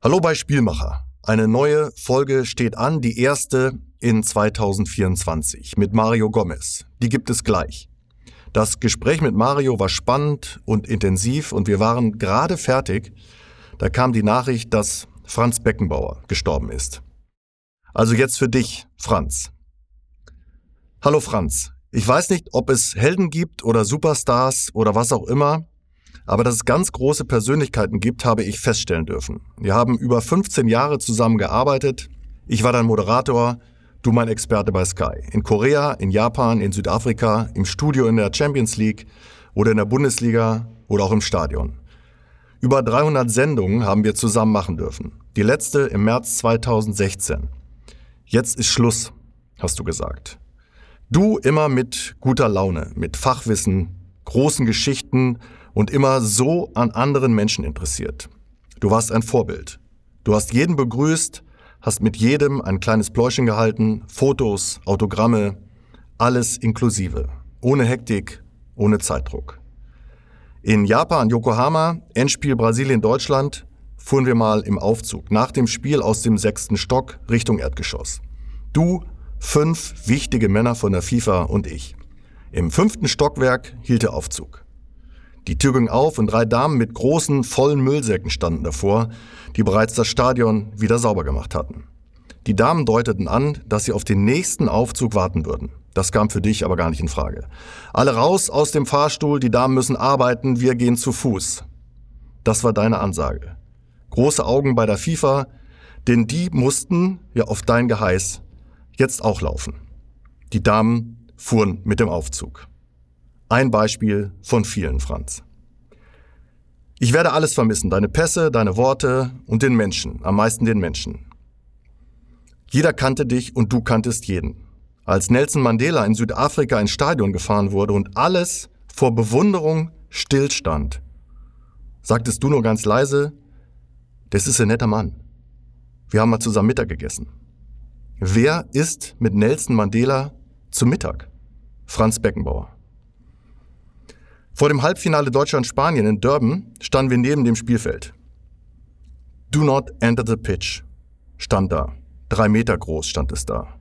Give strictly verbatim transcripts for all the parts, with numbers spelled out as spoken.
Hallo bei Spielmacher. Eine neue Folge steht an, die erste in zweitausendvierundzwanzig mit Mario Gomez. Die gibt es gleich. Das Gespräch mit Mario war spannend und intensiv und wir waren gerade fertig. Da kam die Nachricht, dass Franz Beckenbauer gestorben ist. Also jetzt für dich, Franz. Hallo Franz. Ich weiß nicht, ob es Helden gibt oder Superstars oder was auch immer, aber dass es ganz große Persönlichkeiten gibt, habe ich feststellen dürfen. Wir haben über fünfzehn Jahre zusammen gearbeitet. Ich war dein Moderator, du mein Experte bei Sky. In Korea, in Japan, in Südafrika, im Studio in der Champions League oder in der Bundesliga oder auch im Stadion. Über dreihundert Sendungen haben wir zusammen machen dürfen. Die letzte im März zweitausendsechzehn. Jetzt ist Schluss, hast du gesagt. Du immer mit guter Laune, mit Fachwissen, großen Geschichten und immer so an anderen Menschen interessiert. Du warst ein Vorbild. Du hast jeden begrüßt, hast mit jedem ein kleines Pläuschen gehalten, Fotos, Autogramme, alles inklusive. Ohne Hektik, ohne Zeitdruck. In Japan, Yokohama, Endspiel Brasilien-Deutschland, fuhren wir mal im Aufzug. Nach dem Spiel aus dem sechsten Stock Richtung Erdgeschoss. Du, fünf wichtige Männer von der FIFA und ich. Im fünften Stockwerk hielt der Aufzug. Die Tür ging auf und drei Damen mit großen, vollen Müllsäcken standen davor, die bereits das Stadion wieder sauber gemacht hatten. Die Damen deuteten an, dass sie auf den nächsten Aufzug warten würden. Das kam für dich aber gar nicht in Frage. Alle raus aus dem Fahrstuhl, die Damen müssen arbeiten, wir gehen zu Fuß. Das war deine Ansage. Große Augen bei der FIFA, denn die mussten, ja auf dein Geheiß, jetzt auch laufen. Die Damen fuhren mit dem Aufzug. Ein Beispiel von vielen, Franz. Ich werde alles vermissen, deine Pässe, deine Worte und den Menschen, am meisten den Menschen. Jeder kannte dich und du kanntest jeden. Als Nelson Mandela in Südafrika ins Stadion gefahren wurde und alles vor Bewunderung stillstand, sagtest du nur ganz leise, das ist ein netter Mann. Wir haben mal zusammen Mittag gegessen. Wer isst mit Nelson Mandela zu Mittag? Franz Beckenbauer. Vor dem Halbfinale Deutschland-Spanien in Durban standen wir neben dem Spielfeld. Do not enter the pitch stand da. Drei Meter groß stand es da.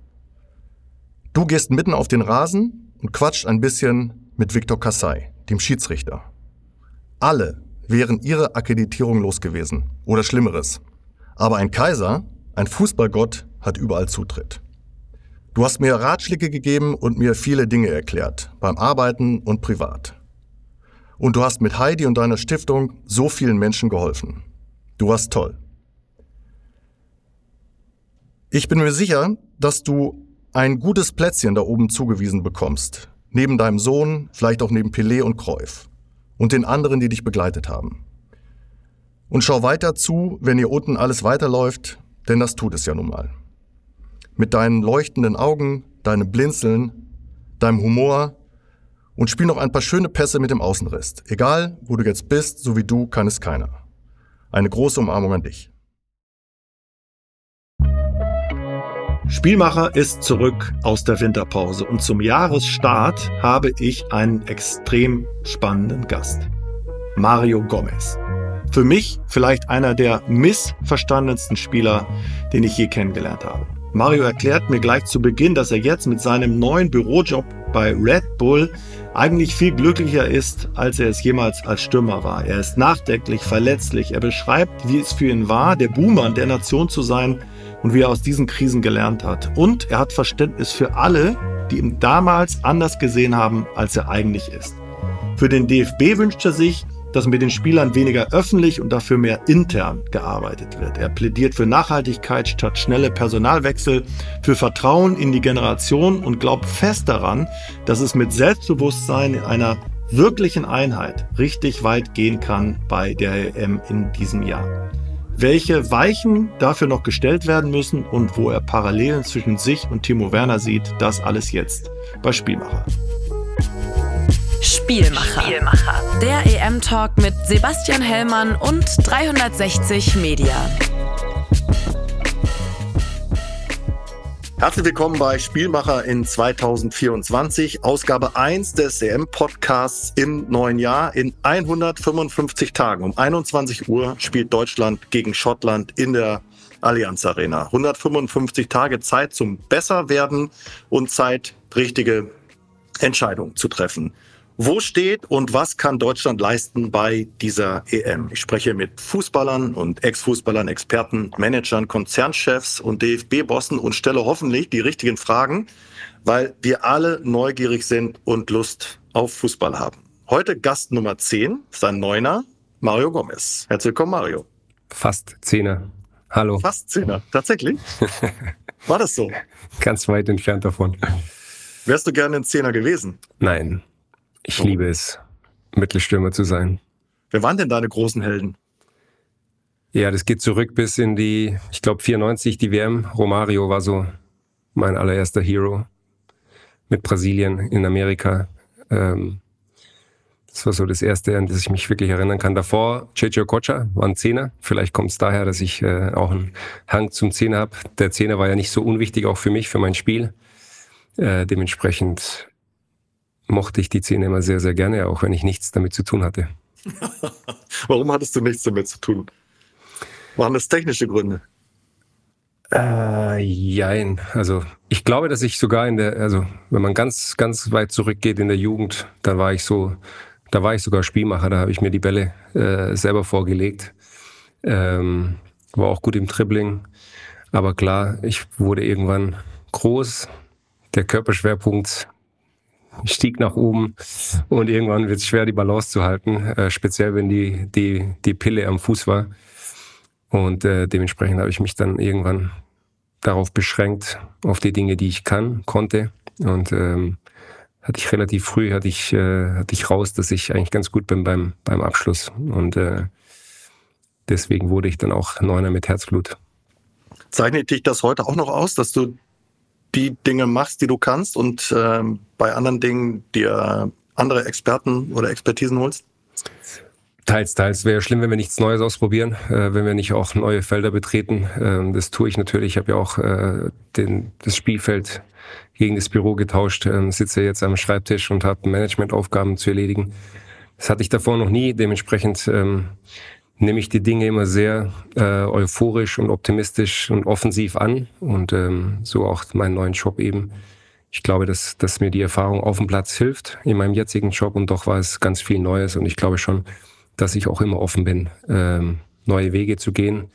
Du gehst mitten auf den Rasen und quatscht ein bisschen mit Victor Kassai, dem Schiedsrichter. Alle wären ihre Akkreditierung los gewesen oder Schlimmeres. Aber ein Kaiser, ein Fußballgott, hat überall Zutritt. Du hast mir Ratschläge gegeben und mir viele Dinge erklärt, beim Arbeiten und privat. Und du hast mit Heidi und deiner Stiftung so vielen Menschen geholfen. Du warst toll. Ich bin mir sicher, dass du ein gutes Plätzchen da oben zugewiesen bekommst. Neben deinem Sohn, vielleicht auch neben Pelé und Cruyff. Und den anderen, die dich begleitet haben. Und schau weiter zu, wenn hier unten alles weiterläuft, denn das tut es ja nun mal. Mit deinen leuchtenden Augen, deinem Blinzeln, deinem Humor und spiel noch ein paar schöne Pässe mit dem Außenriss. Egal, wo du jetzt bist, so wie du, kann es keiner. Eine große Umarmung an dich. Spielmacher ist zurück aus der Winterpause und zum Jahresstart habe ich einen extrem spannenden Gast. Mario Gomez. Für mich vielleicht einer der missverstandensten Spieler, den ich je kennengelernt habe. Mario erklärt mir gleich zu Beginn, dass er jetzt mit seinem neuen Bürojob bei Red Bull eigentlich viel glücklicher ist, als er es jemals als Stürmer war. Er ist nachdenklich, verletzlich. Er beschreibt, wie es für ihn war, der Buhmann der Nation zu sein und wie er aus diesen Krisen gelernt hat. Und er hat Verständnis für alle, die ihn damals anders gesehen haben, als er eigentlich ist. Für den D F B wünscht er sich, dass mit den Spielern weniger öffentlich und dafür mehr intern gearbeitet wird. Er plädiert für Nachhaltigkeit statt schnelle Personalwechsel, für Vertrauen in die Generation und glaubt fest daran, dass es mit Selbstbewusstsein in einer wirklichen Einheit richtig weit gehen kann bei der E M in diesem Jahr. Welche Weichen dafür noch gestellt werden müssen und wo er Parallelen zwischen sich und Timo Werner sieht, das alles jetzt bei Spielmacher. Spielmacher. Spielmacher. Der E M-Talk mit Sebastian Hellmann und dreihundertsechzig Media. Herzlich willkommen bei Spielmacher in zwanzig vierundzwanzig, Ausgabe eins des E M-Podcasts im neuen Jahr. In hundertfünfundfünfzig Tagen um einundzwanzig Uhr spielt Deutschland gegen Schottland in der Allianz Arena. hundertfünfundfünfzig Tage Zeit zum Besserwerden und Zeit, richtige Entscheidungen zu treffen. Wo steht und was kann Deutschland leisten bei dieser E M? Ich spreche mit Fußballern und Ex-Fußballern, Experten, Managern, Konzernchefs und D F B-Bossen und stelle hoffentlich die richtigen Fragen, weil wir alle neugierig sind und Lust auf Fußball haben. Heute Gast Nummer zehn, sein Neuner, Mario Gomez. Herzlich willkommen, Mario. Fast Zehner. Hallo. Fast Zehner, tatsächlich? War das so? Ganz weit entfernt davon. Wärst du gerne ein Zehner gewesen? Nein. Ich oh. liebe es, Mittelstürmer zu sein. Wer waren denn deine großen Helden? Ja, das geht zurück bis in die, ich glaube vierundneunzig, die W M. Romario war so mein allererster Hero mit Brasilien in Amerika. Ähm, das war so das Erste, an das ich mich wirklich erinnern kann. Davor, Czecho Kocha war ein Zehner. Vielleicht kommt es daher, dass ich äh, auch einen Hang zum Zehner habe. Der Zehner war ja nicht so unwichtig, auch für mich, für mein Spiel. Äh, dementsprechend mochte ich die Zehner immer sehr, sehr gerne, auch wenn ich nichts damit zu tun hatte. Warum hattest du nichts damit zu tun? Waren das technische Gründe? Äh, jein. Also ich glaube, dass ich sogar in der, also wenn man ganz, ganz weit zurückgeht in der Jugend, da war ich so, da war ich sogar Spielmacher, da habe ich mir die Bälle äh, selber vorgelegt. Ähm, war auch gut im Dribbling. Aber klar, ich wurde irgendwann groß, der Körperschwerpunkt stieg nach oben und irgendwann wird es schwer, die Balance zu halten, äh, speziell wenn die, die, die Pille am Fuß war. Und äh, dementsprechend habe ich mich dann irgendwann darauf beschränkt, auf die Dinge, die ich kann, konnte. Und ähm, hatte ich relativ früh, hatte ich, äh, hatte ich raus, dass ich eigentlich ganz gut bin beim, beim Abschluss. Und äh, deswegen wurde ich dann auch Neuner mit Herzblut. Zeichnet dich das heute auch noch aus, dass du die Dinge machst, die du kannst und ähm, bei anderen Dingen dir andere Experten oder Expertisen holst? Teils, teils. Wäre schlimm, wenn wir nichts Neues ausprobieren, äh, wenn wir nicht auch neue Felder betreten. Ähm, das tue ich natürlich. Ich habe ja auch äh, den, das Spielfeld gegen das Büro getauscht, ähm, sitze jetzt am Schreibtisch und habe Managementaufgaben zu erledigen. Das hatte ich davor noch nie. Dementsprechend ähm, nehme ich die Dinge immer sehr äh, euphorisch und optimistisch und offensiv an und ähm, so auch meinen neuen Job eben. Ich glaube, dass, dass mir die Erfahrung auf dem Platz hilft in meinem jetzigen Job und doch war es ganz viel Neues und ich glaube schon, dass ich auch immer offen bin, ähm, neue Wege zu gehen.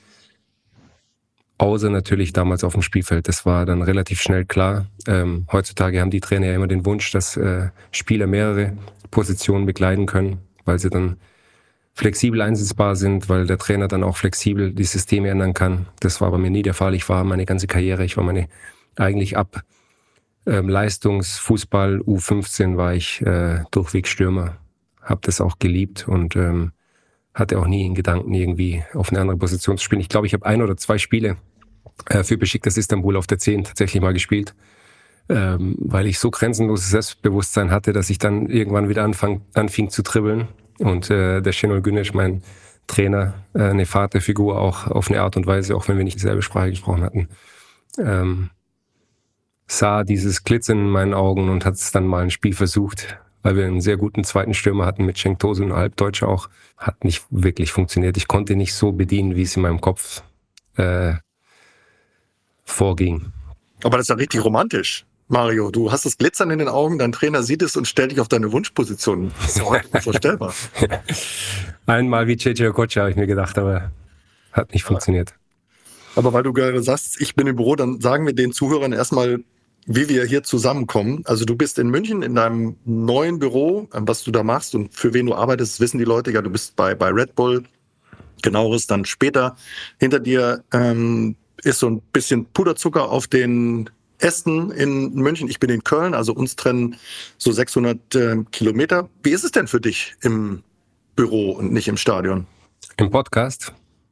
Außer natürlich damals auf dem Spielfeld. Das war dann relativ schnell klar. Ähm, heutzutage haben die Trainer ja immer den Wunsch, dass äh, Spieler mehrere Positionen bekleiden können, weil sie dann flexibel einsetzbar sind, weil der Trainer dann auch flexibel die Systeme ändern kann. Das war bei mir nie der Fall. Ich war meine ganze Karriere, ich war meine eigentlich ab ähm, Leistungsfußball U fünfzehn war ich äh, durchweg Stürmer. Habe das auch geliebt und ähm, hatte auch nie in Gedanken, irgendwie auf eine andere Position zu spielen. Ich glaube, ich habe ein oder zwei Spiele äh, für Besiktas Istanbul auf der zehn tatsächlich mal gespielt, ähm, weil ich so grenzenloses Selbstbewusstsein hatte, dass ich dann irgendwann wieder anfang, anfing zu dribbeln. Und äh, der Şenol Güneş, mein Trainer, äh, eine Vaterfigur auch auf eine Art und Weise, auch wenn wir nicht dieselbe Sprache gesprochen hatten, ähm, sah dieses Glitzern in meinen Augen und hat es dann mal ein Spiel versucht, weil wir einen sehr guten zweiten Stürmer hatten mit Cenk Tosun, ein Halbdeutscher auch. Hat nicht wirklich funktioniert. Ich konnte nicht so bedienen, wie es in meinem Kopf äh, vorging. Aber das ist ja richtig romantisch. Mario, du hast das Glitzern in den Augen, dein Trainer sieht es und stellt dich auf deine Wunschposition. Das ist ja heute unvorstellbar. Einmal wie Czecho Kocha habe ich mir gedacht, aber hat nicht funktioniert. Aber weil du gerade sagst, ich bin im Büro, dann sagen wir den Zuhörern erstmal, wie wir hier zusammenkommen. Also du bist in München in deinem neuen Büro, was du da machst und für wen du arbeitest, wissen die Leute ja, du bist bei, bei Red Bull. Genaueres dann später. Hinter dir ähm, ist so ein bisschen Puderzucker auf den Ästen in München, ich bin in Köln, also uns trennen so sechshundert äh, Kilometer. Wie ist es denn für dich im Büro und nicht im Stadion? Im Podcast?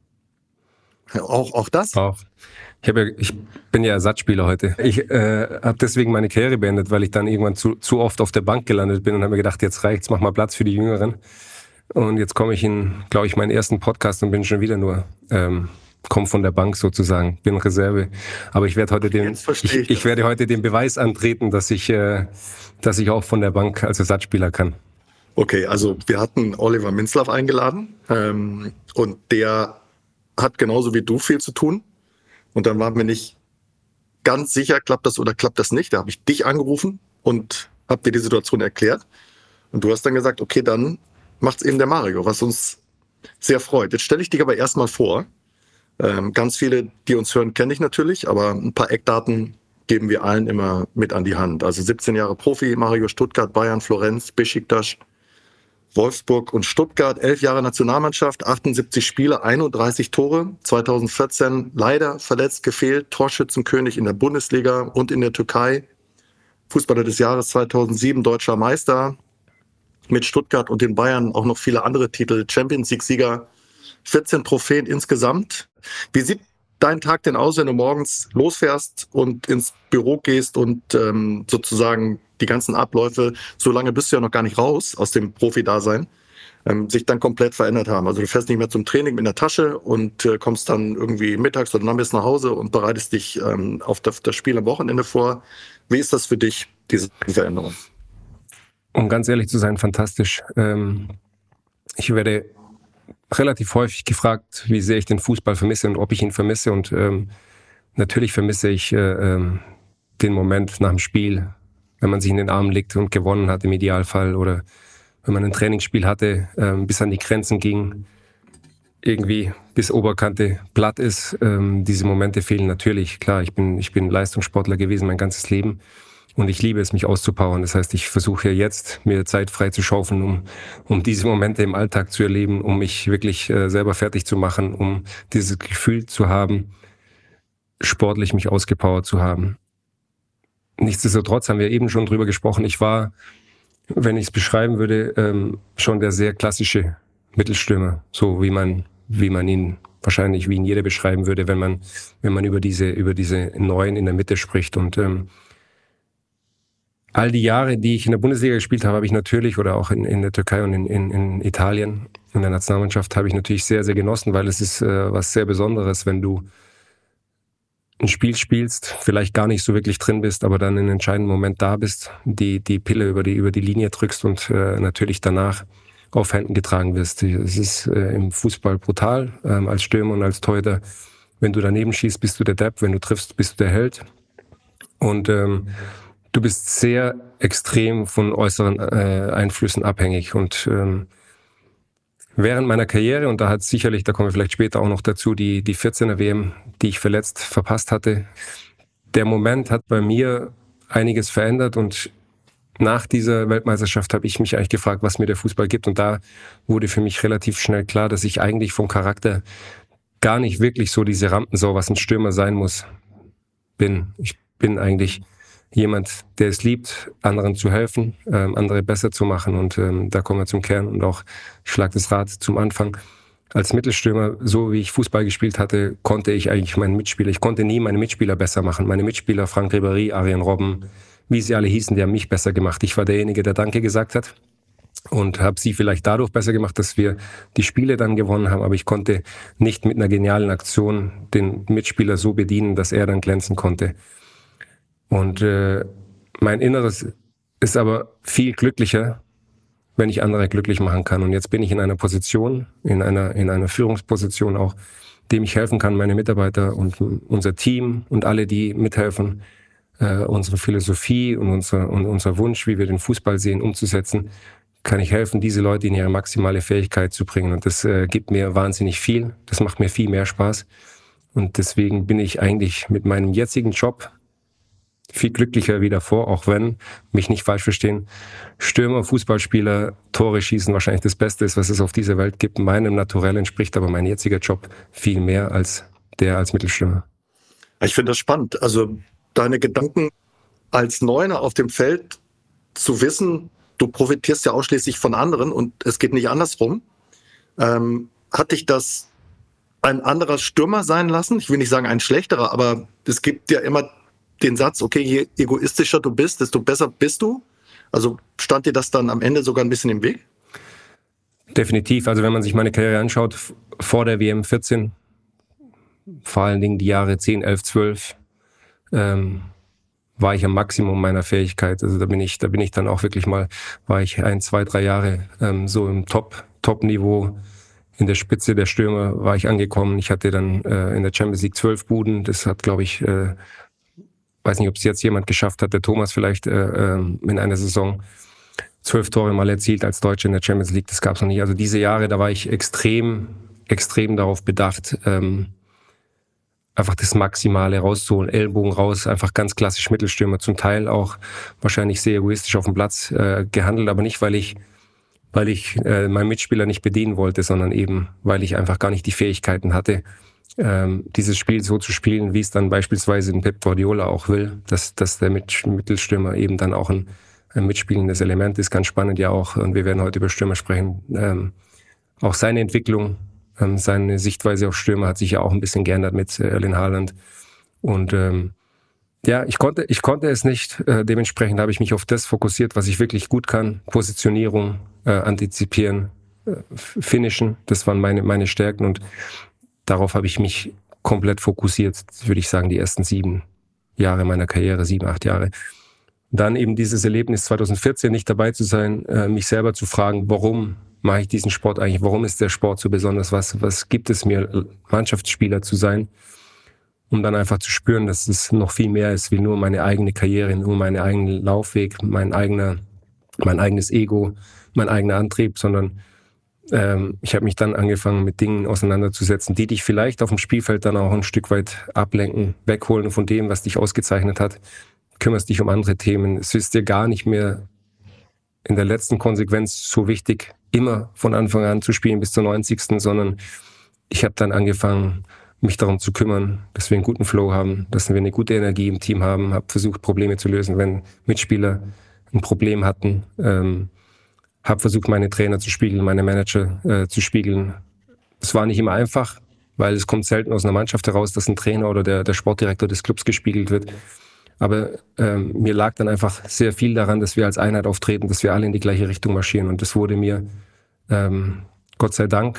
Ja, auch, auch das? Auch. Ich, hab ja, ich bin ja Ersatzspieler heute. Ich äh, habe deswegen meine Karriere beendet, weil ich dann irgendwann zu, zu oft auf der Bank gelandet bin und habe mir gedacht, jetzt reicht's, mach mal Platz für die Jüngeren. Und jetzt komme ich in, glaube ich, meinen ersten Podcast und bin schon wieder nur ähm, komme von der Bank sozusagen, bin Reserve. Aber ich werde heute den, ich, ich, ich werde heute den Beweis antreten, dass ich, äh, dass ich auch von der Bank als Ersatzspieler kann. Okay, also wir hatten Oliver Minzlaff eingeladen ähm, und der hat genauso wie du viel zu tun. Und dann waren wir nicht ganz sicher, klappt das oder klappt das nicht. Da habe ich dich angerufen und habe dir die Situation erklärt. Und du hast dann gesagt, okay, dann macht's eben der Mario, was uns sehr freut. Jetzt stelle ich dich aber erstmal vor. Ähm, ganz viele, die uns hören, kenne ich natürlich, aber ein paar Eckdaten geben wir allen immer mit an die Hand. Also siebzehn Jahre Profi, Mario, Stuttgart, Bayern, Florenz, Beşiktaş, Wolfsburg und Stuttgart, elf Jahre Nationalmannschaft, achtundsiebzig Spiele, einunddreißig Tore, zweitausendvierzehn leider verletzt, gefehlt, Torschützenkönig in der Bundesliga und in der Türkei, Fußballer des Jahres zweitausendsieben, deutscher Meister, mit Stuttgart und den Bayern auch noch viele andere Titel, Champions League-Sieger, vierzehn Trophäen insgesamt. Wie sieht dein Tag denn aus, wenn du morgens losfährst und ins Büro gehst und ähm, sozusagen die ganzen Abläufe, so lange bist du ja noch gar nicht raus aus dem Profi-Dasein, ähm, sich dann komplett verändert haben? Also du fährst nicht mehr zum Training mit einer Tasche und äh, kommst dann irgendwie mittags oder nachmittags nach Hause und bereitest dich ähm, auf das, das Spiel am Wochenende vor. Wie ist das für dich, diese Veränderung? Um ganz ehrlich zu sein, fantastisch. Ähm, ich werde relativ häufig gefragt, wie sehr ich den Fußball vermisse und ob ich ihn vermisse. Und ähm, natürlich vermisse ich äh, ähm, den Moment nach dem Spiel, wenn man sich in den Arm legt und gewonnen hat im Idealfall oder wenn man ein Trainingsspiel hatte, ähm, bis an die Grenzen ging, irgendwie bis Oberkante platt ist. Ähm, diese Momente fehlen natürlich. Klar, ich bin, ich bin Leistungssportler gewesen mein ganzes Leben. Und ich liebe es, mich auszupowern. Das heißt, ich versuche jetzt, mir Zeit frei zu schaufeln, um, um diese Momente im Alltag zu erleben, um mich wirklich äh, selber fertig zu machen, um dieses Gefühl zu haben, sportlich mich ausgepowert zu haben. Nichtsdestotrotz haben wir eben schon drüber gesprochen. Ich war, wenn ich es beschreiben würde, ähm, schon der sehr klassische Mittelstürmer, so wie man, wie man ihn wahrscheinlich, wie ihn jeder beschreiben würde, wenn man, wenn man über diese, über diese Neuen in der Mitte spricht. Und ähm, all die Jahre, die ich in der Bundesliga gespielt habe, habe ich natürlich, oder auch in, in der Türkei und in, in, in Italien, in der Nationalmannschaft, habe ich natürlich sehr, sehr genossen, weil es ist äh, was sehr Besonderes, wenn du ein Spiel spielst, vielleicht gar nicht so wirklich drin bist, aber dann in einem entscheidenden Moment da bist, die, die Pille über die, über die Linie drückst und äh, natürlich danach auf Händen getragen wirst. Es ist äh, im Fußball brutal, ähm, als Stürmer und als Torhüter. Wenn du daneben schießt, bist du der Depp, wenn du triffst, bist du der Held. Und ähm, du bist sehr extrem von äußeren äh, Einflüssen abhängig. Und ähm, während meiner Karriere, und da hat sicherlich, da kommen wir vielleicht später auch noch dazu, die, die vierzehner W M, die ich verletzt verpasst hatte, der Moment hat bei mir einiges verändert. Und nach dieser Weltmeisterschaft habe ich mich eigentlich gefragt, was mir der Fußball gibt. Und da wurde für mich relativ schnell klar, dass ich eigentlich vom Charakter gar nicht wirklich so diese Rampensau, was ein Stürmer sein muss, bin. Ich bin eigentlich jemand, der es liebt, anderen zu helfen, ähm, andere besser zu machen. Und ähm, da kommen wir zum Kern und auch, ich schlage das Rad zum Anfang. Als Mittelstürmer, so wie ich Fußball gespielt hatte, konnte ich eigentlich meinen Mitspieler, ich konnte nie meine Mitspieler besser machen. Meine Mitspieler, Frank Ribéry, Arjen Robben, wie sie alle hießen, die haben mich besser gemacht. Ich war derjenige, der Danke gesagt hat und habe sie vielleicht dadurch besser gemacht, dass wir die Spiele dann gewonnen haben. Aber ich konnte nicht mit einer genialen Aktion den Mitspieler so bedienen, dass er dann glänzen konnte. Und äh, mein Inneres ist aber viel glücklicher, wenn ich andere glücklich machen kann. Und jetzt bin ich in einer Position, in einer in einer Führungsposition auch, dem ich helfen kann, meine Mitarbeiter und unser Team und alle, die mithelfen, äh, unsere Philosophie und unser, und unser Wunsch, wie wir den Fußball sehen, umzusetzen, kann ich helfen, diese Leute in ihre maximale Fähigkeit zu bringen. Und das äh, gibt mir wahnsinnig viel. Das macht mir viel mehr Spaß. Und deswegen bin ich eigentlich mit meinem jetzigen Job viel glücklicher wie davor, auch wenn, mich nicht falsch verstehen, Stürmer, Fußballspieler, Tore schießen wahrscheinlich das Beste ist, was es auf dieser Welt gibt. Meinem Naturell entspricht aber mein jetziger Job viel mehr als der als Mittelstürmer. Ich finde das spannend. Also deine Gedanken als Neuner auf dem Feld zu wissen, du profitierst ja ausschließlich von anderen und es geht nicht andersrum. Ähm, hat dich das ein anderer Stürmer sein lassen? Ich will nicht sagen ein schlechterer, aber es gibt ja immer den Satz, okay, je egoistischer du bist, desto besser bist du. Also stand dir das dann am Ende sogar ein bisschen im Weg? Definitiv. Also wenn man sich meine Karriere anschaut, vor der W M vierzehn, vor allen Dingen die Jahre zehn, elf, zwölf, ähm, war ich am Maximum meiner Fähigkeit. Also da bin ich, da bin ich dann auch wirklich mal, war ich ein, zwei, drei Jahre ähm, so im Top, Top-Niveau. In der Spitze der Stürmer war ich angekommen. Ich hatte dann äh, in der Champions League zwölf Buden. Das hat, glaube ich, äh, weiß nicht, ob es jetzt jemand geschafft hat, der Thomas vielleicht äh, äh, in einer Saison zwölf Tore mal erzielt als Deutscher in der Champions League. Das gab es noch nie. Also diese Jahre, da war ich extrem, extrem darauf bedacht, ähm, einfach das Maximale rauszuholen, Ellbogen raus, einfach ganz klassisch Mittelstürmer, zum Teil auch wahrscheinlich sehr egoistisch auf dem Platz äh, gehandelt, aber nicht, weil ich weil ich äh, meinen Mitspieler nicht bedienen wollte, sondern eben, weil ich einfach gar nicht die Fähigkeiten hatte, ähm, dieses Spiel so zu spielen, wie es dann beispielsweise ein Pep Guardiola auch will, dass, dass der Mit- Mittelstürmer eben dann auch ein, ein mitspielendes Element ist. Ganz spannend ja auch, und wir werden heute über Stürmer sprechen, ähm, auch seine Entwicklung, ähm, seine Sichtweise auf Stürmer hat sich ja auch ein bisschen geändert mit äh, Erling Haaland. Und ähm, ja, ich konnte, ich konnte es nicht. Äh, dementsprechend habe ich mich auf das fokussiert, was ich wirklich gut kann. Positionierung, äh, antizipieren, äh, finishen. Das waren meine, meine Stärken und darauf habe ich mich komplett fokussiert, würde ich sagen, die ersten sieben Jahre meiner Karriere, sieben, acht Jahre. Dann eben dieses Erlebnis zwanzig vierzehn nicht dabei zu sein, äh, mich selber zu fragen, warum mache ich diesen Sport eigentlich? Warum ist der Sport so besonders? Was, was gibt es mir, Mannschaftsspieler zu sein? Um dann einfach zu spüren, dass es noch viel mehr ist, wie nur meine eigene Karriere, nur mein eigener Laufweg, mein eigener, mein eigenes Ego, mein eigener Antrieb, sondern ähm, ich habe mich dann angefangen, mit Dingen auseinanderzusetzen, die dich vielleicht auf dem Spielfeld dann auch ein Stück weit ablenken, wegholen von dem, was dich ausgezeichnet hat. Kümmerst dich um andere Themen. Es ist dir gar nicht mehr in der letzten Konsequenz so wichtig, immer von Anfang an zu spielen bis zur neunzigsten, sondern ich habe dann angefangen, mich darum zu kümmern, dass wir einen guten Flow haben, dass wir eine gute Energie im Team haben, habe versucht, Probleme zu lösen, wenn Mitspieler ein Problem hatten, ähm, habe versucht, meine Trainer zu spiegeln, meine Manager äh, zu spiegeln. Es war nicht immer einfach, weil es kommt selten aus einer Mannschaft heraus, dass ein Trainer oder der, der Sportdirektor des Clubs gespiegelt wird. Aber ähm, mir lag dann einfach sehr viel daran, dass wir als Einheit auftreten, dass wir alle in die gleiche Richtung marschieren. Und das wurde mir, ähm, Gott sei Dank,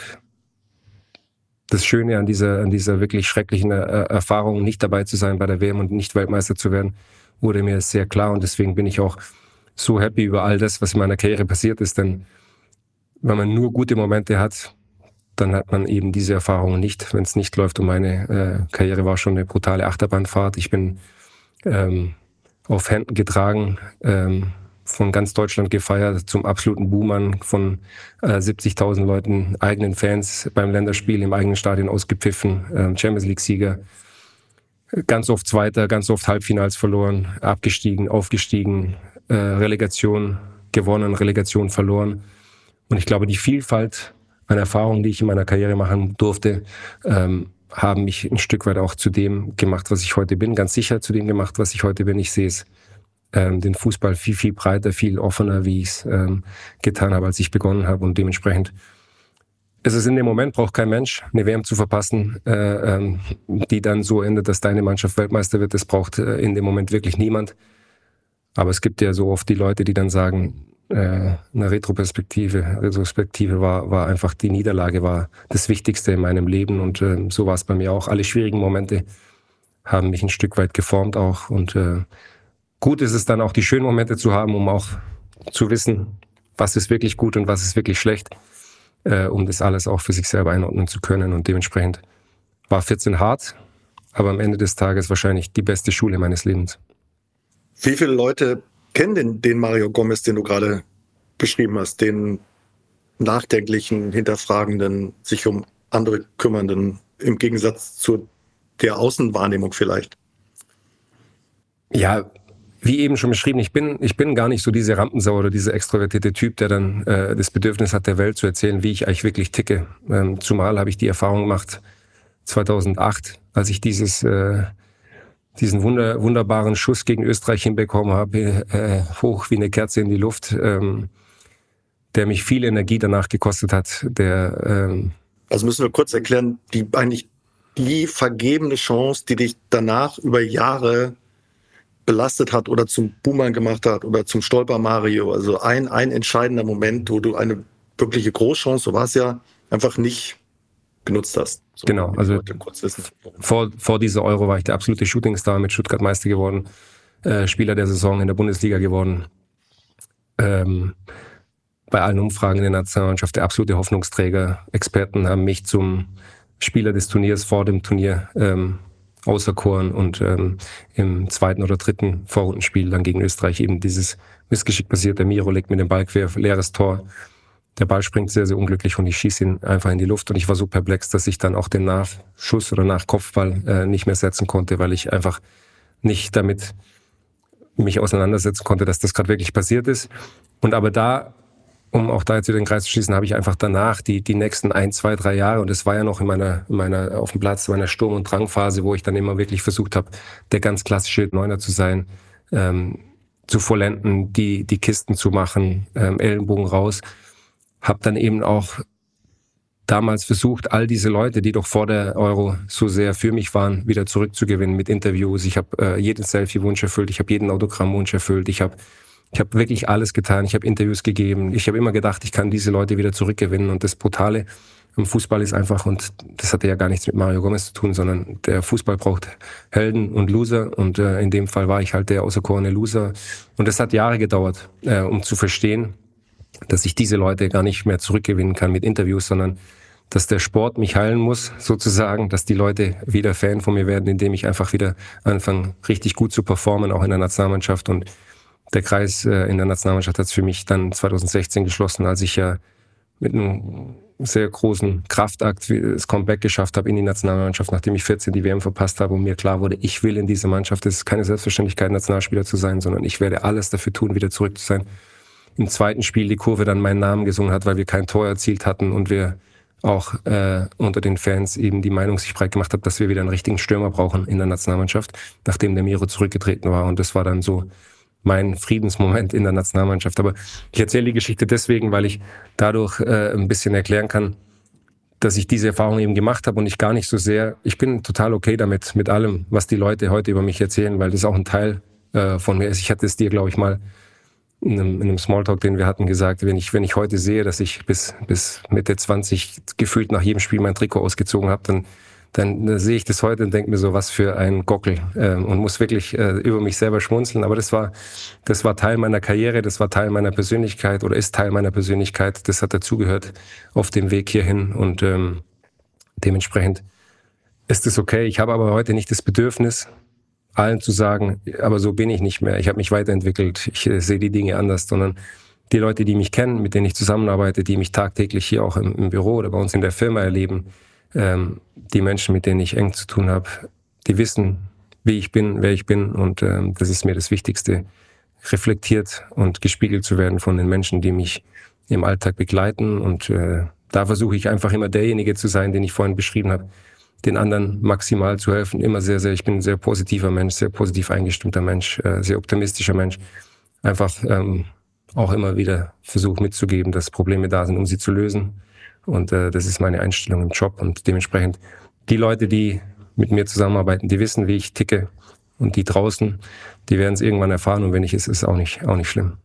das Schöne an dieser, an dieser wirklich schrecklichen äh, Erfahrung, nicht dabei zu sein bei der W M und nicht Weltmeister zu werden, wurde mir sehr klar. Und deswegen bin ich auch so happy über all das, was in meiner Karriere passiert ist. Denn wenn man nur gute Momente hat, dann hat man eben diese Erfahrungen nicht, wenn es nicht läuft. Und meine äh, Karriere war schon eine brutale Achterbahnfahrt. Ich bin ähm, auf Händen getragen, ähm, von ganz Deutschland gefeiert, zum absoluten Buhmann, von äh, siebzigtausend Leuten, eigenen Fans beim Länderspiel im eigenen Stadion ausgepfiffen, äh, Champions League-Sieger, ganz oft Zweiter, ganz oft Halbfinals verloren, abgestiegen, aufgestiegen, äh, Relegation gewonnen, Relegation verloren. Und ich glaube, die Vielfalt an Erfahrungen, die ich in meiner Karriere machen durfte, ähm, haben mich ein Stück weit auch zu dem gemacht, was ich heute bin, ganz sicher zu dem gemacht, was ich heute bin. Ich sehe es Ähm, den Fußball viel, viel breiter, viel offener, wie ich es ähm, getan habe, als ich begonnen habe. Und dementsprechend ist es in dem Moment, braucht kein Mensch, eine W M zu verpassen, äh, ähm, die dann so endet, dass deine Mannschaft Weltmeister wird. Das braucht äh, in dem Moment wirklich niemand. Aber es gibt ja so oft die Leute, die dann sagen, äh, eine Retroperspektive, Retrospektive war, war einfach, die Niederlage war das Wichtigste in meinem Leben. Und äh, so war es bei mir auch. Alle schwierigen Momente haben mich ein Stück weit geformt auch. Und äh, gut ist es dann auch, die schönen Momente zu haben, um auch zu wissen, was ist wirklich gut und was ist wirklich schlecht, äh, um das alles auch für sich selber einordnen zu können. Und dementsprechend war vierzehn hart, aber am Ende des Tages wahrscheinlich die beste Schule meines Lebens. Wie viele Leute kennen den, den Mario Gomez, den du gerade beschrieben hast, den nachdenklichen, hinterfragenden, sich um andere kümmernden, im Gegensatz zu der Außenwahrnehmung vielleicht? Ja, wie eben schon beschrieben, ich bin, ich bin gar nicht so diese Rampensau oder dieser extrovertierte Typ, der dann äh, das Bedürfnis hat, der Welt zu erzählen, wie ich eigentlich wirklich ticke. Ähm, zumal habe ich die Erfahrung gemacht, zweitausendacht, als ich dieses, äh, diesen wunder, wunderbaren Schuss gegen Österreich hinbekommen habe, äh, hoch wie eine Kerze in die Luft, ähm, der mich viel Energie danach gekostet hat. Der, ähm, also müssen wir kurz erklären, die eigentlich die vergebene Chance, die dich danach über Jahre belastet hat oder zum Buhmann gemacht hat oder zum Stolper Mario. Also ein, ein entscheidender Moment, wo du eine wirkliche Großchance, so war es ja, einfach nicht genutzt hast. So, genau, also kurz wissen. vor, vor dieser Euro war ich der absolute Shootingstar, mit Stuttgart Meister geworden, äh, Spieler der Saison in der Bundesliga geworden. Ähm, bei allen Umfragen in der Nationalmannschaft der absolute Hoffnungsträger. Experten haben mich zum Spieler des Turniers vor dem Turnier ähm, auserkoren und ähm, im zweiten oder dritten Vorrundenspiel dann gegen Österreich eben dieses Missgeschick passiert. Der Miro legt mir den Ball quer, leeres Tor. Der Ball springt sehr, sehr unglücklich und ich schieße ihn einfach in die Luft. Und ich war so perplex, dass ich dann auch den Nachschuss oder Nachkopfball äh, nicht mehr setzen konnte, weil ich einfach nicht damit mich auseinandersetzen konnte, dass das gerade wirklich passiert ist. Und aber da, um auch da jetzt wieder den Kreis zu schließen, habe ich einfach danach die die nächsten ein, zwei, drei Jahre, und das war ja noch in meiner, in meiner auf dem Platz, in meiner Sturm- und Drangphase, wo ich dann immer wirklich versucht habe, der ganz klassische Neuner zu sein, ähm, zu vollenden, die die Kisten zu machen, ähm, Ellenbogen raus. Habe dann eben auch damals versucht, all diese Leute, die doch vor der Euro so sehr für mich waren, wieder zurückzugewinnen mit Interviews. Ich habe äh, jeden Selfie-Wunsch erfüllt, ich habe jeden Autogramm-Wunsch erfüllt, ich habe ich hab wirklich alles getan, ich habe Interviews gegeben. Ich habe immer gedacht, ich kann diese Leute wieder zurückgewinnen. Und das Brutale im Fußball ist einfach, und das hatte ja gar nichts mit Mario Gomez zu tun, sondern der Fußball braucht Helden und Loser. Und äh, in dem Fall war ich halt der auserkorene Loser. Und es hat Jahre gedauert, äh, um zu verstehen, dass ich diese Leute gar nicht mehr zurückgewinnen kann mit Interviews, sondern dass der Sport mich heilen muss, sozusagen, dass die Leute wieder Fan von mir werden, indem ich einfach wieder anfange, richtig gut zu performen, auch in der Nationalmannschaft. Und der Kreis äh, in der Nationalmannschaft hat es für mich dann zwanzig sechzehn geschlossen, als ich ja mit einem sehr großen Kraftakt das Comeback geschafft habe in die Nationalmannschaft, nachdem ich vierzehn die W M verpasst habe und mir klar wurde, ich will in dieser Mannschaft, es ist keine Selbstverständlichkeit, Nationalspieler zu sein, sondern ich werde alles dafür tun, wieder zurück zu sein. Im zweiten Spiel die Kurve dann meinen Namen gesungen hat, weil wir kein Tor erzielt hatten und wir auch äh, unter den Fans eben die Meinung sich breit gemacht hat, dass wir wieder einen richtigen Stürmer brauchen in der Nationalmannschaft, nachdem der Miro zurückgetreten war. Und das war dann so mein Friedensmoment in der Nationalmannschaft. Aber ich erzähle die Geschichte deswegen, weil ich dadurch äh, ein bisschen erklären kann, dass ich diese Erfahrung eben gemacht habe und ich gar nicht so sehr, ich bin total okay damit, mit allem, was die Leute heute über mich erzählen, weil das auch ein Teil äh, von mir ist. Ich hatte es dir, glaube ich, mal in einem, in einem Smalltalk, den wir hatten, gesagt, wenn ich wenn ich heute sehe, dass ich bis bis Mitte zwanzig gefühlt nach jedem Spiel mein Trikot ausgezogen habe, dann dann äh, sehe ich das heute und denke mir so, was für ein Gockel, äh, und muss wirklich äh, über mich selber schmunzeln. Aber das war das war Teil meiner Karriere, das war Teil meiner Persönlichkeit oder ist Teil meiner Persönlichkeit. Das hat dazugehört auf dem Weg hierhin und ähm, dementsprechend ist es okay. Ich habe aber heute nicht das Bedürfnis, allen zu sagen, aber so bin ich nicht mehr. Ich habe mich weiterentwickelt. Ich äh, sehe die Dinge anders, sondern die Leute, die mich kennen, mit denen ich zusammenarbeite, die mich tagtäglich hier auch im, im Büro oder bei uns in der Firma erleben, ähm, die Menschen, mit denen ich eng zu tun habe, die wissen, wie ich bin, wer ich bin, und ähm, das ist mir das Wichtigste, reflektiert und gespiegelt zu werden von den Menschen, die mich im Alltag begleiten. Und äh, da versuche ich einfach immer derjenige zu sein, den ich vorhin beschrieben habe, den anderen maximal zu helfen. Immer sehr, sehr, ich bin ein sehr positiver Mensch, sehr positiv eingestimmter Mensch, äh, sehr optimistischer Mensch. Einfach ähm, auch immer wieder versuche mitzugeben, dass Probleme da sind, um sie zu lösen. Und äh, das ist meine Einstellung im Job. Und dementsprechend die Leute, die mit mir zusammenarbeiten, die wissen, wie ich ticke. Und die draußen, die werden es irgendwann erfahren. Und wenn nicht, ist es auch nicht, auch nicht schlimm.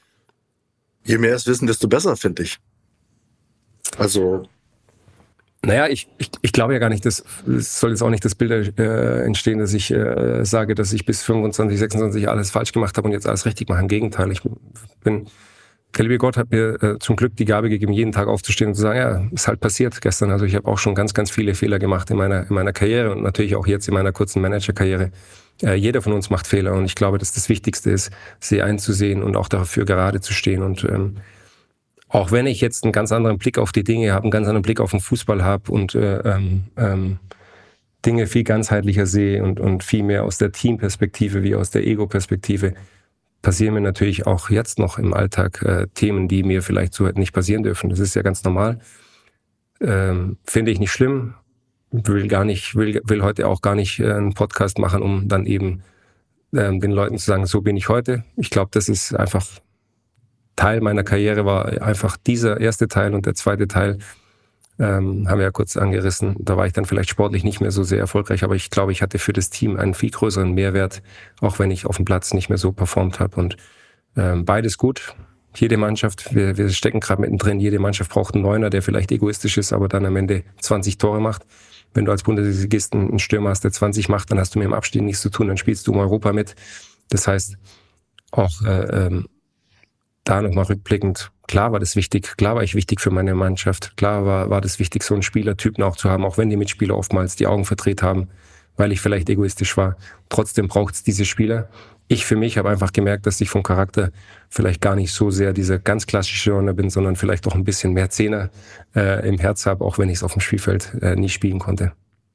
Je mehr es wissen, desto besser, finde ich. Also... Naja, ich, ich, ich glaube ja gar nicht, dass es soll jetzt auch nicht das Bild äh, entstehen, dass ich äh, sage, dass ich bis fünfundzwanzig, sechsundzwanzig alles falsch gemacht habe und jetzt alles richtig mache. Im Gegenteil, ich bin, der liebe Gott hat mir äh, zum Glück die Gabe gegeben, jeden Tag aufzustehen und zu sagen, ja, ist halt passiert gestern. Also ich habe auch schon ganz, ganz viele Fehler gemacht in meiner in meiner Karriere und natürlich auch jetzt in meiner kurzen Managerkarriere. Äh, jeder von uns macht Fehler und ich glaube, dass das Wichtigste ist, sie einzusehen und auch dafür gerade zu stehen. Und ähm, auch wenn ich jetzt einen ganz anderen Blick auf die Dinge habe, einen ganz anderen Blick auf den Fußball habe und äh, ähm, ähm, Dinge viel ganzheitlicher sehe und, und viel mehr aus der Teamperspektive wie aus der Ego-Perspektive, passieren mir natürlich auch jetzt noch im Alltag äh, Themen, die mir vielleicht so nicht passieren dürfen. Das ist ja ganz normal. Ähm, finde ich nicht schlimm. Will gar nicht, will, will heute auch gar nicht äh, einen Podcast machen, um dann eben ähm, den Leuten zu sagen, so bin ich heute. Ich glaube, das ist einfach Teil meiner Karriere, war einfach dieser erste Teil, und der zweite Teil ähm, haben wir ja kurz angerissen. Da war ich dann vielleicht sportlich nicht mehr so sehr erfolgreich, aber ich glaube, ich hatte für das Team einen viel größeren Mehrwert, auch wenn ich auf dem Platz nicht mehr so performt habe. Und ähm, beides gut. Jede Mannschaft, wir, wir stecken gerade mittendrin, jede Mannschaft braucht einen Neuner, der vielleicht egoistisch ist, aber dann am Ende zwanzig Tore macht. Wenn du als Bundesligist einen Stürmer hast, der zwanzig macht, dann hast du mit dem Abstieg nichts zu tun, dann spielst du um Europa mit. Das heißt, auch äh, ähm, da nochmal rückblickend, klar war das wichtig, klar war ich wichtig für meine Mannschaft, klar war, war das wichtig, so einen Spielertypen auch zu haben, auch wenn die Mitspieler oftmals die Augen verdreht haben, weil ich vielleicht egoistisch war. Trotzdem braucht es diese Spieler. Ich für mich habe einfach gemerkt, dass ich vom Charakter vielleicht gar nicht so sehr dieser ganz klassische Neuner bin, sondern vielleicht auch ein bisschen mehr Zehner äh, im Herz habe, auch wenn ich es auf dem Spielfeld äh, nie spielen konnte.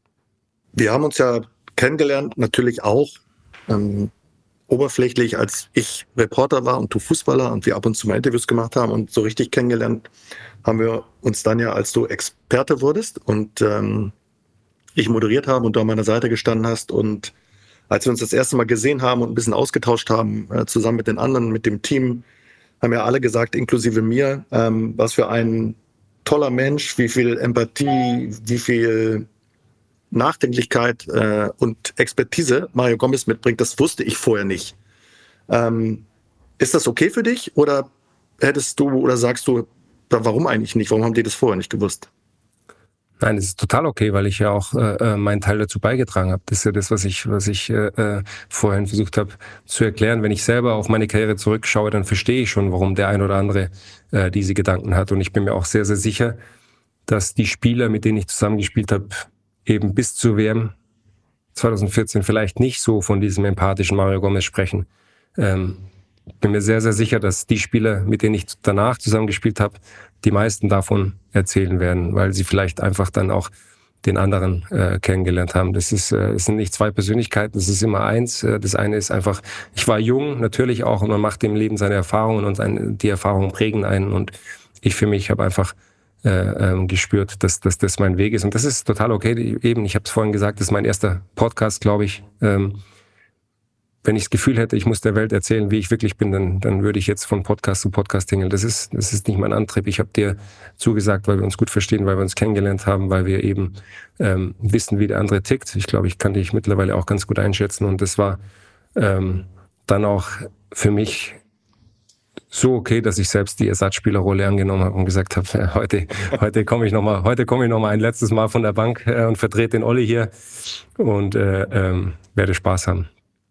Wir haben uns ja kennengelernt, natürlich auch ähm, oberflächlich, als ich Reporter war und du Fußballer und wir ab und zu mal Interviews gemacht haben, und so richtig kennengelernt haben wir uns dann ja, als du Experte wurdest und ähm, ich moderiert habe und du an meiner Seite gestanden hast, und als wir uns das erste Mal gesehen haben und ein bisschen ausgetauscht haben, äh, zusammen mit den anderen, mit dem Team, haben ja alle gesagt, inklusive mir, ähm, was für ein toller Mensch, wie viel Empathie, wie viel Nachdenklichkeit äh, und Expertise Mario Gomez mitbringt. Das wusste ich vorher nicht. Ähm, ist das okay für dich, oder hättest du, oder sagst du, warum eigentlich nicht? Warum haben die das vorher nicht gewusst? Nein, es ist total okay, weil ich ja auch äh, meinen Teil dazu beigetragen habe. Das ist ja das, was ich, was ich äh, vorhin versucht habe zu erklären. Wenn ich selber auf meine Karriere zurückschaue, dann verstehe ich schon, warum der ein oder andere äh, diese Gedanken hat. Und ich bin mir auch sehr, sehr sicher, dass die Spieler, mit denen ich zusammengespielt habe, eben bis zur W M zwanzig vierzehn vielleicht nicht so von diesem empathischen Mario Gomez sprechen. Ähm, bin mir sehr, sehr sicher, dass die Spieler, mit denen ich danach zusammengespielt habe, die meisten davon erzählen werden, weil sie vielleicht einfach dann auch den anderen äh, kennengelernt haben. Das ist, äh, es sind nicht zwei Persönlichkeiten, das ist immer eins. Äh, das eine ist einfach, ich war jung, natürlich auch, und man macht im Leben seine Erfahrungen, und ein, die Erfahrungen prägen einen, und ich für mich habe einfach äh, ähm, gespürt, dass, dass das mein Weg ist, und das ist total okay. Eben, ich habe es vorhin gesagt, das ist mein erster Podcast, glaube ich. Ähm, Wenn ich das Gefühl hätte, ich muss der Welt erzählen, wie ich wirklich bin, dann, dann würde ich jetzt von Podcast zu Podcast tingeln. Das ist, das ist nicht mein Antrieb. Ich habe dir zugesagt, weil wir uns gut verstehen, weil wir uns kennengelernt haben, weil wir eben ähm, wissen, wie der andere tickt. Ich glaube, ich kann dich mittlerweile auch ganz gut einschätzen. Und das war ähm, dann auch für mich so okay, dass ich selbst die Ersatzspielerrolle angenommen habe und gesagt habe, äh, heute, heute komme ich noch mal, heute komme ich noch mal ein letztes Mal von der Bank äh, und vertrete den Olli hier und äh, ähm, werde Spaß haben.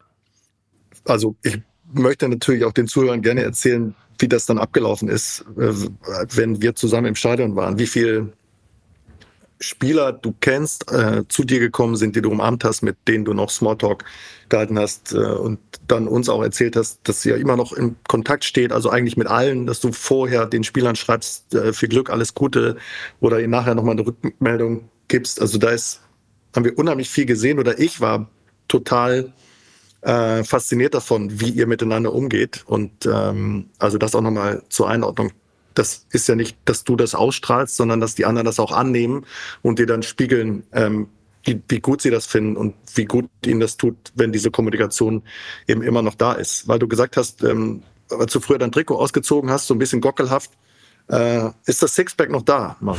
Also ich möchte natürlich auch den Zuhörern gerne erzählen, wie das dann abgelaufen ist, wenn wir zusammen im Stadion waren. Wie viele Spieler du kennst, äh, zu dir gekommen sind, die du umarmt hast, mit denen du noch Smalltalk gehalten hast äh, und dann uns auch erzählt hast, dass ihr immer noch in Kontakt steht, also eigentlich mit allen, dass du vorher den Spielern schreibst, äh, viel Glück, alles Gute, oder ihnen nachher nochmal eine Rückmeldung gibst. Also da ist, haben wir unheimlich viel gesehen, oder ich war total Äh, fasziniert davon, wie ihr miteinander umgeht. Und ähm, also das auch nochmal zur Einordnung. Das ist ja nicht, dass du das ausstrahlst, sondern dass die anderen das auch annehmen und dir dann spiegeln, ähm, wie, wie gut sie das finden und wie gut ihnen das tut, wenn diese Kommunikation eben immer noch da ist. Weil du gesagt hast, ähm, als du früher dein Trikot ausgezogen hast, so ein bisschen gockelhaft, äh, ist das Sixpack noch da, Mann?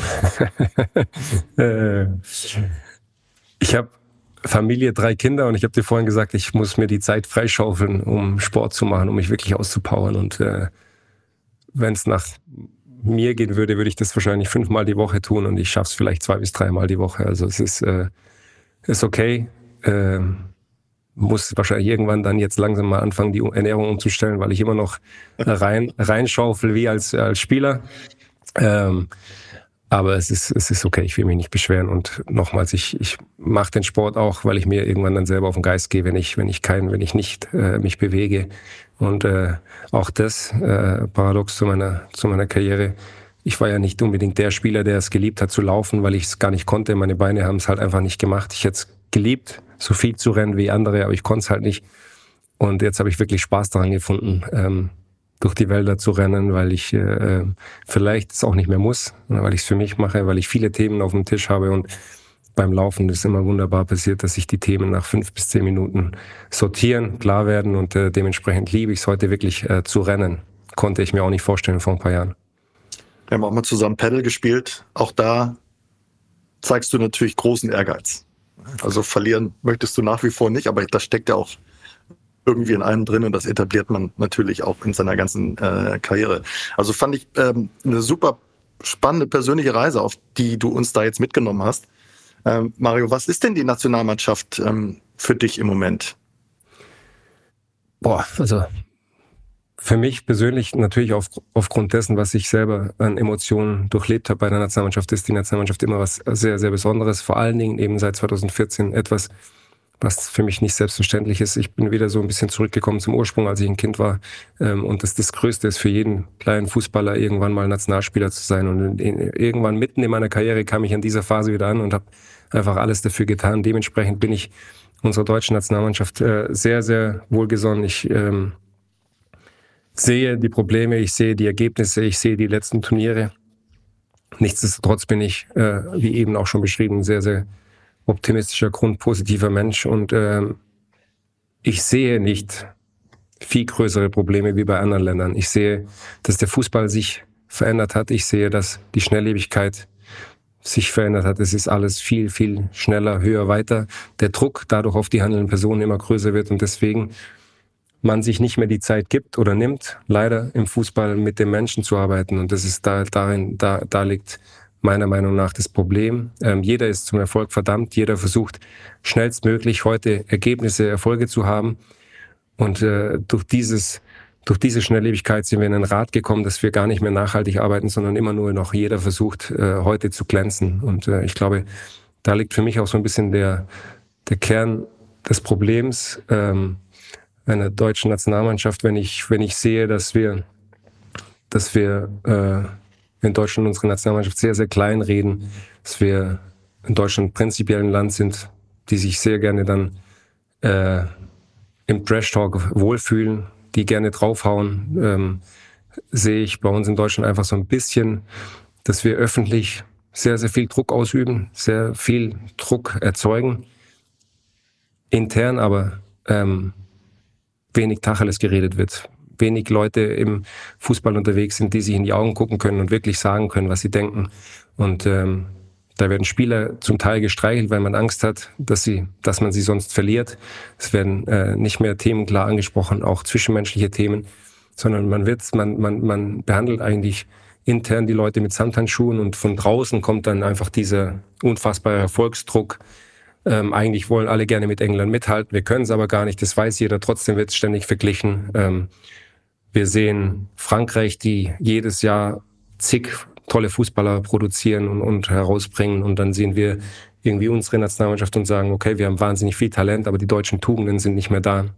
äh, ich habe Familie, drei Kinder, und ich habe dir vorhin gesagt, ich muss mir die Zeit freischaufeln, um Sport zu machen, um mich wirklich auszupowern. Und äh, wenn es nach mir gehen würde, würde ich das wahrscheinlich fünfmal die Woche tun, und ich schaffe es vielleicht zwei bis dreimal die Woche. Also es ist, äh, ist okay. Äh, muss wahrscheinlich irgendwann dann jetzt langsam mal anfangen, die Ernährung umzustellen, weil ich immer noch rein reinschaufel wie als, als Spieler. Ähm, Aber es ist, es ist okay, ich will mich nicht beschweren. Und nochmals, ich, ich mache den Sport auch, weil ich mir irgendwann dann selber auf den Geist gehe, wenn ich, wenn ich kein, wenn ich nicht äh, mich bewege. Und äh, auch das, äh, paradox zu meiner, zu meiner Karriere. Ich war ja nicht unbedingt der Spieler, der es geliebt hat zu laufen, weil ich es gar nicht konnte. Meine Beine haben es halt einfach nicht gemacht. Ich hätte es geliebt, so viel zu rennen wie andere, aber ich konnte es halt nicht. Und jetzt habe ich wirklich Spaß daran gefunden, ähm, durch die Wälder zu rennen, weil ich äh, vielleicht es auch nicht mehr muss, weil ich es für mich mache, weil ich viele Themen auf dem Tisch habe, und beim Laufen ist immer wunderbar passiert, dass sich die Themen nach fünf bis zehn Minuten sortieren, klar werden, und äh, dementsprechend liebe ich es heute wirklich äh, zu rennen. Konnte ich mir auch nicht vorstellen vor ein paar Jahren. Wir haben auch mal zusammen Paddle gespielt. Auch da zeigst du natürlich großen Ehrgeiz. Also verlieren möchtest du nach wie vor nicht, aber da steckt ja auch irgendwie in einem drin und das etabliert man natürlich auch in seiner ganzen äh, Karriere. Also fand ich ähm, eine super spannende persönliche Reise, auf die du uns da jetzt mitgenommen hast. Ähm, Mario, was ist denn die Nationalmannschaft ähm, für dich im Moment? Boah, also für mich persönlich natürlich auf, aufgrund dessen, was ich selber an Emotionen durchlebt habe bei der Nationalmannschaft, ist die Nationalmannschaft immer was sehr, sehr Besonderes. Vor allen Dingen eben seit zwanzig vierzehn etwas, was für mich nicht selbstverständlich ist. Ich bin wieder so ein bisschen zurückgekommen zum Ursprung, als ich ein Kind war. Und das das Größte ist für jeden kleinen Fußballer, irgendwann mal Nationalspieler zu sein. Und irgendwann mitten in meiner Karriere kam ich an dieser Phase wieder an und habe einfach alles dafür getan. Dementsprechend bin ich unserer deutschen Nationalmannschaft sehr, sehr wohlgesonnen. Ich ähm, sehe die Probleme, ich sehe die Ergebnisse, ich sehe die letzten Turniere. Nichtsdestotrotz bin ich, äh, wie eben auch schon beschrieben, sehr, sehr optimistischer, grundpositiver Mensch und äh, ich sehe nicht viel größere Probleme wie bei anderen Ländern. Ich sehe, dass der Fußball sich verändert hat. Ich sehe, dass die Schnelllebigkeit sich verändert hat. Es ist alles viel, viel schneller, höher, weiter. Der Druck dadurch auf die handelnden Personen immer größer wird und deswegen man sich nicht mehr die Zeit gibt oder nimmt, leider im Fußball mit den Menschen zu arbeiten. Und das ist da, darin, da, da liegt meiner Meinung nach das Problem. Ähm, jeder ist zum Erfolg verdammt, jeder versucht schnellstmöglich heute Ergebnisse, Erfolge zu haben. Und äh, durch dieses, durch diese Schnelllebigkeit sind wir in ein Rad gekommen, dass wir gar nicht mehr nachhaltig arbeiten, sondern immer nur noch jeder versucht, äh, heute zu glänzen. Und äh, ich glaube, da liegt für mich auch so ein bisschen der, der Kern des Problems, ähm, einer deutschen Nationalmannschaft, wenn ich, wenn ich sehe, dass wir, dass wir äh, in Deutschland unsere Nationalmannschaft sehr, sehr klein reden, dass wir in Deutschland prinzipiell ein Land sind, die sich sehr gerne dann äh, im Trash-Talk wohlfühlen, die gerne draufhauen, ähm, sehe ich bei uns in Deutschland einfach so ein bisschen, dass wir öffentlich sehr, sehr viel Druck ausüben, sehr viel Druck erzeugen, intern aber ähm, wenig Tacheles geredet wird. Wenig Leute im Fußball unterwegs sind, die sich in die Augen gucken können und wirklich sagen können, was sie denken. Und ähm, da werden Spieler zum Teil gestreichelt, weil man Angst hat, dass sie, dass man sie sonst verliert. Es werden äh, nicht mehr Themen klar angesprochen, auch zwischenmenschliche Themen, sondern man wird, man, man, man behandelt eigentlich intern die Leute mit Samthandschuhen und von draußen kommt dann einfach dieser unfassbare Erfolgsdruck. Ähm, eigentlich wollen alle gerne mit England mithalten, wir können es aber gar nicht, das weiß jeder, trotzdem wird es ständig verglichen. Ähm, wir sehen Frankreich, die jedes Jahr zig tolle Fußballer produzieren und, und herausbringen und dann sehen wir irgendwie unsere Nationalmannschaft und sagen, okay, wir haben wahnsinnig viel Talent, aber die deutschen Tugenden sind nicht mehr da.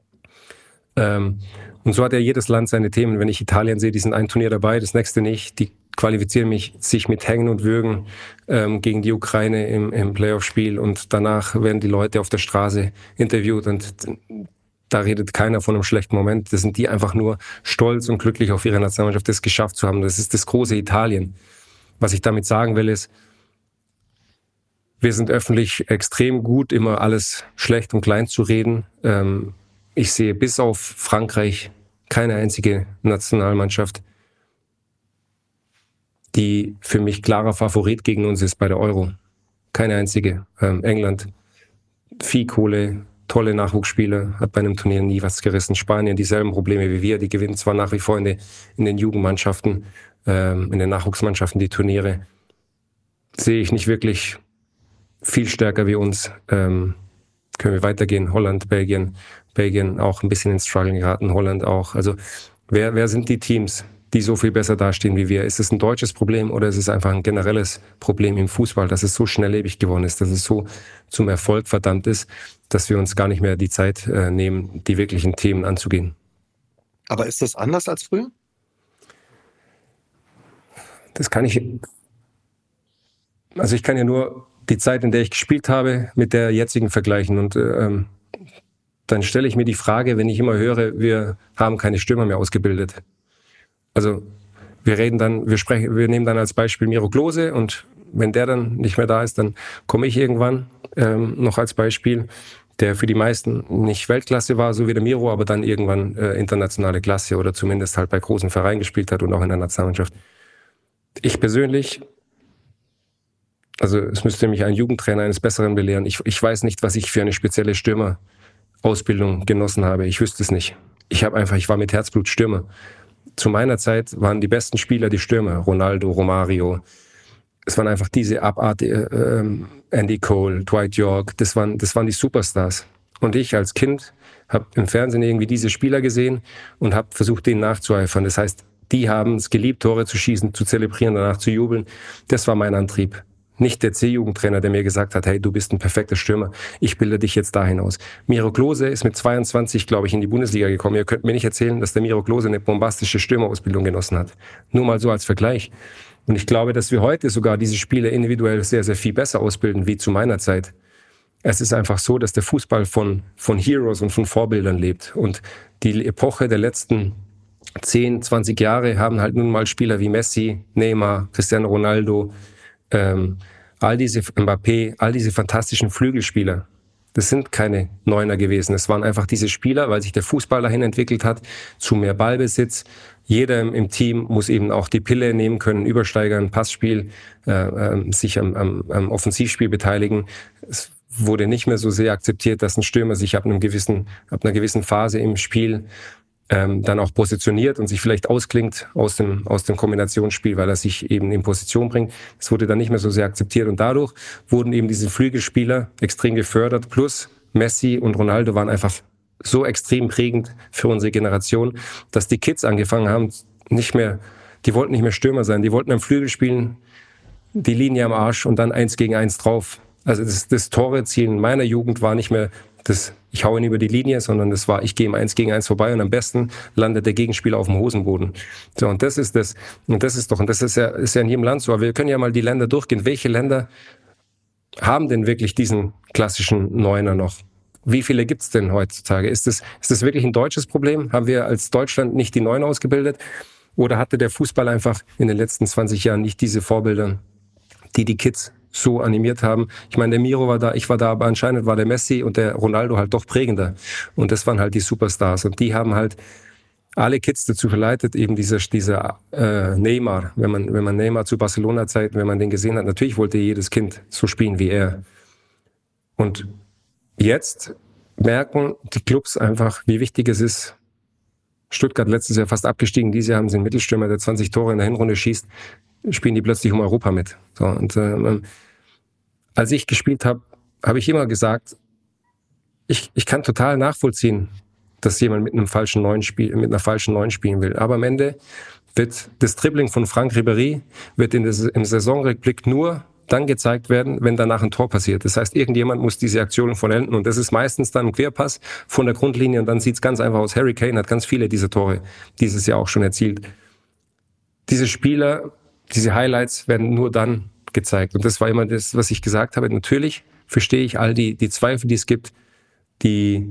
Ähm, und so hat ja jedes Land seine Themen. Wenn ich Italien sehe, die sind ein Turnier dabei, das nächste nicht, die qualifizieren mich sich mit Hängen und Würgen ähm, gegen die Ukraine im, im Playoff-Spiel und danach werden die Leute auf der Straße interviewt und da redet keiner von einem schlechten Moment. Das sind die einfach nur stolz und glücklich auf ihre Nationalmannschaft, das geschafft zu haben. Das ist das große Italien. Was ich damit sagen will, ist, wir sind öffentlich extrem gut, immer alles schlecht und klein zu reden. Ähm, ich sehe bis auf Frankreich keine einzige Nationalmannschaft, die für mich klarer Favorit gegen uns ist bei der Euro. Keine einzige. Ähm, England, viel Kohle, tolle Nachwuchsspieler, hat bei einem Turnier nie was gerissen. Spanien, dieselben Probleme wie wir, die gewinnen zwar nach wie vor in, die, in den Jugendmannschaften, ähm, in den Nachwuchsmannschaften die Turniere. Sehe ich nicht wirklich viel stärker wie uns. Ähm, können wir weitergehen. Holland, Belgien, Belgien auch ein bisschen ins Struggle geraten, Holland auch. Also wer, wer sind die Teams, die so viel besser dastehen wie wir? Ist es ein deutsches Problem oder ist es einfach ein generelles Problem im Fußball, dass es so schnelllebig geworden ist, dass es so zum Erfolg verdammt ist, dass wir uns gar nicht mehr die Zeit äh, nehmen, die wirklichen Themen anzugehen? Aber ist das anders als früher? Das kann ich... Also ich kann ja nur die Zeit, in der ich gespielt habe, mit der jetzigen vergleichen. Und ähm, dann stelle ich mir die Frage, wenn ich immer höre, wir haben keine Stürmer mehr ausgebildet. Also wir reden dann, wir sprechen, wir nehmen dann als Beispiel Miro Klose und wenn der dann nicht mehr da ist, dann komme ich irgendwann ähm, noch als Beispiel, der für die meisten nicht Weltklasse war, so wie der Miro, aber dann irgendwann äh, internationale Klasse oder zumindest halt bei großen Vereinen gespielt hat und auch in der Nationalmannschaft. Ich persönlich, also es müsste mich ein Jugendtrainer eines Besseren belehren. Ich, ich weiß nicht, was ich für eine spezielle Stürmer Ausbildung genossen habe. Ich wüsste es nicht. Ich habe einfach, ich war mit Herzblut Stürmer. Zu meiner Zeit waren die besten Spieler die Stürmer. Ronaldo, Romario. Es waren einfach diese Abart, äh, Andy Cole, Dwight York. Das waren, das waren die Superstars. Und ich als Kind habe im Fernsehen irgendwie diese Spieler gesehen und habe versucht, denen nachzueifern. Das heißt, die haben es geliebt, Tore zu schießen, zu zelebrieren, danach zu jubeln. Das war mein Antrieb. Nicht der C-Jugendtrainer, der mir gesagt hat, hey, du bist ein perfekter Stürmer, ich bilde dich jetzt dahin aus. Miro Klose ist mit zweiundzwanzig, glaube ich, in die Bundesliga gekommen. Ihr könnt mir nicht erzählen, dass der Miro Klose eine bombastische Stürmerausbildung genossen hat. Nur mal so als Vergleich. Und ich glaube, dass wir heute sogar diese Spieler individuell sehr, sehr viel besser ausbilden, wie zu meiner Zeit. Es ist einfach so, dass der Fußball von, von Heroes und von Vorbildern lebt. Und die Epoche der letzten zehn, zwanzig Jahre haben halt nun mal Spieler wie Messi, Neymar, Cristiano Ronaldo, ähm, all diese Mbappé, all diese fantastischen Flügelspieler. Das sind keine Neuner gewesen. Es waren einfach diese Spieler, weil sich der Fußball dahin entwickelt hat, zu mehr Ballbesitz. Jeder im, im Team muss eben auch die Pille nehmen können, übersteigern, Passspiel, äh, äh, sich am, am, am Offensivspiel beteiligen. Es wurde nicht mehr so sehr akzeptiert, dass ein Stürmer sich ab einem gewissen, ab einer gewissen Phase im Spiel ähm, dann auch positioniert und sich vielleicht ausklingt aus dem, aus dem Kombinationsspiel, weil er sich eben in Position bringt. Das wurde dann nicht mehr so sehr akzeptiert und dadurch wurden eben diese Flügelspieler extrem gefördert. Plus Messi und Ronaldo waren einfach so extrem prägend für unsere Generation, dass die Kids angefangen haben, nicht mehr, die wollten nicht mehr Stürmer sein, die wollten am Flügel spielen, die Linie am Arsch und dann eins gegen eins drauf. Also das, das Tore-Zielen meiner Jugend war nicht mehr das, ich hau ihn über die Linie, sondern das war, ich gehe im eins gegen eins vorbei und am besten landet der Gegenspieler auf dem Hosenboden. So, und das ist das, und das ist doch, und das ist ja, ist ja in jedem Land so, aber wir können ja mal die Länder durchgehen. Welche Länder haben denn wirklich diesen klassischen Neuner noch? Wie viele gibt's denn heutzutage? Ist das, ist das wirklich ein deutsches Problem? Haben wir als Deutschland nicht die Neuner ausgebildet? Oder hatte der Fußball einfach in den letzten zwanzig Jahren nicht diese Vorbilder, die die Kids so animiert haben? Ich meine, der Miro war da, ich war da, aber anscheinend war der Messi und der Ronaldo halt doch prägender. Und das waren halt die Superstars. Und die haben halt alle Kids dazu verleitet, eben dieser, dieser äh, Neymar, wenn man, wenn man Neymar zu Barcelona-Zeiten, wenn man den gesehen hat, natürlich wollte jedes Kind so spielen wie er. Und jetzt merken die Clubs einfach, wie wichtig es ist. Stuttgart letztes Jahr fast abgestiegen, dieses Jahr haben sie einen Mittelstürmer, der zwanzig Tore in der Hinrunde schießt, spielen die plötzlich um Europa mit. So, und äh, als ich gespielt habe, habe ich immer gesagt, ich, ich kann total nachvollziehen, dass jemand mit einem falschen Neun spiel, mit einer falschen Neun spielen will. Aber am Ende wird das Dribbling von Franck Ribéry wird in des, im Saisonrückblick nur dann gezeigt werden, wenn danach ein Tor passiert. Das heißt, irgendjemand muss diese Aktion vollenden und das ist meistens dann ein Querpass von der Grundlinie und dann sieht es ganz einfach aus. Harry Kane hat ganz viele dieser Tore dieses Jahr auch schon erzielt. Diese Spieler, diese Highlights werden nur dann gezeigt und das war immer das, was ich gesagt habe. Natürlich verstehe ich all die, die Zweifel, die es gibt, die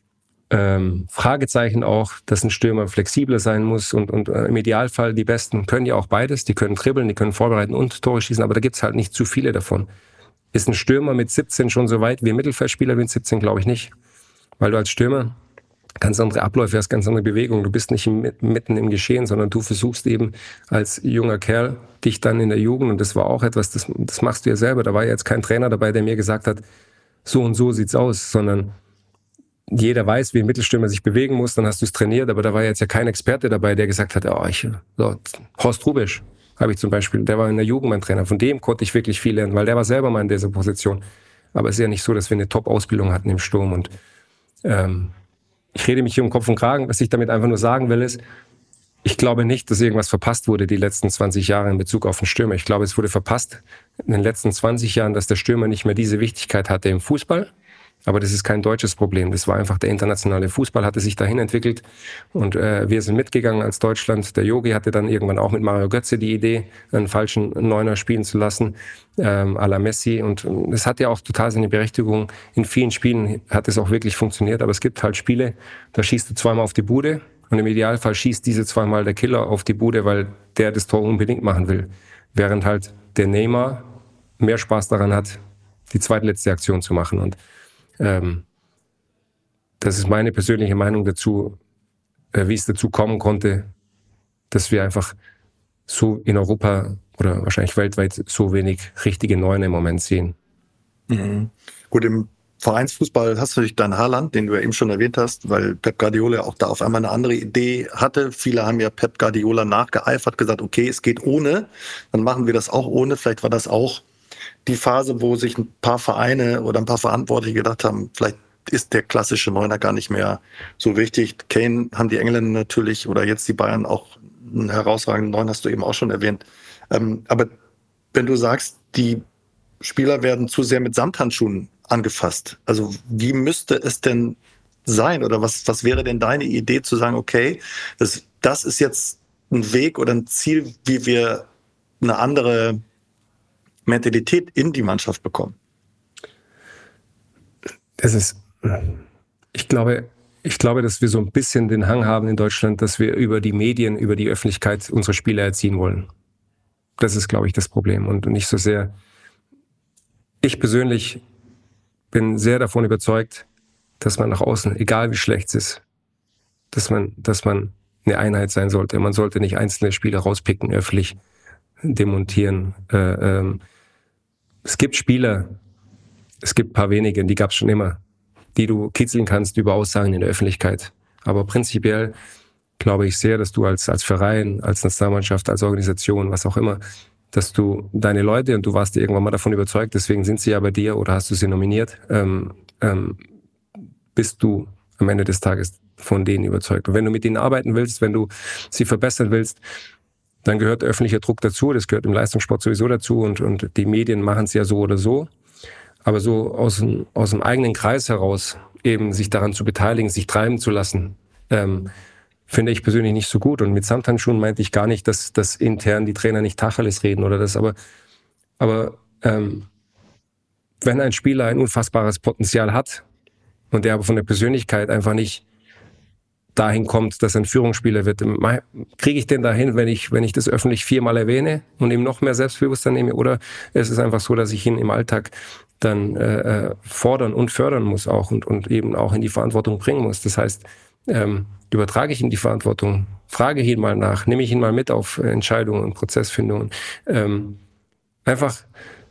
ähm, Fragezeichen auch, dass ein Stürmer flexibler sein muss und, und äh, im Idealfall die Besten können ja auch beides, die können dribbeln, die können vorbereiten und Tore schießen, aber da gibt's halt nicht zu viele davon. Ist ein Stürmer mit siebzehn schon so weit wie ein Mittelfeldspieler mit siebzehn? Glaube ich nicht, weil du als Stürmer ganz andere Abläufe hast, ganz andere Bewegungen, du bist nicht im, mitten im Geschehen, sondern du versuchst eben als junger Kerl dich dann in der Jugend, und das war auch etwas, das, das machst du ja selber, da war ja jetzt kein Trainer dabei, der mir gesagt hat, so und so sieht's aus, sondern jeder weiß, wie ein Mittelstürmer sich bewegen muss, dann hast du es trainiert, aber da war jetzt ja kein Experte dabei, der gesagt hat, oh, ich, so, Horst Rubisch habe ich zum Beispiel, der war in der Jugend mein Trainer, von dem konnte ich wirklich viel lernen, weil der war selber mal in dieser Position. Aber es ist ja nicht so, dass wir eine Top-Ausbildung hatten im Sturm und ähm, ich rede mich hier um Kopf und Kragen, was ich damit einfach nur sagen will ist, ich glaube nicht, dass irgendwas verpasst wurde die letzten zwanzig Jahre in Bezug auf den Stürmer. Ich glaube, es wurde verpasst in den letzten zwanzig Jahren, dass der Stürmer nicht mehr diese Wichtigkeit hatte im Fußball. Aber das ist kein deutsches Problem. Das war einfach der internationale Fußball, hatte sich dahin entwickelt. Und äh, wir sind mitgegangen als Deutschland. Der Jogi hatte dann irgendwann auch mit Mario Götze die Idee, einen falschen Neuner spielen zu lassen, ähm, à la Messi. Und es hat ja auch total seine Berechtigung. In vielen Spielen hat es auch wirklich funktioniert. Aber es gibt halt Spiele, da schießt du zweimal auf die Bude. Und im Idealfall schießt diese zweimal der Killer auf die Bude, weil der das Tor unbedingt machen will. Während halt der Neymar mehr Spaß daran hat, die zweitletzte Aktion zu machen. Und Ähm, das ist meine persönliche Meinung dazu, äh, wie es dazu kommen konnte, dass wir einfach so in Europa oder wahrscheinlich weltweit so wenig richtige Neuner im Moment sehen. Mhm. Gut, im Vereinsfußball hast du natürlich deinen Haaland, den du ja eben schon erwähnt hast, weil Pep Guardiola auch da auf einmal eine andere Idee hatte. Viele haben ja Pep Guardiola nachgeeifert, gesagt, okay, es geht ohne, dann machen wir das auch ohne. Vielleicht war das auch die Phase, wo sich ein paar Vereine oder ein paar Verantwortliche gedacht haben, vielleicht ist der klassische Neuner gar nicht mehr so wichtig. Kane haben die Engländer natürlich oder jetzt die Bayern auch einen herausragenden Neuner, hast du eben auch schon erwähnt. Ähm, aber wenn du sagst, die Spieler werden zu sehr mit Samthandschuhen angefasst. Also wie müsste es denn sein oder was, was wäre denn deine Idee zu sagen, okay, das, das ist jetzt ein Weg oder ein Ziel, wie wir eine andere Mentalität in die Mannschaft bekommen? Das ist, ich glaube, ich glaube, dass wir so ein bisschen den Hang haben in Deutschland, dass wir über die Medien, über die Öffentlichkeit unsere Spieler erziehen wollen. Das ist, glaube ich, das Problem und nicht so sehr. Ich persönlich bin sehr davon überzeugt, dass man nach außen, egal wie schlecht es ist, dass man, dass man eine Einheit sein sollte. Man sollte nicht einzelne Spieler rauspicken, öffentlich demontieren. Äh, ähm, es gibt Spieler, es gibt ein paar wenige, die gab es schon immer, die du kitzeln kannst über Aussagen in der Öffentlichkeit. Aber prinzipiell glaube ich sehr, dass du als, als Verein, als Nationalmannschaft, als Organisation, was auch immer, dass du deine Leute, und du warst dir irgendwann mal davon überzeugt, deswegen sind sie ja bei dir oder hast du sie nominiert, ähm, ähm, bist du am Ende des Tages von denen überzeugt. Und wenn du mit ihnen arbeiten willst, wenn du sie verbessern willst, dann gehört öffentlicher Druck dazu, das gehört im Leistungssport sowieso dazu und, und die Medien machen es ja so oder so. Aber so aus dem, aus dem eigenen Kreis heraus eben sich daran zu beteiligen, sich treiben zu lassen, ähm, finde ich persönlich nicht so gut. Und mit Samthandschuhen meinte ich gar nicht, dass, dass intern die Trainer nicht Tacheles reden oder das, aber, aber ähm, wenn ein Spieler ein unfassbares Potenzial hat und der aber von der Persönlichkeit einfach nicht dahin kommt, dass er ein Führungsspieler wird, kriege ich den dahin, wenn ich, wenn ich das öffentlich viermal erwähne und ihm noch mehr Selbstbewusstsein nehme? Oder es ist einfach so, dass ich ihn im Alltag dann äh, fordern und fördern muss auch und, und eben auch in die Verantwortung bringen muss. Das heißt, ähm, übertrage ich ihm die Verantwortung, frage ich ihn mal nach, nehme ich ihn mal mit auf Entscheidungen und Prozessfindungen. Ähm, einfach,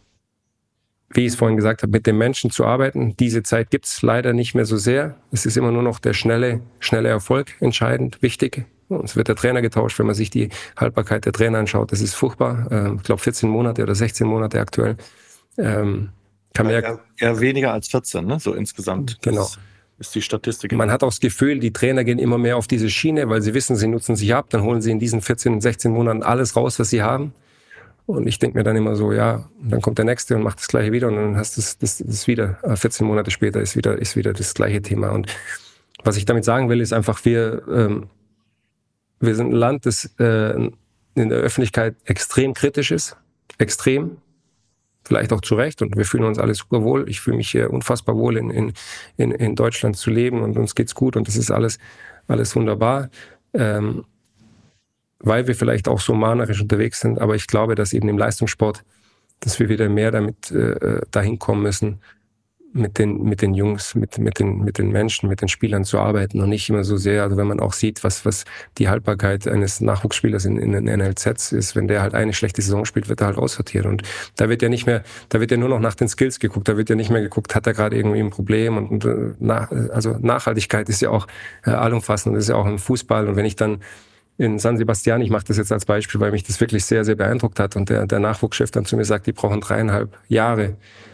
wie ich es vorhin gesagt habe, mit den Menschen zu arbeiten. Diese Zeit gibt es leider nicht mehr so sehr. Es ist immer nur noch der schnelle, schnelle Erfolg entscheidend, wichtig. Es wird der Trainer getauscht, wenn man sich die Haltbarkeit der Trainer anschaut. Das ist furchtbar. Ähm, ich glaube vierzehn Monate oder sechzehn Monate aktuell. Ähm, kann man ja, eher, eher weniger als vierzehn, ne? So insgesamt. Genau. Das ist die Statistik. Man hat auch das Gefühl, die Trainer gehen immer mehr auf diese Schiene, weil sie wissen, sie nutzen sich ab. Dann holen sie in diesen vierzehn, sechzehn Monaten alles raus, was sie haben. Und ich denke mir dann immer so, ja, dann kommt der Nächste und macht das Gleiche wieder und dann hast du das, das, das wieder, vierzehn Monate später ist wieder, ist wieder das gleiche Thema. Und was ich damit sagen will, ist einfach, wir, ähm, wir sind ein Land, das äh, in der Öffentlichkeit extrem kritisch ist, extrem, vielleicht auch zu Recht und wir fühlen uns alle super wohl. Ich fühle mich hier unfassbar wohl in, in, in, in Deutschland zu leben und uns geht's gut und das ist alles, alles wunderbar. Ähm, weil wir vielleicht auch so mahnerisch unterwegs sind, aber ich glaube, dass eben im Leistungssport, dass wir wieder mehr damit äh, dahin kommen müssen, mit den mit den Jungs, mit mit den mit den Menschen, mit den Spielern zu arbeiten und nicht immer so sehr. Also wenn man auch sieht, was was die Haltbarkeit eines Nachwuchsspielers in, in den N L Zs ist, wenn der halt eine schlechte Saison spielt, wird er halt aussortiert und da wird ja nicht mehr, da wird ja nur noch nach den Skills geguckt, da wird ja nicht mehr geguckt, hat er gerade irgendwie ein Problem und, und nach, also Nachhaltigkeit ist ja auch äh, allumfassend und ist ja auch im Fußball und wenn ich dann in San Sebastian, ich mache das jetzt als Beispiel, weil mich das wirklich sehr, sehr beeindruckt hat und der, der Nachwuchschef dann zu mir sagt, die brauchen dreieinhalb Jahre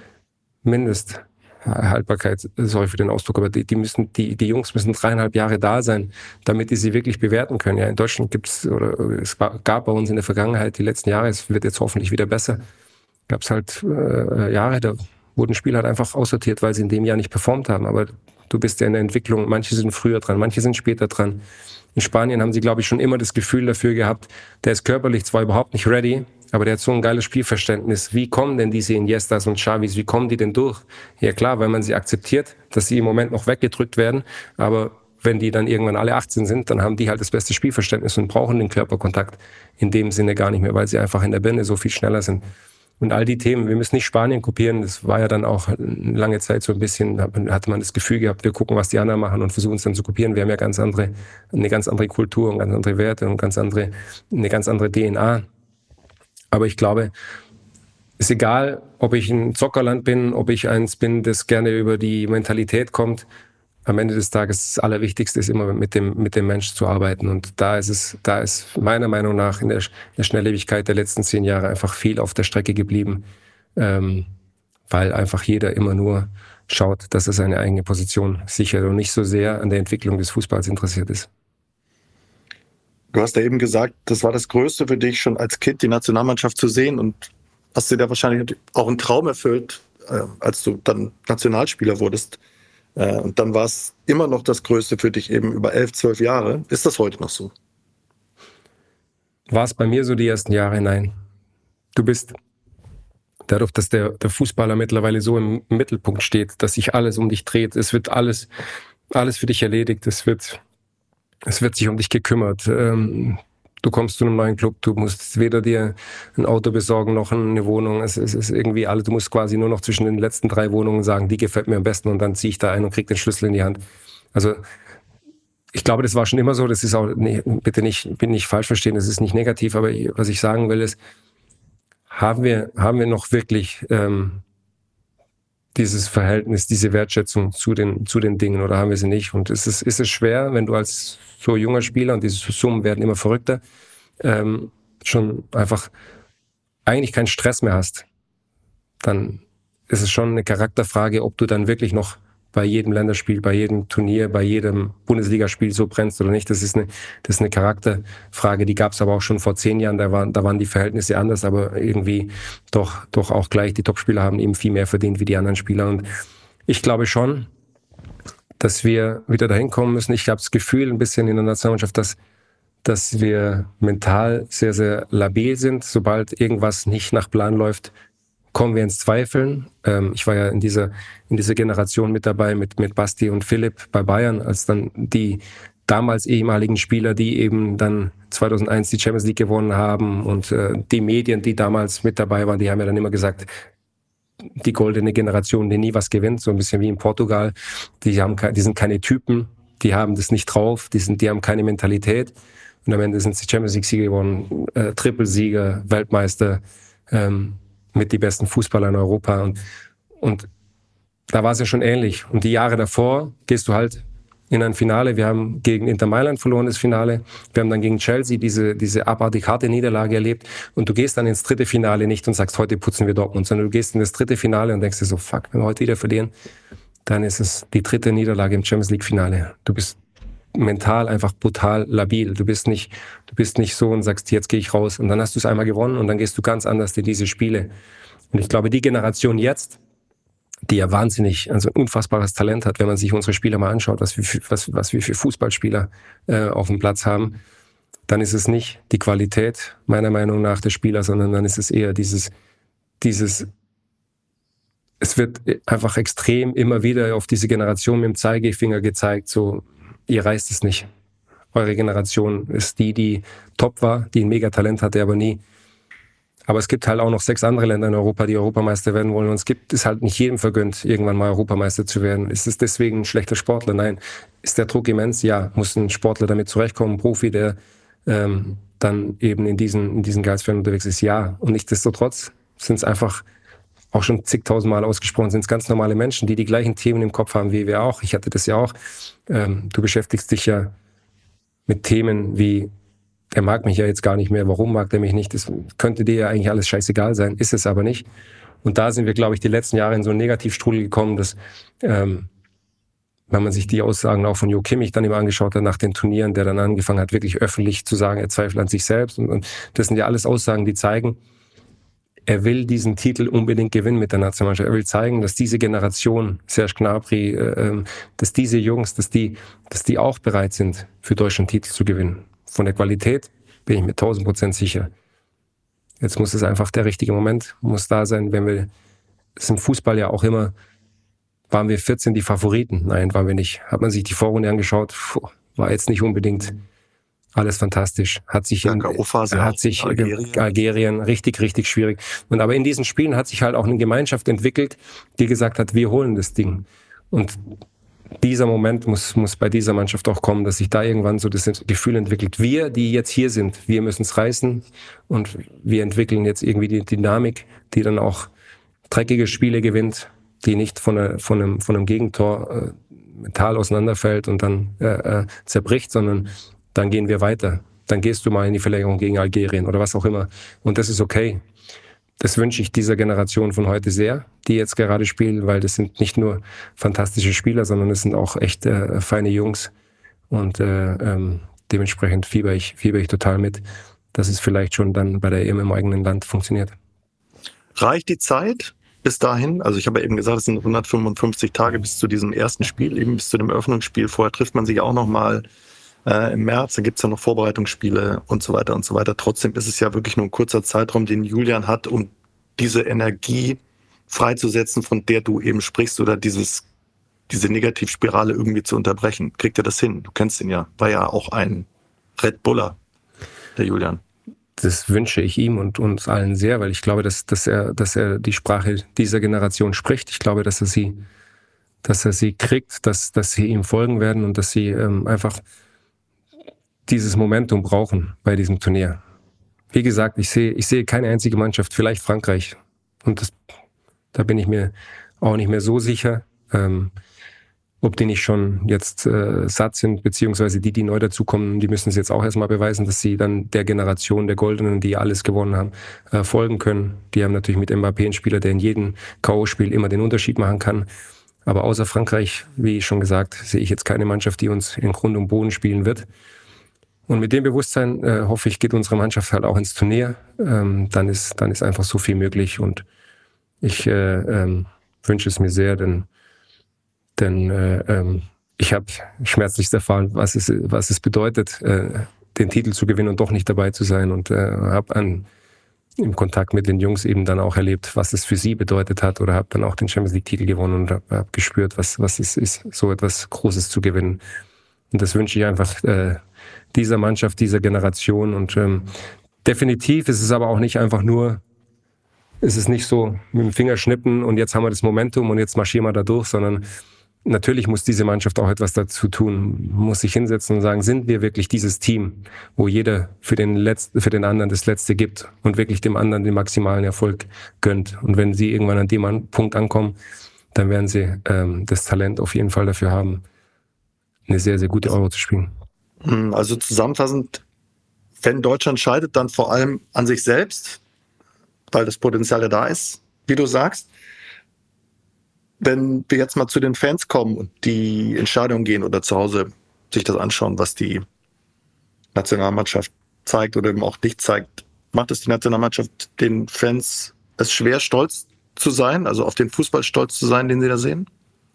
Mindesthaltbarkeit, sorry für den Ausdruck, aber die, die müssen, die, die Jungs müssen dreieinhalb Jahre da sein, damit die sie wirklich bewerten können. Ja, in Deutschland gibt's oder es gab bei uns in der Vergangenheit, die letzten Jahre, es wird jetzt hoffentlich wieder besser, gab es halt äh, Jahre, da wurden Spieler halt einfach aussortiert, weil sie in dem Jahr nicht performt haben, aber du bist ja in der Entwicklung, manche sind früher dran, manche sind später dran. In Spanien haben sie, glaube ich, schon immer das Gefühl dafür gehabt, der ist körperlich zwar überhaupt nicht ready, aber der hat so ein geiles Spielverständnis. Wie kommen denn diese Iniestas und Xavis, wie kommen die denn durch? Ja klar, weil man sie akzeptiert, dass sie im Moment noch weggedrückt werden, aber wenn die dann irgendwann alle achtzehn sind, dann haben die halt das beste Spielverständnis und brauchen den Körperkontakt in dem Sinne gar nicht mehr, weil sie einfach in der Birne so viel schneller sind. Und all die Themen, wir müssen nicht Spanien kopieren, das war ja dann auch lange Zeit so ein bisschen, hatte man das Gefühl gehabt, wir gucken, was die anderen machen und versuchen es dann zu kopieren. Wir haben ja ganz andere, eine ganz andere Kultur und ganz andere Werte und ganz andere, eine ganz andere D N A. Aber ich glaube, ist egal, ob ich ein Zockerland bin, ob ich eins bin, das gerne über die Mentalität kommt. Am Ende des Tages das Allerwichtigste ist immer mit dem, mit dem Mensch zu arbeiten. Und da ist es, da ist meiner Meinung nach in der, in der Schnelllebigkeit der letzten zehn Jahre einfach viel auf der Strecke geblieben. Ähm, weil einfach jeder immer nur schaut, dass er seine eigene Position sichert und nicht so sehr an der Entwicklung des Fußballs interessiert ist. Du hast ja eben gesagt, das war das Größte für dich, schon als Kind die Nationalmannschaft zu sehen, und hast dir da wahrscheinlich auch einen Traum erfüllt, äh, als du dann Nationalspieler wurdest. Äh, und dann war es immer noch das Größte für dich, eben über elf, zwölf Jahre. Ist das heute noch so? War es bei mir so die ersten Jahre? Nein. Du bist, dadurch, dass der, der Fußballer mittlerweile so im Mittelpunkt steht, dass sich alles um dich dreht, es wird alles, alles für dich erledigt, es wird, es wird sich um dich gekümmert. Ähm, du kommst zu einem neuen Club, du musst weder dir ein Auto besorgen noch eine Wohnung. Es, es ist irgendwie alles, du musst quasi nur noch zwischen den letzten drei Wohnungen sagen, die gefällt mir am besten, und dann ziehe ich da ein und krieg den Schlüssel in die Hand. Also ich glaube, das war schon immer so. Das ist auch, nee, bitte nicht, bin nicht falsch verstehen, das ist nicht negativ, aber was ich sagen will ist, haben wir, haben wir noch wirklich ähm, dieses Verhältnis, diese Wertschätzung zu den, zu den Dingen, oder haben wir sie nicht? Und es ist, ist es schwer, wenn du als so junger Spieler, und diese Summen werden immer verrückter, ähm, schon einfach eigentlich keinen Stress mehr hast, dann ist es schon eine Charakterfrage, ob du dann wirklich noch bei jedem Länderspiel, bei jedem Turnier, bei jedem Bundesligaspiel so brennst oder nicht. Das ist eine, das ist eine Charakterfrage, die gab es aber auch schon vor zehn Jahren, da waren, da waren die Verhältnisse anders, aber irgendwie doch, doch auch gleich, die Topspieler haben eben viel mehr verdient wie die anderen Spieler, und ich glaube schon, dass wir wieder dahin kommen müssen. Ich habe das Gefühl ein bisschen in der Nationalmannschaft, dass, dass wir mental sehr, sehr labil sind. Sobald irgendwas nicht nach Plan läuft, kommen wir ins Zweifeln. Ähm, ich war ja in dieser, in dieser Generation mit dabei, mit, mit Basti und Philipp bei Bayern, als dann die damals ehemaligen Spieler, die eben dann zweitausendeins die Champions League gewonnen haben, und äh, die Medien, die damals mit dabei waren, die haben ja dann immer gesagt, die goldene Generation, die nie was gewinnt, so ein bisschen wie in Portugal. Die haben, die sind keine Typen, die haben das nicht drauf, die sind, die haben keine Mentalität. Und am Ende sind sie Champions League-Sieger geworden, äh, Trippelsieger, Weltmeister, ähm, mit die besten Fußballer in Europa, und, und da war es ja schon ähnlich. Und die Jahre davor gehst du halt in ein Finale. Wir haben gegen Inter Mailand verloren, das Finale. Wir haben dann gegen Chelsea diese, diese abartig harte Niederlage erlebt, und du gehst dann ins dritte Finale nicht und sagst, heute putzen wir Dortmund, sondern du gehst in das dritte Finale und denkst dir so, fuck, wenn wir heute wieder verlieren, dann ist es die dritte Niederlage im Champions League Finale. Du bist mental einfach brutal labil. Du bist nicht, du bist nicht so und sagst, jetzt gehe ich raus, und dann hast du es einmal gewonnen und dann gehst du ganz anders in diese Spiele. Und ich glaube, die Generation jetzt, die ja wahnsinnig, also ein unfassbares Talent hat, wenn man sich unsere Spieler mal anschaut, was wir, was, was wir für Fußballspieler äh, auf dem Platz haben, dann ist es nicht die Qualität, meiner Meinung nach, der Spieler, sondern dann ist es eher dieses, dieses, es wird einfach extrem immer wieder auf diese Generation mit dem Zeigefinger gezeigt, so, ihr reißt es nicht. Eure Generation ist die, die top war, die ein Megatalent hatte, aber nie. Aber es gibt halt auch noch sechs andere Länder in Europa, die Europameister werden wollen. Und es gibt es halt nicht jedem vergönnt, irgendwann mal Europameister zu werden. Ist es deswegen ein schlechter Sportler? Nein. Ist der Druck immens? Ja. Muss ein Sportler damit zurechtkommen, ein Profi, der ähm, dann eben in diesen, in diesen Geistfällen unterwegs ist? Ja. Und nichtsdestotrotz sind es einfach auch schon zigtausendmal ausgesprochen, sind es ganz normale Menschen, die die gleichen Themen im Kopf haben wie wir auch. Ich hatte das ja auch. Ähm, du beschäftigst dich ja mit Themen wie, er mag mich ja jetzt gar nicht mehr, warum mag er mich nicht? Das könnte dir ja eigentlich alles scheißegal sein, ist es aber nicht. Und da sind wir, glaube ich, die letzten Jahre in so einen Negativstrudel gekommen, dass, ähm, wenn man sich die Aussagen auch von Jo Kimmich dann immer angeschaut hat nach den Turnieren, der dann angefangen hat, wirklich öffentlich zu sagen, er zweifelt an sich selbst. Und, und das sind ja alles Aussagen, die zeigen, er will diesen Titel unbedingt gewinnen mit der Nationalmannschaft. Er will zeigen, dass diese Generation, Serge Gnabry, äh, dass diese Jungs, dass die, dass die auch bereit sind, für Deutschland Titel zu gewinnen. Von der Qualität bin ich mir tausend Prozent sicher. Jetzt muss es einfach der richtige Moment, muss da sein, wenn wir, es ist im Fußball ja auch immer, waren wir vierzehn die Favoriten? Nein, waren wir nicht. Hat man sich die Vorrunde angeschaut, puh, war jetzt nicht unbedingt alles fantastisch. Hat sich, in, hat sich Algerien. Algerien richtig, richtig schwierig. Und aber in diesen Spielen hat sich halt auch eine Gemeinschaft entwickelt, die gesagt hat, wir holen das Ding. Und dieser Moment muss, muss bei dieser Mannschaft auch kommen, dass sich da irgendwann so das Gefühl entwickelt. Wir, die jetzt hier sind, wir müssen es reißen und wir entwickeln jetzt irgendwie die Dynamik, die dann auch dreckige Spiele gewinnt, die nicht von, einer, von, einem, von einem Gegentor äh, mental auseinanderfällt und dann äh, äh, zerbricht, sondern dann gehen wir weiter. Dann gehst du mal in die Verlängerung gegen Algerien oder was auch immer. Und das ist okay. Das wünsche ich dieser Generation von heute sehr, die jetzt gerade spielen, weil das sind nicht nur fantastische Spieler, sondern es sind auch echt äh, feine Jungs. Und äh, ähm, dementsprechend fieber ich, fieber ich total mit, dass es vielleicht schon dann bei der E M im eigenen Land funktioniert. Reicht die Zeit bis dahin? Also ich habe ja eben gesagt, es sind hundertfünfundfünfzig Tage bis zu diesem ersten Spiel, eben bis zu dem Eröffnungsspiel. Vorher trifft man sich auch noch mal äh, im März, da gibt es ja noch Vorbereitungsspiele und so weiter und so weiter. Trotzdem ist es ja wirklich nur ein kurzer Zeitraum, den Julian hat, um diese Energie freizusetzen, von der du eben sprichst, oder dieses, diese Negativspirale irgendwie zu unterbrechen. Kriegt er das hin? Du kennst ihn ja. War ja auch ein Red Buller, der Julian. Das wünsche ich ihm und uns allen sehr, weil ich glaube, dass, dass er, dass er die Sprache dieser Generation spricht. Ich glaube, dass er sie, dass er sie kriegt, dass, dass sie ihm folgen werden und dass sie ähm, einfach dieses Momentum brauchen bei diesem Turnier. Wie gesagt, ich sehe, ich sehe keine einzige Mannschaft, vielleicht Frankreich. Und das, da bin ich mir auch nicht mehr so sicher, ähm, ob die nicht schon jetzt äh, satt sind, beziehungsweise die, die neu dazukommen, die müssen es jetzt auch erstmal beweisen, dass sie dann der Generation der Goldenen, die alles gewonnen haben, äh, folgen können. Die haben natürlich mit Mbappé einen Spieler, der in jedem K O-Spiel immer den Unterschied machen kann. Aber außer Frankreich, wie schon gesagt, sehe ich jetzt keine Mannschaft, die uns in Grund und Boden spielen wird. Und mit dem Bewusstsein, äh, hoffe ich, geht unsere Mannschaft halt auch ins Turnier. Ähm, dann ist, dann ist einfach so viel möglich und ich äh, ähm, wünsche es mir sehr, denn, denn äh, ähm, ich habe schmerzlichst erfahren, was es, was es bedeutet, äh, den Titel zu gewinnen und doch nicht dabei zu sein und äh, habe an im Kontakt mit den Jungs eben dann auch erlebt, was es für sie bedeutet hat, oder habe dann auch den Champions League Titel gewonnen und habe hab gespürt, was, was es ist, so etwas Großes zu gewinnen. Und das wünsche ich einfach äh, dieser Mannschaft, dieser Generation. Und ähm, definitiv ist es aber auch nicht einfach nur, ist es nicht so mit dem Finger schnippen und jetzt haben wir das Momentum und jetzt marschieren wir da durch, sondern natürlich muss diese Mannschaft auch etwas dazu tun, muss sich hinsetzen und sagen, sind wir wirklich dieses Team, wo jeder für den Letzten, für den anderen das Letzte gibt und wirklich dem anderen den maximalen Erfolg gönnt. Und wenn sie irgendwann an dem an, Punkt ankommen, dann werden sie ähm, das Talent auf jeden Fall dafür haben, eine sehr, sehr gute Euro zu spielen. Also zusammenfassend, wenn Deutschland scheidet, dann vor allem an sich selbst, weil das Potenzial ja da ist, wie du sagst. Wenn wir jetzt mal zu den Fans kommen und die in Stadion gehen oder zu Hause sich das anschauen, was die Nationalmannschaft zeigt oder eben auch nicht zeigt, macht es die Nationalmannschaft den Fans es schwer, stolz zu sein, also auf den Fußball stolz zu sein, den sie da sehen?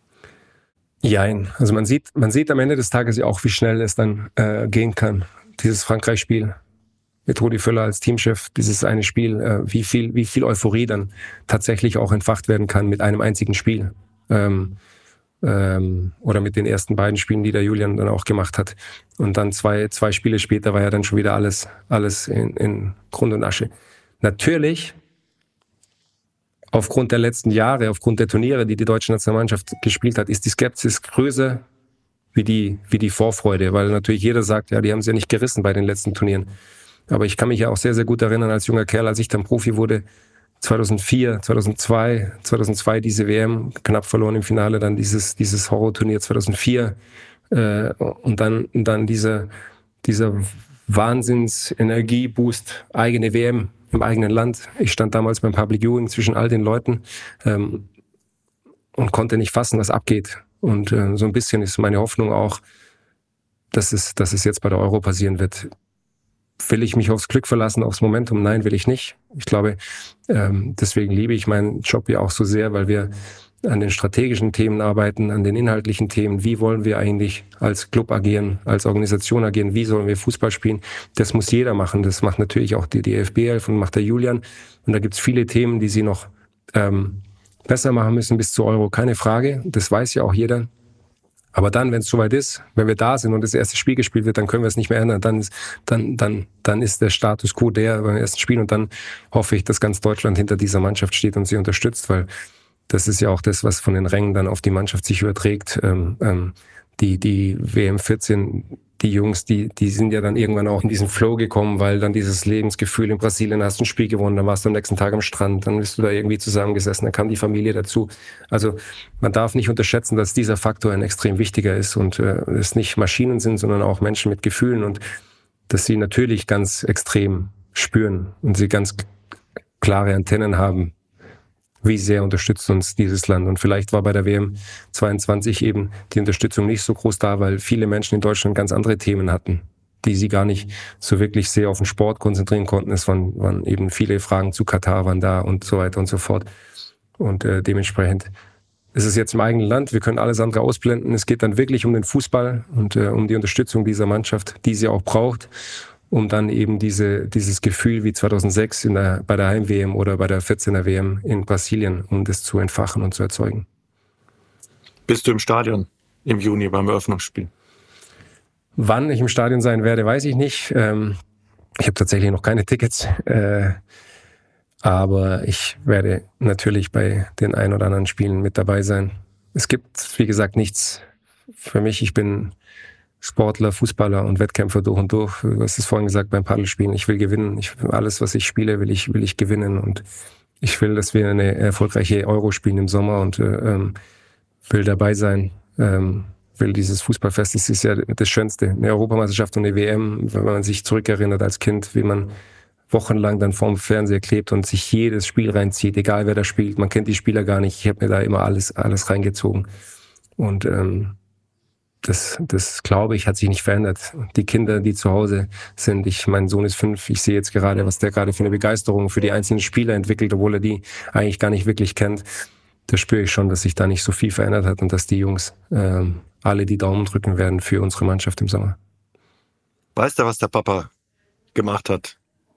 Jein. Also man sieht, man sieht am Ende des Tages ja auch, wie schnell es dann äh, gehen kann. Dieses Frankreich-Spiel mit Rudi Völler als Teamchef, dieses eine Spiel, äh, wie viel, wie viel Euphorie dann tatsächlich auch entfacht werden kann mit einem einzigen Spiel. Ähm, ähm, oder mit den ersten beiden Spielen, die der Julian dann auch gemacht hat. Und dann zwei, zwei Spiele später war ja dann schon wieder alles, alles in, in Grund und Asche. Natürlich, aufgrund der letzten Jahre, aufgrund der Turniere, die die deutsche Nationalmannschaft gespielt hat, ist die Skepsis größer wie die, wie die Vorfreude, weil natürlich jeder sagt, ja, die haben es ja nicht gerissen bei den letzten Turnieren. Aber ich kann mich ja auch sehr, sehr gut erinnern als junger Kerl, als ich dann Profi wurde, zweitausendvier, zweitausendzwei, zweitausendzwei diese W M, knapp verloren im Finale, dann dieses, dieses Horrorturnier zweitausendvier äh, und dann, dann dieser, dieser Wahnsinns-Energieboost, eigene W M im eigenen Land. Ich stand damals beim Public Viewing zwischen all den Leuten ähm, und konnte nicht fassen, was abgeht. Und äh, so ein bisschen ist meine Hoffnung auch, dass es, dass es jetzt bei der Euro passieren wird. Will ich mich aufs Glück verlassen, aufs Momentum? Nein, will ich nicht. Ich glaube, ähm, deswegen liebe ich meinen Job ja auch so sehr, weil wir an den strategischen Themen arbeiten, an den inhaltlichen Themen. Wie wollen wir eigentlich als Club agieren, als Organisation agieren? Wie sollen wir Fußball spielen? Das muss jeder machen. Das macht natürlich auch die D F B elf und macht der Julian. Und da gibt es viele Themen, die sie noch ähm, besser machen müssen bis zur Euro. Keine Frage. Das weiß ja auch jeder. Aber dann, wenn es soweit ist, wenn wir da sind und das erste Spiel gespielt wird, dann können wir es nicht mehr ändern. Dann ist, dann, dann, dann ist der Status quo der beim ersten Spiel. Und dann hoffe ich, dass ganz Deutschland hinter dieser Mannschaft steht und sie unterstützt, weil das ist ja auch das, was von den Rängen dann auf die Mannschaft sich überträgt. Ähm, ähm, die, die W M vierzehn, die Jungs, die, die sind ja dann irgendwann auch in diesen Flow gekommen, weil dann dieses Lebensgefühl in Brasilien, hast du ein Spiel gewonnen, dann warst du am nächsten Tag am Strand, dann bist du da irgendwie zusammengesessen, dann kam die Familie dazu. Also man darf nicht unterschätzen, dass dieser Faktor ein extrem wichtiger ist und äh, es nicht Maschinen sind, sondern auch Menschen mit Gefühlen und dass sie natürlich ganz extrem spüren und sie ganz klare Antennen haben, wie sehr unterstützt uns dieses Land. Und vielleicht war bei der W M zweiundzwanzig eben die Unterstützung nicht so groß da, weil viele Menschen in Deutschland ganz andere Themen hatten, die sie gar nicht so wirklich sehr auf den Sport konzentrieren konnten. Es waren, waren eben viele Fragen zu Katar waren da und so weiter und so fort. Und äh, dementsprechend ist es jetzt im eigenen Land. Wir können alles andere ausblenden. Es geht dann wirklich um den Fußball und äh, um die Unterstützung dieser Mannschaft, die sie auch braucht, um dann eben diese, dieses Gefühl wie zweitausendsechs in der, bei der Heim-W M oder bei der vierzehner W M in Brasilien, um das zu entfachen und zu erzeugen. Bist du im Stadion im Juni beim Eröffnungsspiel? Wann ich im Stadion sein werde, weiß ich nicht. Ähm, ich habe tatsächlich noch keine Tickets, äh, aber ich werde natürlich bei den ein oder anderen Spielen mit dabei sein. Es gibt, wie gesagt, nichts für mich. Ich bin Sportler, Fußballer und Wettkämpfer durch und durch. Du hast es vorhin gesagt beim Paddelspielen. Ich will gewinnen. Ich, alles, was ich spiele, will ich, will ich gewinnen. Und ich will, dass wir eine erfolgreiche Euro spielen im Sommer und äh, ähm, will dabei sein. Ähm, will dieses Fußballfest. Das ist ja das Schönste. Eine Europameisterschaft und eine W M, wenn man sich zurückerinnert als Kind, wie man wochenlang dann vorm Fernseher klebt und sich jedes Spiel reinzieht, egal wer da spielt. Man kennt die Spieler gar nicht. Ich habe mir da immer alles, alles reingezogen. Und ähm, Das, das glaube ich, hat sich nicht verändert. Die Kinder, die zu Hause sind, ich, mein Sohn ist fünf, ich sehe jetzt gerade, was der gerade für eine Begeisterung für die einzelnen Spieler entwickelt, obwohl er die eigentlich gar nicht wirklich kennt. Da spüre ich schon, dass sich da nicht so viel verändert hat und dass die Jungs ähm, alle die Daumen drücken werden für unsere Mannschaft im Sommer. Weißt du, was der Papa gemacht hat?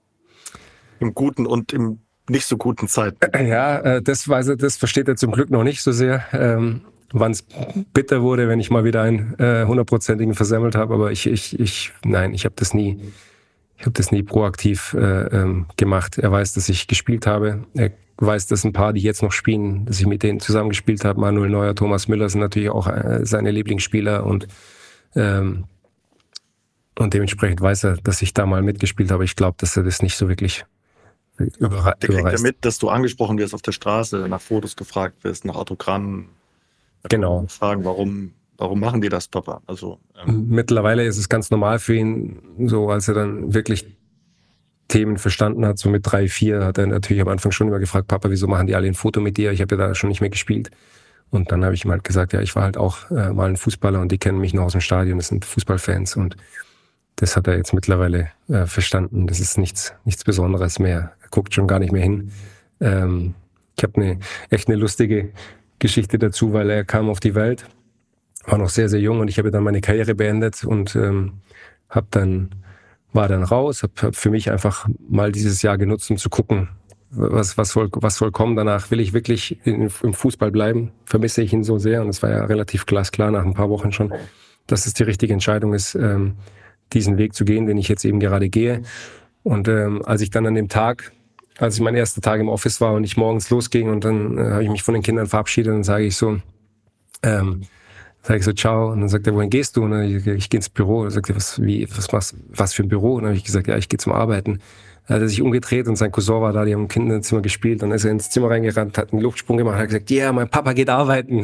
Im guten und im nicht so guten Zeit. Ja, äh, das weiß er, das versteht er zum Glück noch nicht so sehr. Ähm, Wann es bitter wurde, wenn ich mal wieder einen äh, hundertprozentigen versemmelt habe, aber ich, ich, ich, nein, ich habe das nie, ich habe das nie proaktiv äh, ähm, gemacht. Er weiß, dass ich gespielt habe. Er weiß, dass ein paar, die jetzt noch spielen, dass ich mit denen zusammen gespielt habe. Manuel Neuer, Thomas Müller sind natürlich auch äh, seine Lieblingsspieler und ähm, und dementsprechend weiß er, dass ich da mal mitgespielt habe. Ich glaube, dass er das nicht so wirklich überra- Der kriegt ja mit, dass du angesprochen wirst auf der Straße, nach Fotos gefragt wirst, nach Autogrammen. Genau. Fragen, warum, warum machen die das, Papa? Also ähm. Mittlerweile ist es ganz normal für ihn, so als er dann wirklich Themen verstanden hat, so mit drei, vier, hat er natürlich am Anfang schon immer gefragt, Papa, wieso machen die alle ein Foto mit dir? Ich habe ja da schon nicht mehr gespielt. Und dann habe ich ihm halt gesagt, ja, ich war halt auch äh, mal ein Fußballer und die kennen mich noch aus dem Stadion, das sind Fußballfans und das hat er jetzt mittlerweile äh, verstanden. Das ist nichts, nichts Besonderes mehr. Er guckt schon gar nicht mehr hin. Ähm, ich habe eine echt eine lustige Geschichte dazu, weil er kam auf die Welt, war noch sehr, sehr jung und ich habe dann meine Karriere beendet und ähm, hab dann, war dann raus, habe hab für mich einfach mal dieses Jahr genutzt, um zu gucken, was, was, soll, was soll kommen. Danach will ich wirklich in, im Fußball bleiben, vermisse ich ihn so sehr und es war ja relativ glasklar nach ein paar Wochen schon, dass es die richtige Entscheidung ist, ähm, diesen Weg zu gehen, den ich jetzt eben gerade gehe. Und ähm, als ich dann an dem Tag, als ich mein erster Tag im Office war und ich morgens losging und dann äh, habe ich mich von den Kindern verabschiedet und sage ich so, ähm, sage ich so, ciao. Und dann sagt er, wohin gehst du? Und dann ich, ich gehe ins Büro. Und dann sagt er, was, wie, was machst, was für ein Büro? Und dann habe ich gesagt, ja, ich gehe zum Arbeiten. Dann hat er sich umgedreht und sein Cousin war da, die haben im Kinderzimmer gespielt. Dann ist er ins Zimmer reingerannt, hat einen Luftsprung gemacht, hat gesagt, ja, yeah, mein Papa geht arbeiten.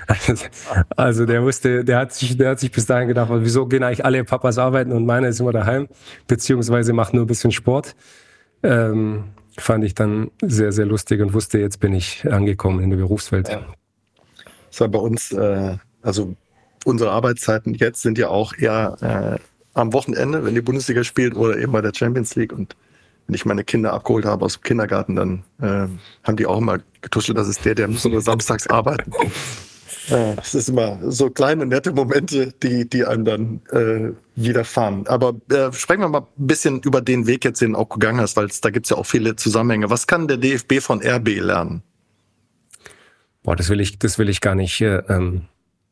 Also der wusste, der hat sich, der hat sich bis dahin gedacht, wieso gehen eigentlich alle Papas arbeiten und meiner ist immer daheim, beziehungsweise macht nur ein bisschen Sport. Ähm, fand ich dann sehr, sehr lustig und wusste, jetzt bin ich angekommen in der Berufswelt. Ja. Das war bei uns, äh, also unsere Arbeitszeiten jetzt sind ja auch eher äh, am Wochenende, wenn die Bundesliga spielt oder eben bei der Champions League. Und wenn ich meine Kinder abgeholt habe aus dem Kindergarten, dann äh, haben die auch immer getuschelt, das ist der, der muss nur samstags arbeiten. Äh, das ist immer so kleine, nette Momente, die, die einem dann äh, widerfahren. Aber äh, sprechen wir mal ein bisschen über den Weg jetzt, den du auch gegangen hast, weil da gibt es ja auch viele Zusammenhänge. Was kann der D F B von R B lernen? Boah, das will ich, das will ich gar nicht äh, ähm,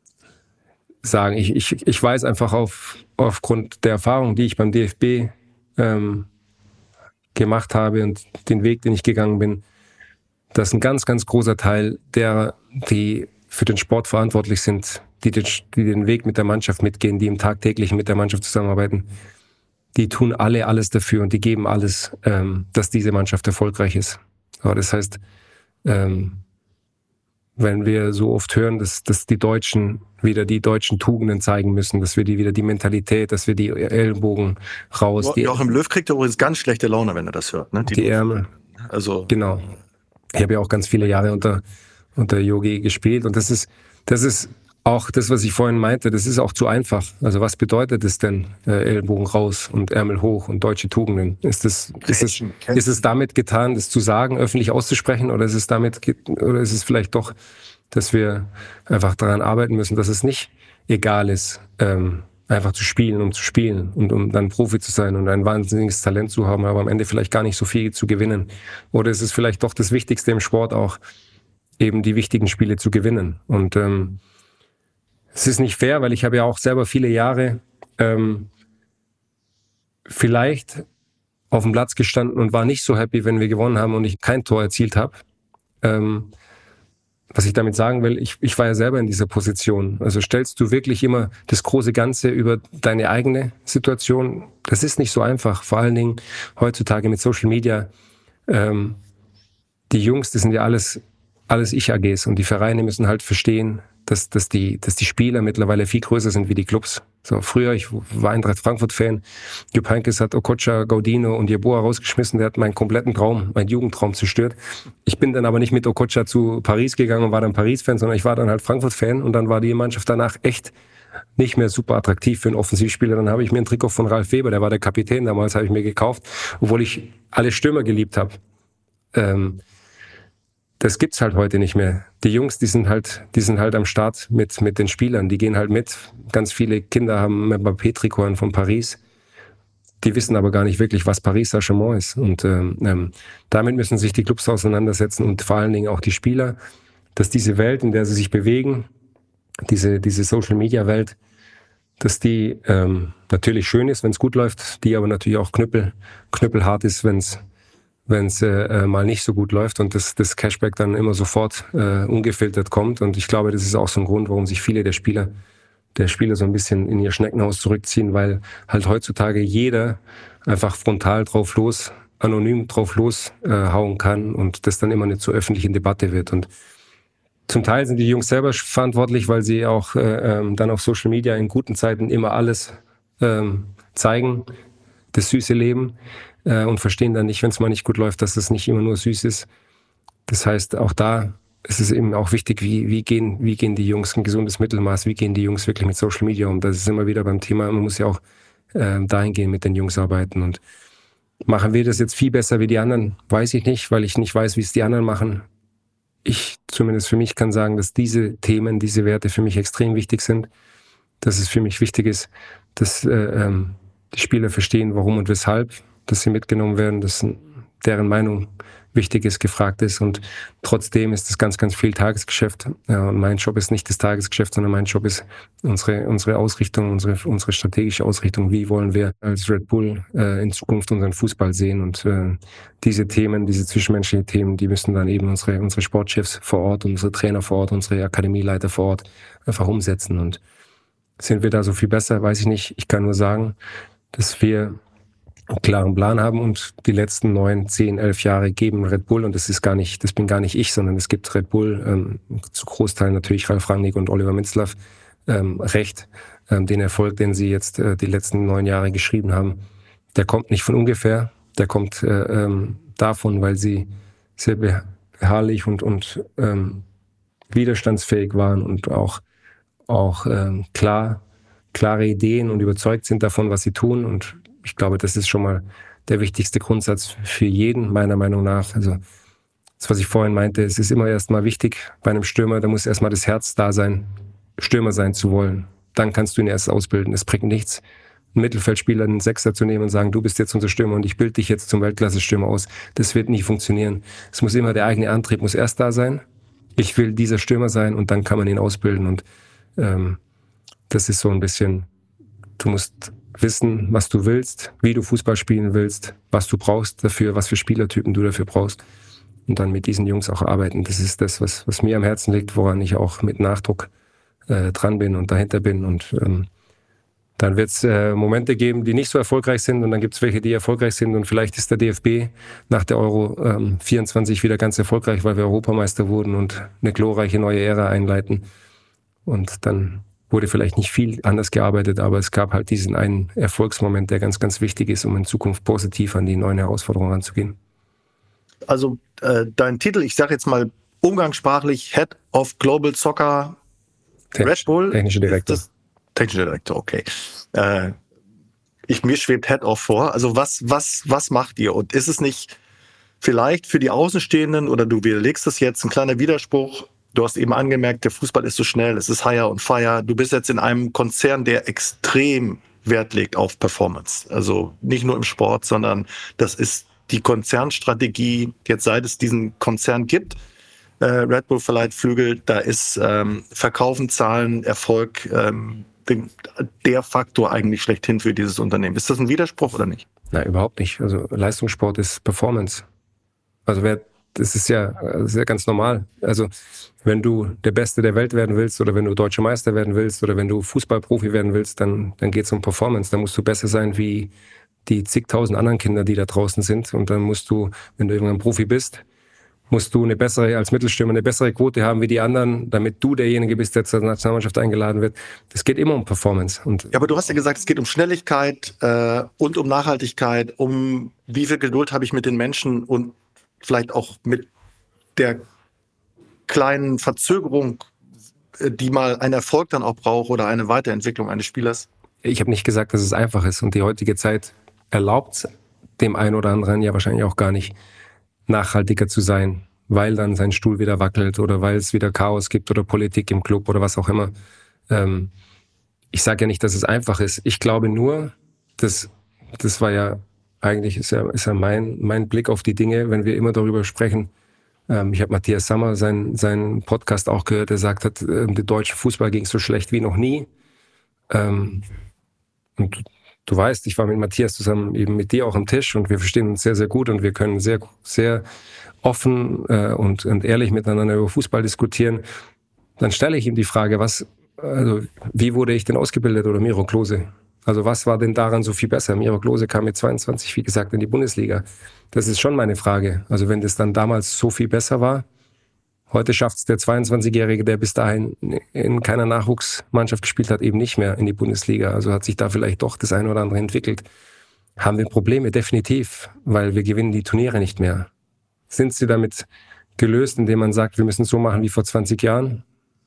sagen. Ich, ich, ich weiß einfach auf, aufgrund der Erfahrung, die ich beim D F B ähm, gemacht habe und den Weg, den ich gegangen bin, dass ein ganz, ganz großer Teil derer, die für den Sport verantwortlich sind, die den, die den Weg mit der Mannschaft mitgehen, die im Tagtäglichen mit der Mannschaft zusammenarbeiten, die tun alle alles dafür und die geben alles, ähm, dass diese Mannschaft erfolgreich ist. Aber das heißt, ähm, wenn wir so oft hören, dass, dass die Deutschen wieder die deutschen Tugenden zeigen müssen, dass wir die wieder die Mentalität, dass wir die Ellenbogen raus... Jo- die, Joachim Löw kriegt übrigens ganz schlechte Laune, wenn er das hört. Ne? die, die Ärmel. Also Genau. Ich habe ja auch ganz viele Jahre unter unter Yogi gespielt und das ist das ist auch das, was ich vorhin meinte, das ist auch zu einfach. Also was bedeutet es denn, äh, Ellenbogen raus und Ärmel hoch und deutsche Tugenden? Ist es ist es ist es damit getan, das zu sagen, öffentlich auszusprechen, oder ist es damit ge- oder ist es vielleicht doch, dass wir einfach daran arbeiten müssen, dass es nicht egal ist, ähm, einfach zu spielen, um zu spielen und um dann Profi zu sein und ein wahnsinniges Talent zu haben, aber am Ende vielleicht gar nicht so viel zu gewinnen. Oder ist es vielleicht doch das Wichtigste im Sport auch, eben die wichtigen Spiele zu gewinnen? Und ähm, es ist nicht fair, weil ich habe ja auch selber viele Jahre ähm, vielleicht auf dem Platz gestanden und war nicht so happy, wenn wir gewonnen haben und ich kein Tor erzielt habe. Ähm, Was ich damit sagen will, ich, ich war ja selber in dieser Position. Also stellst du wirklich immer das große Ganze über deine eigene Situation? Das ist nicht so einfach. Vor allen Dingen heutzutage mit Social Media. Ähm, die Jungs, das sind ja alles, alles Ich-A Gs und die Vereine müssen halt verstehen, dass, dass, die, dass die Spieler mittlerweile viel größer sind wie die Clubs. So, früher, ich war Eintracht Frankfurt-Fan, Jupp Heynckes hat Okocha, Gaudino und Yeboah rausgeschmissen, der hat meinen kompletten Traum, meinen Jugendtraum zerstört. Ich bin dann aber nicht mit Okocha zu Paris gegangen und war dann Paris-Fan, sondern ich war dann halt Frankfurt-Fan und dann war die Mannschaft danach echt nicht mehr super attraktiv für einen Offensivspieler. Dann habe ich mir ein Trikot von Ralf Weber, der war der Kapitän damals, habe ich mir gekauft, obwohl ich alle Stürmer geliebt habe. Ähm, Das gibt's halt heute nicht mehr. Die Jungs, die sind halt, die sind halt am Start mit, mit den Spielern. Die gehen halt mit. Ganz viele Kinder haben Mbappé-Trikots von Paris. Die wissen aber gar nicht wirklich, was Paris Saint-Germain ist. Und ähm, damit müssen sich die Clubs auseinandersetzen und vor allen Dingen auch die Spieler, dass diese Welt, in der sie sich bewegen, diese, diese Social-Media-Welt, dass die ähm, natürlich schön ist, wenn es gut läuft, die aber natürlich auch knüppel, knüppelhart ist, wenn es wenn es äh, mal nicht so gut läuft und das, das Cashback dann immer sofort äh, ungefiltert kommt. Und ich glaube, das ist auch so ein Grund, warum sich viele der Spieler, der Spieler so ein bisschen in ihr Schneckenhaus zurückziehen, weil halt heutzutage jeder einfach frontal drauf los, anonym drauf los äh, hauen kann und das dann immer nicht zur öffentlichen Debatte wird. Und zum Teil sind die Jungs selber verantwortlich, weil sie auch äh, ähm, dann auf Social Media in guten Zeiten immer alles ähm, zeigen, das süße Leben. Und verstehen dann nicht, wenn es mal nicht gut läuft, dass es nicht immer nur süß ist. Das heißt, auch da ist es eben auch wichtig, wie, wie, gehen, wie gehen die Jungs, ein gesundes Mittelmaß, wie gehen die Jungs wirklich mit Social Media um. Das ist immer wieder beim Thema, man muss ja auch äh, dahin gehen, mit den Jungs arbeiten. Und machen wir das jetzt viel besser wie die anderen? Weiß ich nicht, weil ich nicht weiß, wie es die anderen machen. Ich zumindest für mich kann sagen, dass diese Themen, diese Werte für mich extrem wichtig sind. Dass es für mich wichtig ist, dass äh, ähm, die Spieler verstehen, warum und weshalb, dass sie mitgenommen werden, dass deren Meinung wichtig ist, gefragt ist. Und trotzdem ist das ganz, ganz viel Tagesgeschäft. Ja, und mein Job ist nicht das Tagesgeschäft, sondern mein Job ist unsere, unsere Ausrichtung, unsere, unsere strategische Ausrichtung. Wie wollen wir als Red Bull äh, in Zukunft unseren Fußball sehen? Und äh, diese Themen, diese zwischenmenschlichen Themen, die müssen dann eben unsere, unsere Sportchefs vor Ort, unsere Trainer vor Ort, unsere Akademieleiter vor Ort einfach umsetzen. Und sind wir da so viel besser? Weiß ich nicht. Ich kann nur sagen, dass wir einen klaren Plan haben und die letzten neun, zehn, elf Jahre geben Red Bull, und das ist gar nicht, das bin gar nicht ich, sondern es gibt Red Bull, ähm, zu Großteilen natürlich Ralf Rangnick und Oliver Minzlaff, ähm, recht. Ähm, den Erfolg, den sie jetzt äh, die letzten neun Jahre geschrieben haben, der kommt nicht von ungefähr, der kommt äh, ähm, davon, weil sie sehr beharrlich und, und ähm, widerstandsfähig waren und auch, auch ähm, klar, klare Ideen und überzeugt sind davon, was sie tun. Und ich glaube, das ist schon mal der wichtigste Grundsatz für jeden, meiner Meinung nach. Also das, was ich vorhin meinte, es ist immer erstmal wichtig bei einem Stürmer, da muss erstmal das Herz da sein, Stürmer sein zu wollen. Dann kannst du ihn erst ausbilden. Es bringt nichts, einen Mittelfeldspieler, einen Sechser zu nehmen und sagen, du bist jetzt unser Stürmer und ich bilde dich jetzt zum Weltklasse-Stürmer aus. Das wird nie funktionieren. Es muss immer der eigene Antrieb, muss erst da sein. Ich will dieser Stürmer sein und dann kann man ihn ausbilden. Und ähm, das ist so ein bisschen, du musst wissen, was du willst, wie du Fußball spielen willst, was du brauchst dafür, was für Spielertypen du dafür brauchst. und dann mit diesen Jungs auch arbeiten. Das ist das, was, was mir am Herzen liegt, woran ich auch mit Nachdruck äh, dran bin und dahinter bin. Und ähm, dann wird es äh, Momente geben, die nicht so erfolgreich sind, und dann gibt es welche, die erfolgreich sind, und vielleicht ist der D F B nach der Euro ähm, vierundzwanzig wieder ganz erfolgreich, weil wir Europameister wurden und eine glorreiche neue Ära einleiten. Und dann wurde vielleicht nicht viel anders gearbeitet, aber es gab halt diesen einen Erfolgsmoment, der ganz, ganz wichtig ist, um in Zukunft positiv an die neuen Herausforderungen ranzugehen. Also äh, dein Titel, ich sage jetzt mal umgangssprachlich Head of Global Soccer Red Bull. Technischer Direktor. Das, technischer Direktor, okay. Äh, ich, mir schwebt Head of vor. Also was, was, was macht ihr? Und ist es nicht vielleicht für die Außenstehenden, oder du widerlegst es jetzt, ein kleiner Widerspruch? Du hast eben angemerkt, der Fußball ist so schnell, es ist hire und fire. Du bist jetzt in einem Konzern, der extrem Wert legt auf Performance. Also nicht nur im Sport, sondern das ist die Konzernstrategie, jetzt seit es diesen Konzern gibt. Äh, Red Bull verleiht Flügel, da ist ähm, Verkaufen, Zahlen, Erfolg ähm, der Faktor eigentlich schlechthin für dieses Unternehmen. Ist das ein Widerspruch oder nicht? Nein, überhaupt nicht. Also Leistungssport ist Performance. Also wer Das ist ja, das ist ja ganz normal. Also wenn du der Beste der Welt werden willst oder wenn du Deutscher Meister werden willst oder wenn du Fußballprofi werden willst, dann, dann geht es um Performance. Dann musst du besser sein wie die zigtausend anderen Kinder, die da draußen sind. Und dann musst du, wenn du irgendwann Profi bist, musst du eine bessere, als Mittelstürmer eine bessere Quote haben wie die anderen, damit du derjenige bist, der zur Nationalmannschaft eingeladen wird. Es geht immer um Performance. Und ja, aber du hast ja gesagt, es geht um Schnelligkeit äh, und um Nachhaltigkeit, um wie viel Geduld habe ich mit den Menschen und vielleicht auch mit der kleinen Verzögerung, die mal ein Erfolg dann auch braucht oder eine Weiterentwicklung eines Spielers. Ich habe nicht gesagt, dass es einfach ist. Und die heutige Zeit erlaubt dem einen oder anderen ja wahrscheinlich auch gar nicht, nachhaltiger zu sein, weil dann sein Stuhl wieder wackelt oder weil es wieder Chaos gibt oder Politik im Club oder was auch immer. Ähm, ich sage ja nicht, dass es einfach ist. Ich glaube nur, dass das war ja eigentlich ist ja, ist ja mein, mein Blick auf die Dinge, wenn wir immer darüber sprechen. Ähm, ich habe Matthias Sammer, seinen, seinen Podcast auch gehört, der sagt hat, äh, der deutsche Fußball ging so schlecht wie noch nie. Ähm, und du, du weißt, ich war mit Matthias zusammen eben mit dir auch am Tisch und wir verstehen uns sehr, sehr gut und wir können sehr, sehr offen äh, und, und ehrlich miteinander über Fußball diskutieren. Dann stelle ich ihm die Frage, was, also, wie wurde ich denn ausgebildet oder Miro Klose? Also was war denn daran so viel besser? Miro Klose kam mit zweiundzwanzig, wie gesagt, in die Bundesliga. Das ist schon meine Frage. Also wenn das dann damals so viel besser war, heute schafft es der zweiundzwanzigjährige, der bis dahin in keiner Nachwuchsmannschaft gespielt hat, eben nicht mehr in die Bundesliga. Also hat sich da vielleicht doch das eine oder andere entwickelt. Haben wir Probleme? Definitiv, weil wir gewinnen die Turniere nicht mehr. Sind sie damit gelöst, indem man sagt, wir müssen es so machen wie vor zwanzig Jahren?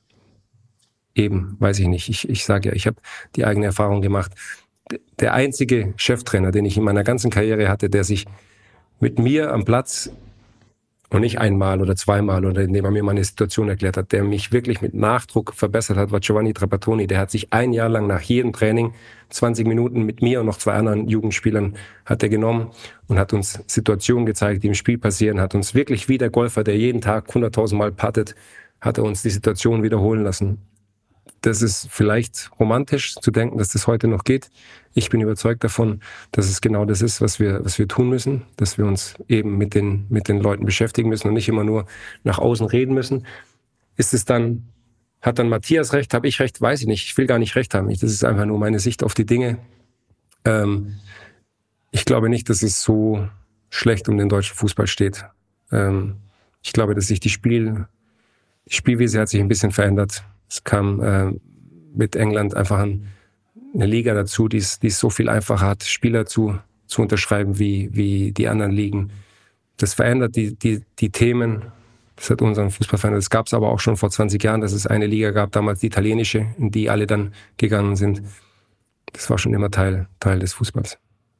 Eben, weiß ich nicht. Ich, ich sage ja, ich habe die eigene Erfahrung gemacht. Der einzige Cheftrainer, den ich in meiner ganzen Karriere hatte, der sich mit mir am Platz und nicht einmal oder zweimal oder indem er mir mal eine Situation erklärt hat, der mich wirklich mit Nachdruck verbessert hat, war Giovanni Trapattoni. Der hat sich ein Jahr lang nach jedem Training zwanzig Minuten mit mir und noch zwei anderen Jugendspielern hat er genommen und hat uns Situationen gezeigt, die im Spiel passieren, hat uns wirklich wie der Golfer, der jeden Tag hunderttausend Mal puttet, hat er uns die Situation wiederholen lassen. Das ist vielleicht romantisch zu denken, dass das heute noch geht. Ich bin überzeugt davon, dass es genau das ist, was wir, was wir tun müssen, dass wir uns eben mit den, mit den Leuten beschäftigen müssen und nicht immer nur nach außen reden müssen. Ist es dann, hat dann Matthias recht, habe ich recht, weiß ich nicht. Ich will gar nicht recht haben. Das ist einfach nur meine Sicht auf die Dinge. Ähm, ich glaube nicht, dass es so schlecht um den deutschen Fußball steht. Ähm, ich glaube, dass sich die Spiel, die Spielweise hat sich ein bisschen verändert. Es kam äh, mit England einfach ein, eine Liga dazu, die es so viel einfacher hat, Spieler zu, zu unterschreiben wie, wie die anderen Ligen. Das verändert die, die, die Themen. Das hat unseren Fußball verändert. Das gab es aber auch schon vor zwanzig Jahren, dass es eine Liga gab, damals die italienische, in die alle dann gegangen sind. Das war schon immer Teil, Teil des Fußballs.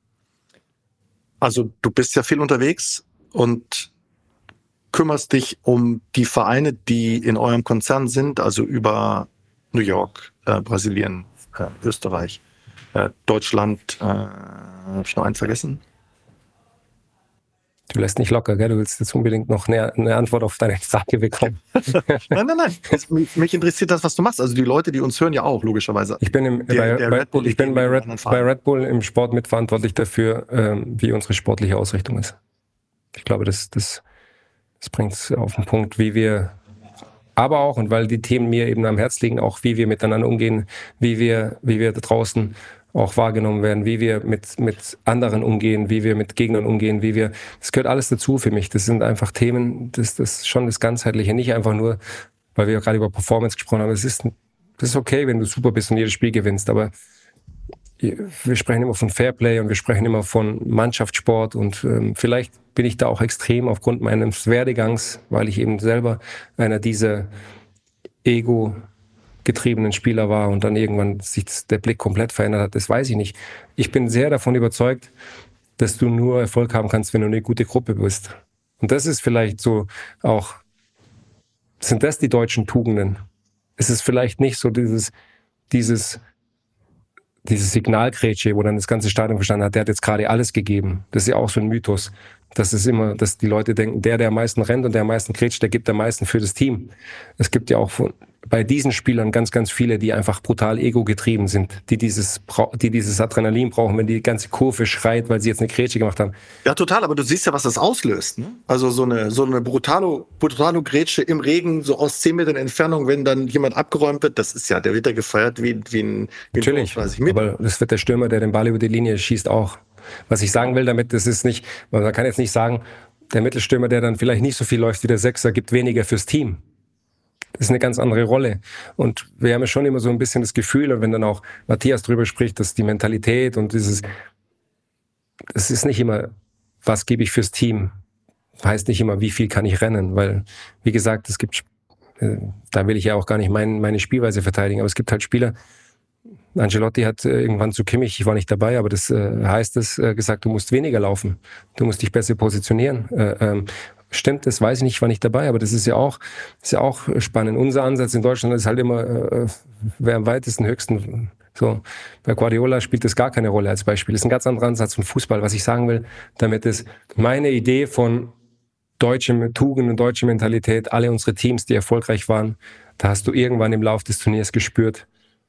Also du bist ja viel unterwegs und kümmerst dich um die Vereine, die in eurem Konzern sind, also über New York, äh, Brasilien, äh, Österreich, äh, Deutschland. Äh, habe ich noch einen vergessen? Du lässt nicht locker, gell? Du willst jetzt unbedingt noch eine, eine Antwort auf deine Frage bekommen. nein, nein, nein. Es, mich interessiert das, was du machst. Also die Leute, die uns hören, ja auch, logischerweise. Ich bin, im, der, bei, der bei, Red Bull, ich bin bei, Red, bei Red Bull im Sport mitverantwortlich dafür, ähm, wie unsere sportliche Ausrichtung ist. Ich glaube, das, das Das bringt es auf den Punkt, wie wir, aber auch, und weil die Themen mir eben am Herz liegen, auch wie wir miteinander umgehen, wie wir, wie wir da draußen auch wahrgenommen werden, wie wir mit, mit anderen umgehen, wie wir mit Gegnern umgehen, wie wir, das gehört alles dazu für mich. Das sind einfach Themen, das, das ist schon das Ganzheitliche, nicht einfach nur, weil wir ja gerade über Performance gesprochen haben. Es ist, das ist okay, wenn du super bist und jedes Spiel gewinnst, aber wir sprechen immer von Fairplay und wir sprechen immer von Mannschaftssport und ähm, vielleicht bin ich da auch extrem aufgrund meines Werdegangs, weil ich eben selber einer dieser ego-getriebenen Spieler war und dann irgendwann sich das, der Blick komplett verändert hat, das weiß ich nicht. Ich bin sehr davon überzeugt, dass du nur Erfolg haben kannst, wenn du eine gute Gruppe bist. Und das ist vielleicht so auch, sind das die deutschen Tugenden? Es ist vielleicht nicht so dieses, dieses Diese Signalgrätsche, wo dann das ganze Stadion verstanden hat, der hat jetzt gerade alles gegeben. Das ist ja auch so ein Mythos. Das ist immer, dass die Leute denken, der, der am meisten rennt und der am meisten grätscht, der gibt am meisten für das Team. Es gibt ja auch von, bei diesen Spielern ganz, ganz viele, die einfach brutal ego-getrieben sind, die dieses, die dieses Adrenalin brauchen, wenn die ganze Kurve schreit, weil sie jetzt eine Grätsche gemacht haben. Ja, total, aber du siehst ja, was das auslöst. Ne? Also so eine, so eine Brutalo, Brutalo-Grätsche im Regen, so aus zehn Metern Entfernung, wenn dann jemand abgeräumt wird, das ist ja, der wird ja gefeiert wie, wie ein, wie Natürlich, ein aber das wird der Stürmer, der den Ball über die Linie schießt, auch. Was ich sagen will damit, das ist nicht, man kann jetzt nicht sagen, der Mittelstürmer, der dann vielleicht nicht so viel läuft wie der Sechser, gibt weniger fürs Team. Das ist eine ganz andere Rolle. Und wir haben ja schon immer so ein bisschen das Gefühl, und wenn dann auch Matthias drüber spricht, dass die Mentalität und dieses, es ist nicht immer, was gebe ich fürs Team, heißt nicht immer, wie viel kann ich rennen, weil, wie gesagt, es gibt, äh, da will ich ja auch gar nicht mein, meine Spielweise verteidigen, aber es gibt halt Spieler, Ancelotti hat äh, irgendwann zu Kimmich, ich war nicht dabei, aber das äh, heißt es, äh, gesagt, du musst weniger laufen, du musst dich besser positionieren. Äh, ähm, stimmt, das weiß ich nicht, ich war nicht dabei, aber das ist ja auch, ist ja auch spannend. Unser Ansatz in Deutschland ist halt immer, äh, wer am weitesten, höchsten, so. Bei Guardiola spielt das gar keine Rolle als Beispiel. Das ist ein ganz anderer Ansatz von Fußball. Was ich sagen will, damit ist meine Idee von deutsche Tugend und deutsche Mentalität, alle unsere Teams, die erfolgreich waren, da hast du irgendwann im Lauf des Turniers gespürt,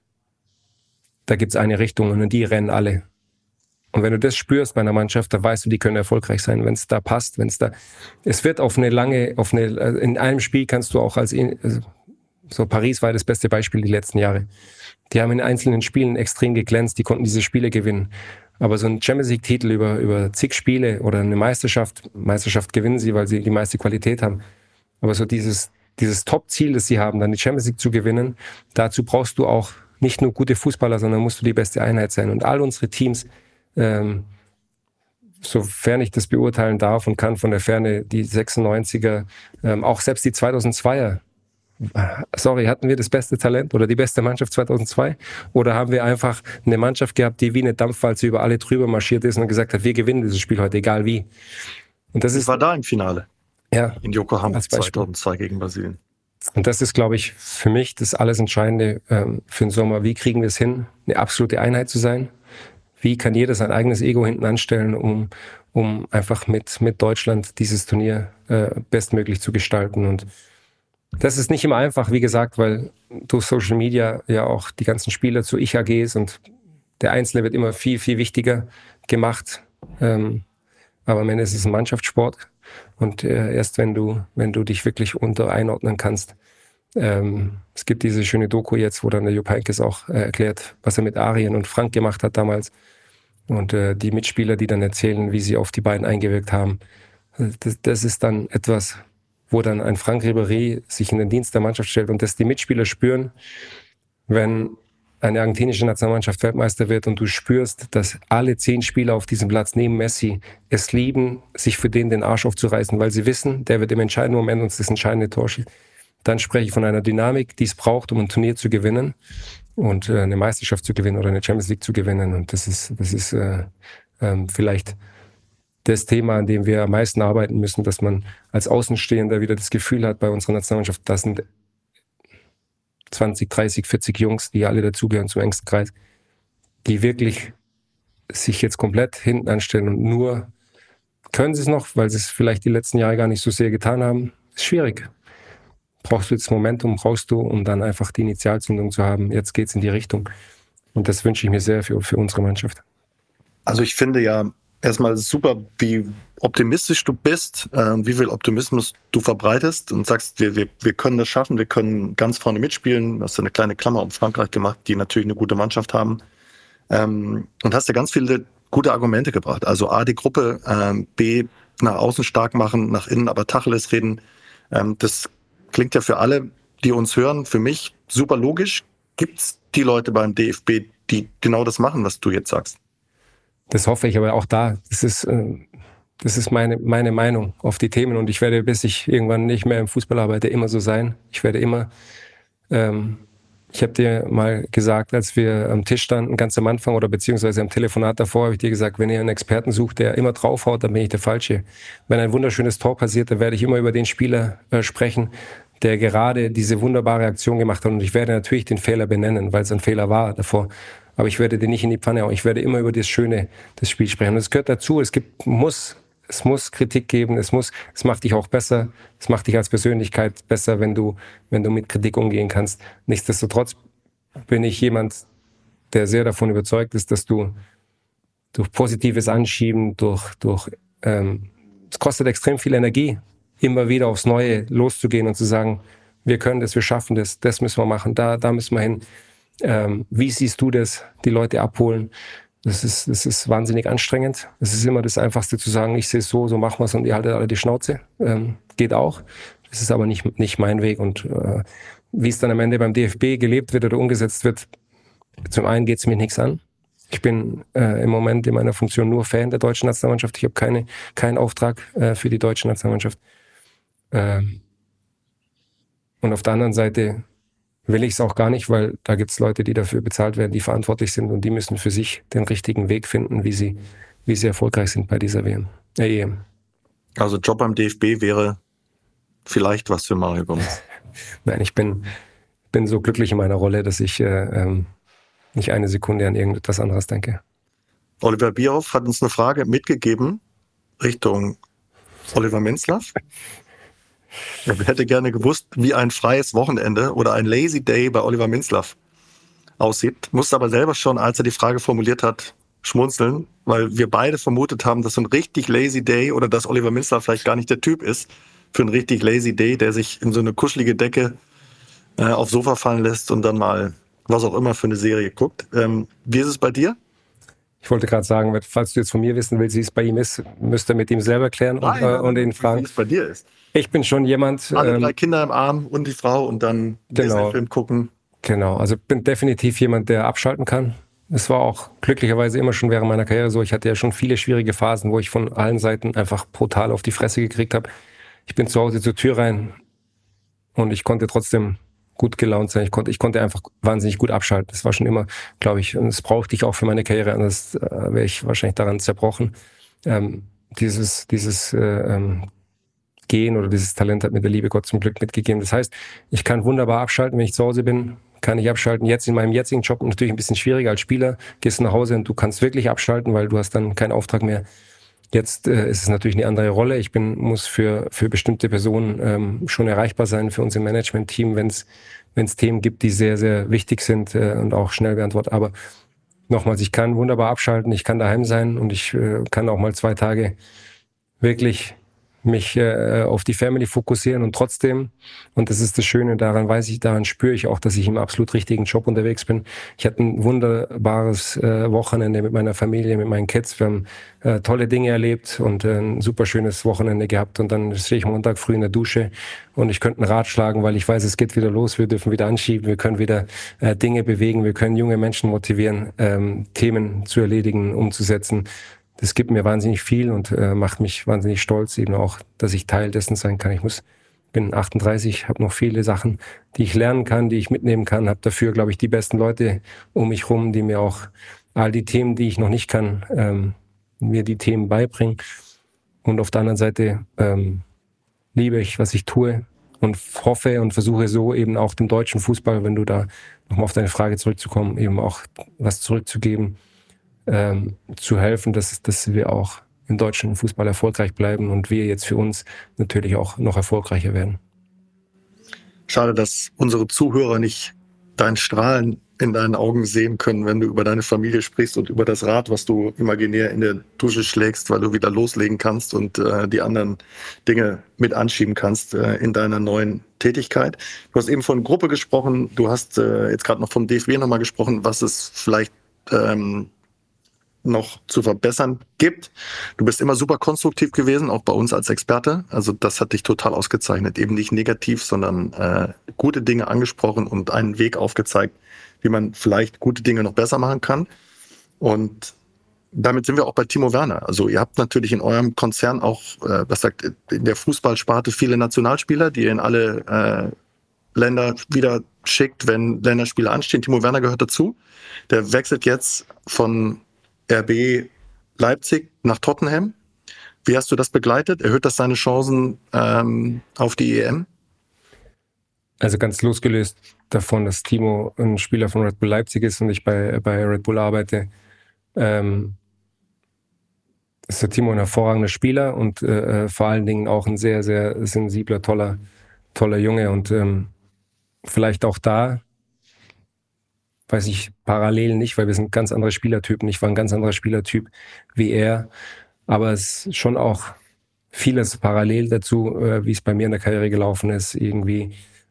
da gibt's eine Richtung und die rennen alle. Und wenn du das spürst bei einer Mannschaft, da weißt du, die können erfolgreich sein, wenn es da passt, wenn es da, es wird auf eine lange, auf eine, in einem Spiel kannst du auch als, also so Paris war das beste Beispiel die letzten Jahre. Die haben in einzelnen Spielen extrem geglänzt, die konnten diese Spiele gewinnen. Aber so ein Champions League Titel über, über zig Spiele oder eine Meisterschaft, Meisterschaft gewinnen sie, weil sie die meiste Qualität haben. Aber so dieses, dieses Top-Ziel, das sie haben, dann die Champions League zu gewinnen, dazu brauchst du auch nicht nur gute Fußballer, sondern musst du die beste Einheit sein. Und all unsere Teams, ähm, sofern ich das beurteilen darf und kann von der Ferne, die sechsundneunziger, ähm, auch selbst die zweitausendzweier, sorry, hatten wir das beste Talent oder die beste Mannschaft zweitausendzwei? Oder haben wir einfach eine Mannschaft gehabt, die wie eine Dampfwalze über alle drüber marschiert ist und gesagt hat, wir gewinnen dieses Spiel heute, egal wie. Und das ich ist, war da im Finale. Ja. In Yokohama zweitausendzwei gegen Brasilien. Und das ist, glaube ich, für mich das alles Entscheidende ähm, für den Sommer. Wie kriegen wir es hin, eine absolute Einheit zu sein? Wie kann jeder sein eigenes Ego hinten anstellen, um, um einfach mit, mit Deutschland dieses Turnier äh, bestmöglich zu gestalten? Und das ist nicht immer einfach, wie gesagt, weil durch Social Media ja auch die ganzen Spieler zu Ich-A Gs und der Einzelne wird immer viel, viel wichtiger gemacht. Ähm, aber am Ende ist es ein Mannschaftssport. Und äh, erst wenn du, wenn du dich wirklich unter einordnen kannst, ähm, es gibt diese schöne Doku jetzt, wo dann der Jupp Heynckes auch äh, erklärt, was er mit Arjen und Frank gemacht hat damals. Und äh, die Mitspieler, die dann erzählen, wie sie auf die beiden eingewirkt haben. Das, das ist dann etwas, wo dann ein Frank Ribéry sich in den Dienst der Mannschaft stellt und das die Mitspieler spüren, wenn eine argentinische Nationalmannschaft Weltmeister wird und du spürst, dass alle zehn Spieler auf diesem Platz neben Messi es lieben, sich für den den Arsch aufzureißen, weil sie wissen, der wird im entscheidenden Moment uns das entscheidende Tor schießen. Dann spreche ich von einer Dynamik, die es braucht, um ein Turnier zu gewinnen und äh, eine Meisterschaft zu gewinnen oder eine Champions League zu gewinnen. Und das ist, das ist äh, ähm, vielleicht das Thema, an dem wir am meisten arbeiten müssen, dass man als Außenstehender wieder das Gefühl hat bei unserer Nationalmannschaft, das sind zwanzig, dreißig, vierzig Jungs, die alle dazugehören zum engsten Kreis, die wirklich sich jetzt komplett hinten anstellen und nur können sie es noch, weil sie es vielleicht die letzten Jahre gar nicht so sehr getan haben. Ist schwierig. Brauchst du jetzt Momentum, brauchst du, um dann einfach die Initialzündung zu haben. Jetzt geht's in die Richtung. Und das wünsche ich mir sehr für, für unsere Mannschaft. Also ich finde ja, erstmal super, wie optimistisch du bist, äh, wie viel Optimismus du verbreitest und sagst, wir, wir, wir können das schaffen, wir können ganz vorne mitspielen. Du hast eine kleine Klammer um Frankreich gemacht, die natürlich eine gute Mannschaft haben. Ähm, und hast ja ganz viele gute Argumente gebracht. Also A, die Gruppe, ähm, B, nach außen stark machen, nach innen aber Tacheles reden. Ähm, das klingt ja für alle, die uns hören, für mich super logisch. Gibt's die Leute beim D F B, die genau das machen, was du jetzt sagst? Das hoffe ich, aber auch da, das ist, äh, das ist meine, meine Meinung auf die Themen und ich werde, bis ich irgendwann nicht mehr im Fußball arbeite, immer so sein. Ich werde immer, ähm, ich habe dir mal gesagt, als wir am Tisch standen, ganz am Anfang oder beziehungsweise am Telefonat davor, habe ich dir gesagt, wenn ihr einen Experten sucht, der immer draufhaut, dann bin ich der Falsche. Wenn ein wunderschönes Tor passiert, dann werde ich immer über den Spieler äh, sprechen, der gerade diese wunderbare Aktion gemacht hat und ich werde natürlich den Fehler benennen, weil es ein Fehler war davor. Aber ich werde den nicht in die Pfanne hauen. Ich werde immer über das Schöne des Spiels sprechen. Und es gehört dazu. Es gibt, muss, es muss Kritik geben. Es muss, es macht dich auch besser. Es macht dich als Persönlichkeit besser, wenn du, wenn du mit Kritik umgehen kannst. Nichtsdestotrotz bin ich jemand, der sehr davon überzeugt ist, dass du durch positives Anschieben, durch, durch, ähm, es kostet extrem viel Energie, immer wieder aufs Neue loszugehen und zu sagen, wir können das, wir schaffen das, das müssen wir machen, da, da müssen wir hin. Ähm, wie siehst du das, die Leute abholen? Das ist, das ist wahnsinnig anstrengend. Es ist immer das Einfachste zu sagen, ich sehe es so, so machen wir es und ihr haltet alle die Schnauze. Ähm, geht auch. Das ist aber nicht, nicht mein Weg. Und äh, wie es dann am Ende beim D F B gelebt wird oder umgesetzt wird, zum einen geht es mir nichts an. Ich bin äh, im Moment in meiner Funktion nur Fan der deutschen Nationalmannschaft. Ich habe keine, keinen Auftrag äh, für die deutsche Nationalmannschaft. Ähm, und auf der anderen Seite will ich es auch gar nicht, weil da gibt es Leute, die dafür bezahlt werden, die verantwortlich sind und die müssen für sich den richtigen Weg finden, wie sie, wie sie erfolgreich sind bei dieser W M, äh, E M. Also Job beim D F B wäre vielleicht was für Mario Gomez. Nein, ich bin, bin so glücklich in meiner Rolle, dass ich äh, ähm, nicht eine Sekunde an irgendetwas anderes denke. Oliver Bierhoff hat uns eine Frage mitgegeben Richtung Oliver Minzlaff. Er hätte gerne gewusst, wie ein freies Wochenende oder ein Lazy Day bei Oliver Minzlaff aussieht. Musste aber selber schon, als er die Frage formuliert hat, schmunzeln, weil wir beide vermutet haben, dass so ein richtig Lazy Day oder dass Oliver Minzlaff vielleicht gar nicht der Typ ist für einen richtig Lazy Day, der sich in so eine kuschelige Decke äh, aufs Sofa fallen lässt und dann mal was auch immer für eine Serie guckt. Ähm, wie ist es bei dir? Ich wollte gerade sagen, falls du jetzt von mir wissen willst, wie es bei ihm ist, müsst ihr mit ihm selber klären Nein, und, äh, und ihn fragen. Wie es bei dir ist. Ich bin schon jemand... Alle ähm, drei Kinder im Arm und die Frau und dann genau. Disney-Film gucken. Genau, also bin definitiv jemand, der abschalten kann. Es war auch glücklicherweise immer schon während meiner Karriere so. Ich hatte ja schon viele schwierige Phasen, wo ich von allen Seiten einfach brutal auf die Fresse gekriegt habe. Ich bin zu Hause zur Tür rein und ich konnte trotzdem gut gelaunt sein. Ich konnte, ich konnte einfach wahnsinnig gut abschalten. Das war schon immer, glaube ich, und das brauchte ich auch für meine Karriere, anders äh, wäre ich wahrscheinlich daran zerbrochen. Ähm, dieses dieses äh, ähm, Gehen oder dieses Talent hat mir der liebe Gott zum Glück mitgegeben. Das heißt, ich kann wunderbar abschalten, wenn ich zu Hause bin, kann ich abschalten. Jetzt in meinem jetzigen Job natürlich ein bisschen schwieriger als Spieler. Gehst nach Hause und du kannst wirklich abschalten, weil du hast dann keinen Auftrag mehr. Jetzt äh, ist es natürlich eine andere Rolle. Ich bin muss für für bestimmte Personen ähm, schon erreichbar sein, für unser Management-Team, wenn es wenn es Themen gibt, die sehr, sehr wichtig sind äh, und auch schnell beantwortet. Aber nochmals, ich kann wunderbar abschalten, ich kann daheim sein und ich äh, kann auch mal zwei Tage wirklich mich äh, auf die Family fokussieren und trotzdem, und das ist das Schöne, daran weiß ich, daran spüre ich auch, dass ich im absolut richtigen Job unterwegs bin. Ich hatte ein wunderbares äh, Wochenende mit meiner Familie, mit meinen Kids. Wir haben äh, tolle Dinge erlebt und äh, ein super schönes Wochenende gehabt und dann stehe ich Montag früh in der Dusche und ich könnte einen Rat schlagen, weil ich weiß, es geht wieder los, wir dürfen wieder anschieben, wir können wieder äh, Dinge bewegen, wir können junge Menschen motivieren, ähm, Themen zu erledigen, umzusetzen. Das gibt mir wahnsinnig viel und äh, macht mich wahnsinnig stolz, eben auch, dass ich Teil dessen sein kann. Ich muss, bin achtunddreißig, habe noch viele Sachen, die ich lernen kann, die ich mitnehmen kann. Habe dafür, glaube ich, die besten Leute um mich rum, die mir auch all die Themen, die ich noch nicht kann, ähm, mir die Themen beibringen. Und auf der anderen Seite ähm, liebe ich, was ich tue und hoffe und versuche so eben auch dem deutschen Fußball, wenn du da nochmal auf deine Frage zurückzukommen, eben auch was zurückzugeben. Ähm, zu helfen, dass, dass wir auch im deutschen Fußball erfolgreich bleiben und wir jetzt für uns natürlich auch noch erfolgreicher werden. Schade, dass unsere Zuhörer nicht dein Strahlen in deinen Augen sehen können, wenn du über deine Familie sprichst und über das Rad, was du imaginär in der Dusche schlägst, weil du wieder loslegen kannst und äh, die anderen Dinge mit anschieben kannst äh, in deiner neuen Tätigkeit. Du hast eben von Gruppe gesprochen, du hast äh, jetzt gerade noch vom D F B nochmal gesprochen, was es vielleicht ähm, noch zu verbessern gibt. Du bist immer super konstruktiv gewesen, auch bei uns als Experte. Also das hat dich total ausgezeichnet. Eben nicht negativ, sondern äh, gute Dinge angesprochen und einen Weg aufgezeigt, wie man vielleicht gute Dinge noch besser machen kann. Und damit sind wir auch bei Timo Werner. Also ihr habt natürlich in eurem Konzern auch, äh, was sagt, in der Fußballsparte viele Nationalspieler, die ihr in alle äh, Länder wieder schickt, wenn Länderspiele anstehen. Timo Werner gehört dazu. Der wechselt jetzt von R B Leipzig nach Tottenham. Wie hast du das begleitet? Erhöht das seine Chancen ähm, auf die E M? Also ganz losgelöst davon, dass Timo ein Spieler von Red Bull Leipzig ist und ich bei, bei Red Bull arbeite, ähm, ist der Timo ein hervorragender Spieler und äh, vor allen Dingen auch ein sehr, sehr sensibler, toller, toller Junge und ähm, vielleicht auch da, weiß ich, parallel nicht, weil wir sind ganz andere Spielertypen. Ich war ein ganz anderer Spielertyp wie er, aber es ist schon auch vieles parallel dazu, äh, wie es bei mir in der Karriere gelaufen ist, irgendwie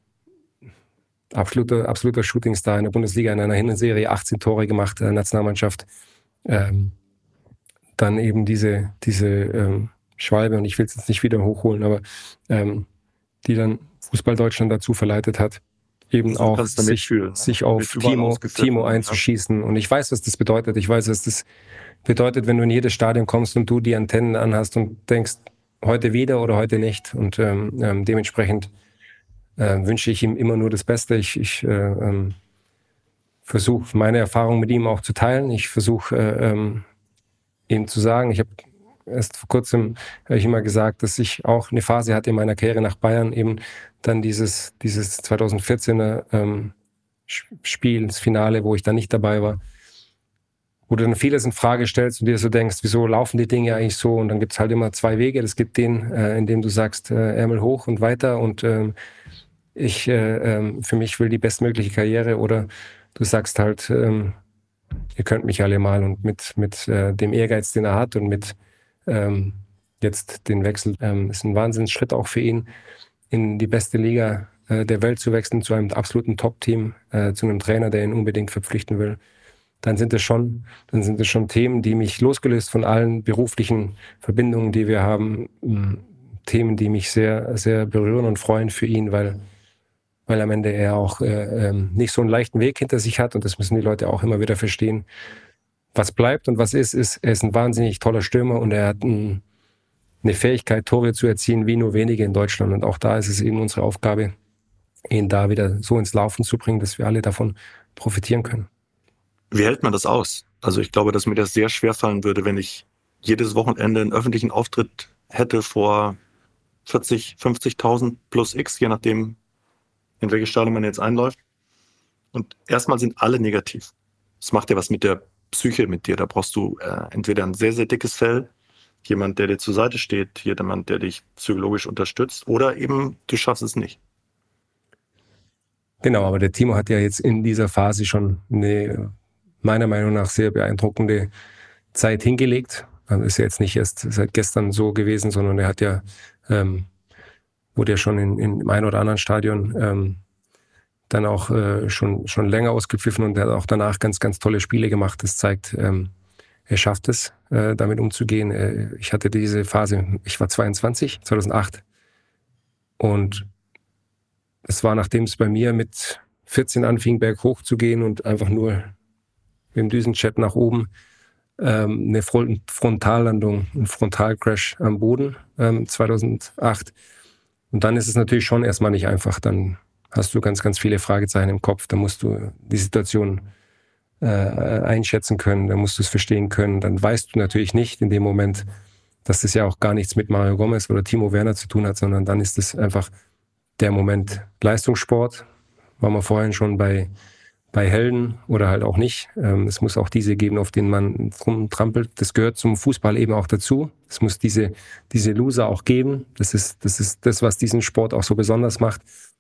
Absoluter, absoluter Shootingstar in der Bundesliga, in einer Hinserie, achtzehn Tore gemacht, äh, Nationalmannschaft. Ähm, dann eben diese, diese ähm, Schwalbe, und ich will es jetzt nicht wieder hochholen, aber ähm, die dann Fußball Deutschland dazu verleitet hat, eben also auch sich, sich auf Timo, Timo einzuschießen. Ja. Und ich weiß, was das bedeutet. Ich weiß, was das bedeutet, wenn du in jedes Stadion kommst und du die Antennen anhast und denkst, heute wieder oder heute nicht. Und ähm, ähm, dementsprechend Äh, wünsche ich ihm immer nur das Beste. Ich, ich äh, ähm, versuche meine Erfahrung mit ihm auch zu teilen. Ich versuche äh, ähm, ihm zu sagen, ich habe erst vor kurzem hab ich immer gesagt, dass ich auch eine Phase hatte in meiner Karriere nach Bayern, eben dann dieses, dieses zweitausendvierzehner ähm, Spiel, das Finale, wo ich dann nicht dabei war, wo du dann vieles in Frage stellst und dir so denkst, wieso laufen die Dinge eigentlich so? Und dann gibt es halt immer zwei Wege. Es gibt den, äh, in dem du sagst, äh, Ärmel hoch und weiter und ähm, ich äh, ähm, für mich will die bestmögliche Karriere, oder du sagst halt, ähm, ihr könnt mich alle mal, und mit, mit äh, dem Ehrgeiz, den er hat und mit ähm, jetzt den Wechsel, ähm, ist ein Wahnsinnsschritt auch für ihn, in die beste Liga äh, der Welt zu wechseln, zu einem absoluten Top-Team, äh, zu einem Trainer, der ihn unbedingt verpflichten will. Dann sind es schon, dann sind es schon Themen, die mich losgelöst von allen beruflichen Verbindungen, die wir haben, mh, Themen, die mich sehr, sehr berühren und freuen für ihn, weil weil am Ende er auch äh, ähm, nicht so einen leichten Weg hinter sich hat, und das müssen die Leute auch immer wieder verstehen. Was bleibt und was ist, ist, er ist ein wahnsinnig toller Stürmer und er hat ein, eine Fähigkeit, Tore zu erzielen, wie nur wenige in Deutschland, und auch da ist es eben unsere Aufgabe, ihn da wieder so ins Laufen zu bringen, dass wir alle davon profitieren können. Wie hält man das aus? Also ich glaube, dass mir das sehr schwer fallen würde, wenn ich jedes Wochenende einen öffentlichen Auftritt hätte vor vierzig, fünfzigtausend plus X, je nachdem, in welches Stadion man jetzt einläuft. Und erstmal sind alle negativ. Das macht ja was mit der Psyche mit dir. Da brauchst du äh, entweder ein sehr, sehr dickes Fell, jemand, der dir zur Seite steht, jemand, der dich psychologisch unterstützt, oder eben du schaffst es nicht. Genau, aber der Timo hat ja jetzt in dieser Phase schon eine, meiner Meinung nach, sehr beeindruckende Zeit hingelegt. Das ist ja jetzt nicht erst seit gestern so gewesen, sondern er hat ja ähm, wurde ja schon in, in einem oder anderen Stadion ähm, dann auch äh, schon, schon länger ausgepfiffen, und er hat auch danach ganz, ganz tolle Spiele gemacht. Das zeigt, ähm, er schafft es, äh, damit umzugehen. Äh, ich hatte diese Phase, ich war zweiundzwanzig, zweitausendacht, und es war, nachdem es bei mir mit vierzehn anfing, berghoch zu gehen und einfach nur mit dem Düsenjet nach oben, ähm, eine Frontallandung, ein Frontalcrash am Boden, ähm, zweitausendacht. Und dann ist es natürlich schon erstmal nicht einfach. Dann hast du ganz, ganz viele Fragezeichen im Kopf. Da musst du die Situation äh, einschätzen können. Da musst du es verstehen können. Dann weißt du natürlich nicht in dem Moment, dass das ja auch gar nichts mit Mario Gomez oder Timo Werner zu tun hat, sondern dann ist es einfach der Moment Leistungssport. War man vorhin schon bei, bei Helden oder halt auch nicht. Ähm, es muss auch diese geben, auf denen man rumtrampelt. Das gehört zum Fußball eben auch dazu. Es muss diese, diese Loser auch geben. Das ist, das ist das, was diesen Sport auch so besonders macht.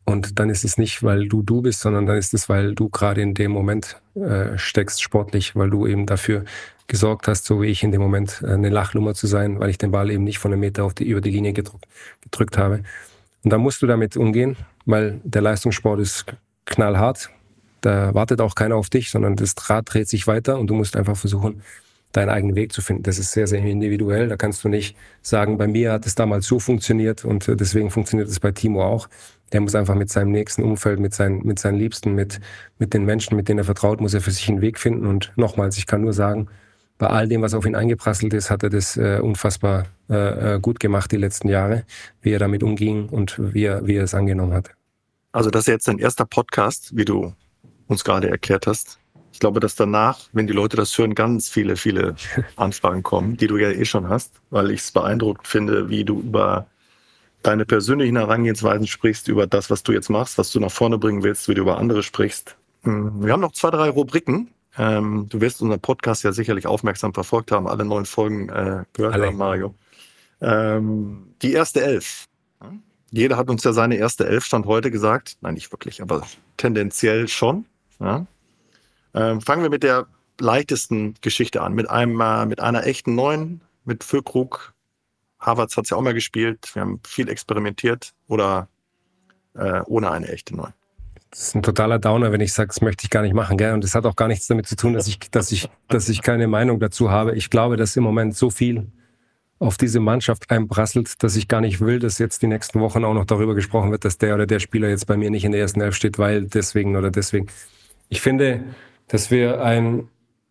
Und dann ist es nicht, weil du du bist, sondern dann ist es, weil du gerade in dem Moment äh, steckst sportlich, weil du eben dafür gesorgt hast, so wie ich in dem Moment, äh, eine Lachnummer zu sein, weil ich den Ball eben nicht von einem Meter auf die, über die Linie gedrückt, gedrückt habe. Und da musst du damit umgehen, weil der Leistungssport ist knallhart. Da wartet auch keiner auf dich, sondern das Rad dreht sich weiter und du musst einfach versuchen, deinen eigenen Weg zu finden. Das ist sehr, sehr individuell. Da kannst du nicht sagen, bei mir hat es damals so funktioniert und deswegen funktioniert es bei Timo auch. Der muss einfach mit seinem nächsten Umfeld, mit seinen, mit seinen Liebsten, mit, mit den Menschen, mit denen er vertraut, muss er für sich einen Weg finden. Und nochmals, ich kann nur sagen, bei all dem, was auf ihn eingeprasselt ist, hat er das äh, unfassbar äh, gut gemacht die letzten Jahre, wie er damit umging und wie er, wie er es angenommen hat. Also das ist jetzt dein erster Podcast, wie du uns gerade erklärt hast. Ich glaube, dass danach, wenn die Leute das hören, ganz viele, viele Anfragen kommen, die du ja eh schon hast, weil ich es beeindruckend finde, wie du über deine persönlichen Herangehensweisen sprichst, über das, was du jetzt machst, was du nach vorne bringen willst, wie du über andere sprichst. Wir haben noch zwei, drei Rubriken. Ähm, du wirst unseren Podcast ja sicherlich aufmerksam verfolgt haben, alle neun Folgen äh, gehört alle. haben, Mario. Ähm, die erste Elf. Jeder hat uns ja seine erste Elf Stand heute gesagt. Nein, nicht wirklich, aber tendenziell schon. Ja. Ähm, fangen wir mit der leichtesten Geschichte an. Mit einem, äh, mit einer echten Neun, mit Füllkrug. Havertz hat es ja auch mal gespielt. Wir haben viel experimentiert. Oder äh, ohne eine echte Neun. Das ist ein totaler Downer, wenn ich sage, das möchte ich gar nicht machen, gell? Und das hat auch gar nichts damit zu tun, dass ich, dass ich, dass ich keine Meinung dazu habe. Ich glaube, dass im Moment so viel auf diese Mannschaft einprasselt, dass ich gar nicht will, dass jetzt die nächsten Wochen auch noch darüber gesprochen wird, dass der oder der Spieler jetzt bei mir nicht in der ersten Elf steht, weil deswegen oder deswegen. Ich finde, dass wir einen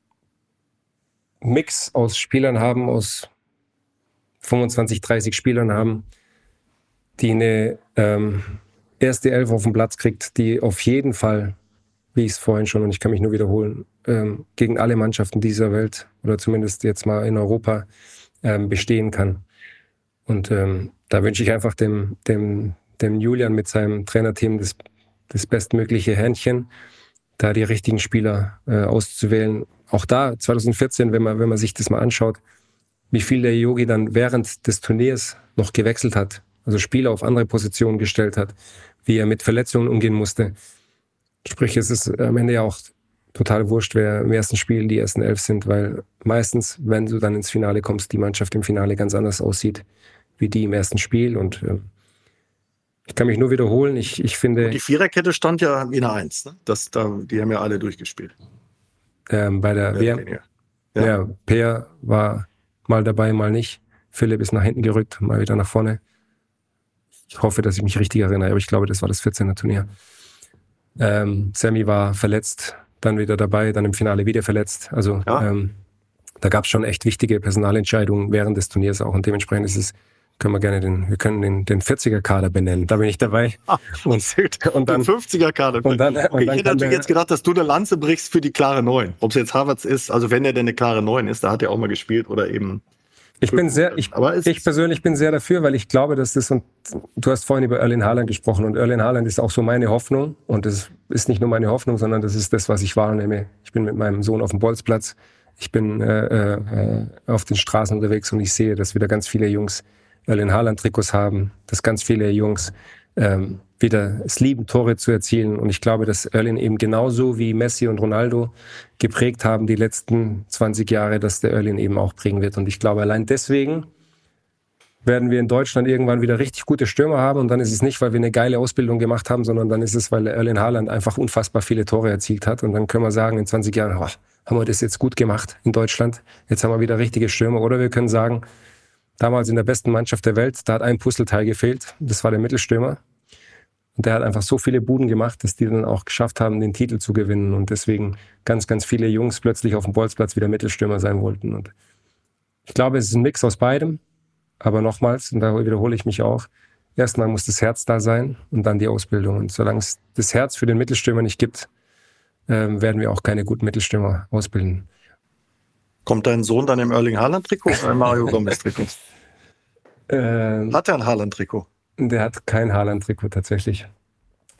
Mix aus Spielern haben, aus fünfundzwanzig, dreißig Spielern haben, die eine ähm, erste Elf auf den Platz kriegt, die auf jeden Fall, wie ich es vorhin schon, und ich kann mich nur wiederholen, ähm, gegen alle Mannschaften dieser Welt oder zumindest jetzt mal in Europa ähm, bestehen kann. Und ähm, da wünsche ich einfach dem, dem, dem Julian mit seinem Trainerteam das, das bestmögliche Händchen, da die richtigen Spieler äh, auszuwählen. Auch da, zwanzig vierzehn, wenn man, wenn man sich das mal anschaut, wie viel der Yogi dann während des Turniers noch gewechselt hat, also Spieler auf andere Positionen gestellt hat, wie er mit Verletzungen umgehen musste. Sprich, es ist am Ende ja auch total wurscht, wer im ersten Spiel die ersten elf sind, weil meistens, wenn du dann ins Finale kommst, die Mannschaft im Finale ganz anders aussieht, wie die im ersten Spiel. Und äh, ich kann mich nur wiederholen, ich, ich finde... Und die Viererkette stand ja in der Eins, ne? Das, da, die haben ja alle durchgespielt. Ähm, bei der W M. Ja, ja Peer war mal dabei, mal nicht. Philipp ist nach hinten gerückt, mal wieder nach vorne. Ich hoffe, dass ich mich richtig erinnere, aber ich glaube, das war das vierzehner Turnier. Ähm, Sammy war verletzt, dann wieder dabei, dann im Finale wieder verletzt. Also ja. ähm, da gab es schon echt wichtige Personalentscheidungen während des Turniers auch. Und dementsprechend ist es, können wir gerne den, wir können den, den vierziger-Kader benennen. Da bin ich dabei. Ah, und, und dann den fünfziger-Kader. Und dann, okay, und dann ich hätte natürlich jetzt gedacht, dass du eine Lanze brichst für die klare Neun. Ob es jetzt Havertz ist, also wenn er denn eine klare Neun ist, da hat er auch mal gespielt oder eben. Ich bin sehr, ich, ich persönlich bin sehr dafür, weil ich glaube, dass das, und du hast vorhin über Erling Haaland gesprochen, und Erling Haaland ist auch so meine Hoffnung, und das ist nicht nur meine Hoffnung, sondern das ist das, was ich wahrnehme. Ich bin mit meinem Sohn auf dem Bolzplatz, ich bin äh, äh, auf den Straßen unterwegs und ich sehe, dass wieder ganz viele Jungs Erling Haaland-Trikots haben, dass ganz viele Jungs ähm, wieder es lieben, Tore zu erzielen. Und ich glaube, dass Erling eben genauso wie Messi und Ronaldo geprägt haben die letzten zwanzig Jahre, dass der Erling eben auch prägen wird. Und ich glaube, allein deswegen werden wir in Deutschland irgendwann wieder richtig gute Stürmer haben. Und dann ist es nicht, weil wir eine geile Ausbildung gemacht haben, sondern dann ist es, weil Erling Haaland einfach unfassbar viele Tore erzielt hat. Und dann können wir sagen, in zwanzig Jahren, oh, haben wir das jetzt gut gemacht in Deutschland. Jetzt haben wir wieder richtige Stürmer. Oder wir können sagen, damals in der besten Mannschaft der Welt, da hat ein Puzzleteil gefehlt. Das war der Mittelstürmer. Und der hat einfach so viele Buden gemacht, dass die dann auch geschafft haben, den Titel zu gewinnen. Und deswegen ganz, ganz viele Jungs plötzlich auf dem Bolzplatz wieder Mittelstürmer sein wollten. Und ich glaube, es ist ein Mix aus beidem. Aber nochmals, und da wiederhole ich mich auch, erstmal muss das Herz da sein und dann die Ausbildung. Und solange es das Herz für den Mittelstürmer nicht gibt, ähm, werden wir auch keine guten Mittelstürmer ausbilden. Kommt dein Sohn dann im Erling Haaland-Trikot oder im Mario Gomez-Trikot? Ähm, hat er ein Haaland-Trikot? Der hat kein Haaland-Trikot tatsächlich.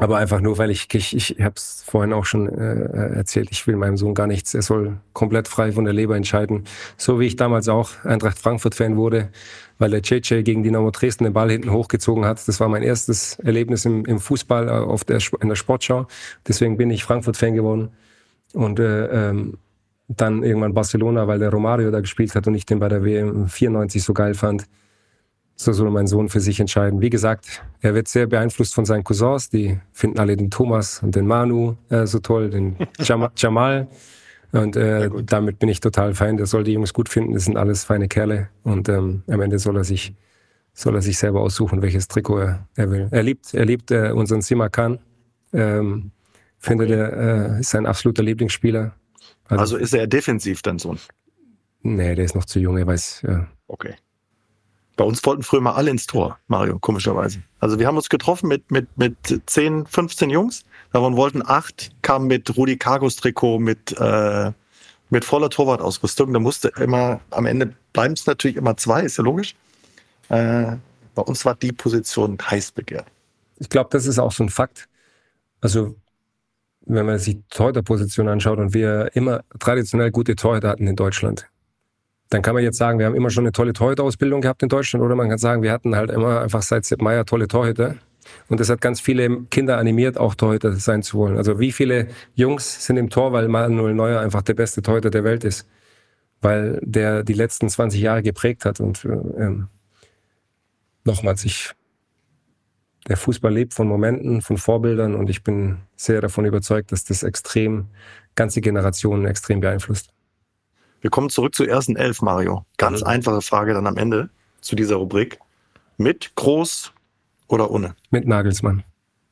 Aber einfach nur, weil ich, ich, ich habe es vorhin auch schon äh, erzählt, ich will meinem Sohn gar nichts. Er soll komplett frei von der Leber entscheiden. So wie ich damals auch Eintracht Frankfurt-Fan wurde, weil der Cece gegen Dynamo Dresden den Ball hinten hochgezogen hat. Das war mein erstes Erlebnis im, im Fußball auf der, in der Sportschau. Deswegen bin ich Frankfurt-Fan geworden. Und äh, ähm, dann irgendwann Barcelona, weil der Romario da gespielt hat und ich den bei der W M vierundneunzig so geil fand. So soll mein Sohn für sich entscheiden. Wie gesagt, er wird sehr beeinflusst von seinen Cousins. Die finden alle den Thomas und den Manu äh, so toll, den Jam- Jamal. Und äh, damit bin ich total fein. Der soll die Jungs gut finden. Das sind alles feine Kerle. Und ähm, am Ende soll er sich soll er sich selber aussuchen, welches Trikot er, er will. Er liebt, er liebt äh, unseren Simakan. Ähm, finde, okay. der äh, ist sein absoluter Lieblingsspieler. Also, also ist er defensiv dein Sohn? Nee, der ist noch zu jung. Er weiß. Ja. Okay. Bei uns wollten früher mal alle ins Tor, Mario, komischerweise. Also wir haben uns getroffen mit mit mit zehn, fünfzehn Jungs. Davon wollten acht, kamen mit Rudi Kargos Trikot, mit äh, mit voller Torwartausrüstung. Da musste immer, am Ende bleiben es natürlich immer zwei, ist ja logisch. Äh, bei uns war die Position heiß begehrt. Ich glaube, das ist auch so ein Fakt. Also wenn man sich die Torhüterposition anschaut und wir immer traditionell gute Torhüter hatten in Deutschland, dann kann man jetzt sagen, wir haben immer schon eine tolle Torhüterausbildung gehabt in Deutschland, oder man kann sagen, wir hatten halt immer einfach seit Sepp Maier tolle Torhüter. Und das hat ganz viele Kinder animiert, auch Torhüter sein zu wollen. Also wie viele Jungs sind im Tor, weil Manuel Neuer einfach der beste Torhüter der Welt ist. Weil der die letzten zwanzig Jahre geprägt hat. Und ähm, nochmals, ich, der Fußball lebt von Momenten, von Vorbildern. Und ich bin sehr davon überzeugt, dass das extrem, ganze Generationen extrem beeinflusst. Wir kommen zurück zur ersten Elf, Mario. Ganz mhm. einfache Frage dann am Ende zu dieser Rubrik. Mit, Groß oder ohne? Mit Nagelsmann.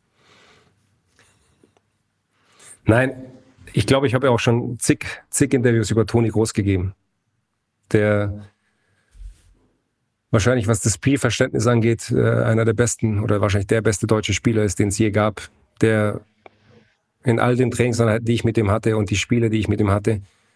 Nein, ich glaube, ich habe ja auch schon zig, zig Interviews über Toni Groß gegeben. Der wahrscheinlich, was das Spielverständnis angeht, einer der besten oder wahrscheinlich der beste deutsche Spieler ist, den es je gab. Der in all den Trainingseinheiten, die ich mit ihm hatte und die Spiele, die ich mit ihm hatte,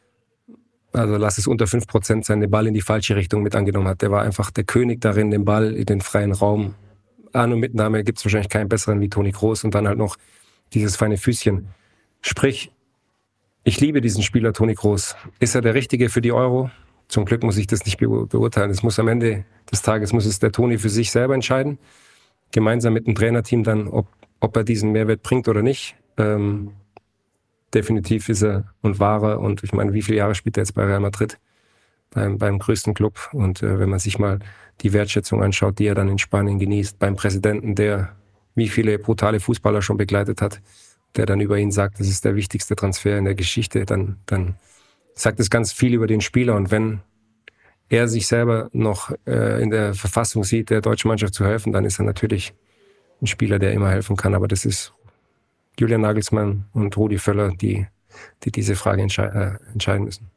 also lass es unter fünf Prozent sein, den Ball in die falsche Richtung mit angenommen hat. Der war einfach der König darin, den Ball in den freien Raum. An- und Mitnahme gibt es wahrscheinlich keinen besseren wie Toni Groß und dann halt noch dieses feine Füßchen. Sprich, ich liebe diesen Spieler Toni Groß. Ist er der Richtige für die Euro? Zum Glück muss ich das nicht beur- beurteilen. Es muss am Ende des Tages muss es der Toni für sich selber entscheiden. Gemeinsam mit dem Trainerteam dann, ob, ob er diesen Mehrwert bringt oder nicht. Ähm, Definitiv ist er und war er. Und ich meine, wie viele Jahre spielt er jetzt bei Real Madrid? Beim, beim größten Club. Und äh, wenn man sich mal die Wertschätzung anschaut, die er dann in Spanien genießt, beim Präsidenten, der wie viele brutale Fußballer schon begleitet hat, der dann über ihn sagt, das ist der wichtigste Transfer in der Geschichte, dann, dann sagt es ganz viel über den Spieler. Und wenn er sich selber noch äh, in der Verfassung sieht, der deutschen Mannschaft zu helfen, dann ist er natürlich ein Spieler, der immer helfen kann. Aber das ist Julian Nagelsmann und Rudi Völler, die, die diese Frage entschei- äh, entscheiden müssen.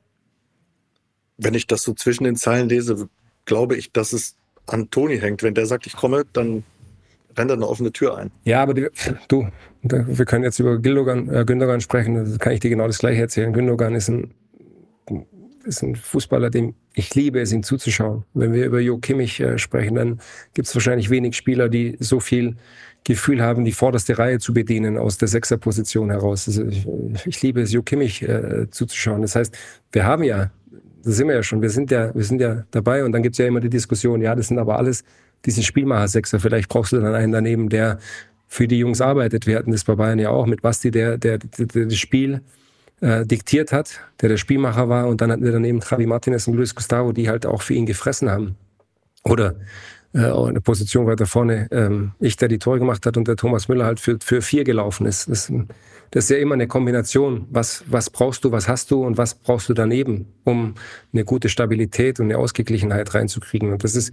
Wenn ich das so zwischen den Zeilen lese, glaube ich, dass es an Toni hängt. Wenn der sagt, ich komme, dann rennt er eine offene Tür ein. Ja, aber die, du, wir können jetzt über Gündogan, äh, Gündogan sprechen, da kann ich dir genau das Gleiche erzählen. Gündogan ist ein, ist ein Fußballer, dem ich liebe es, ihm zuzuschauen. Wenn wir über Jo Kimmich äh, sprechen, dann gibt es wahrscheinlich wenig Spieler, die so viel Gefühl haben, die vorderste Reihe zu bedienen aus der Sechserposition heraus. Also ich, ich liebe es, Jo Kimmich äh, zuzuschauen. Das heißt, wir haben ja, das sind wir ja schon, wir sind ja, wir sind ja dabei und dann gibt es ja immer die Diskussion, ja, das sind aber alles diese Spielmacher-Sechser. Vielleicht brauchst du dann einen daneben, der für die Jungs arbeitet. Wir hatten das bei Bayern ja auch mit Basti, der, der, der, der das Spiel äh, diktiert hat, der der Spielmacher war, und dann hatten wir daneben Javi Martinez und Luis Gustavo, die halt auch für ihn gefressen haben. Oder äh, eine Position weiter vorne, ähm, ich, der die Tore gemacht hat, und der Thomas Müller halt für, für vier gelaufen ist. Das, das ist ja immer eine Kombination. Was, was brauchst du, was hast du und was brauchst du daneben, um eine gute Stabilität und eine Ausgeglichenheit reinzukriegen. Und das ist,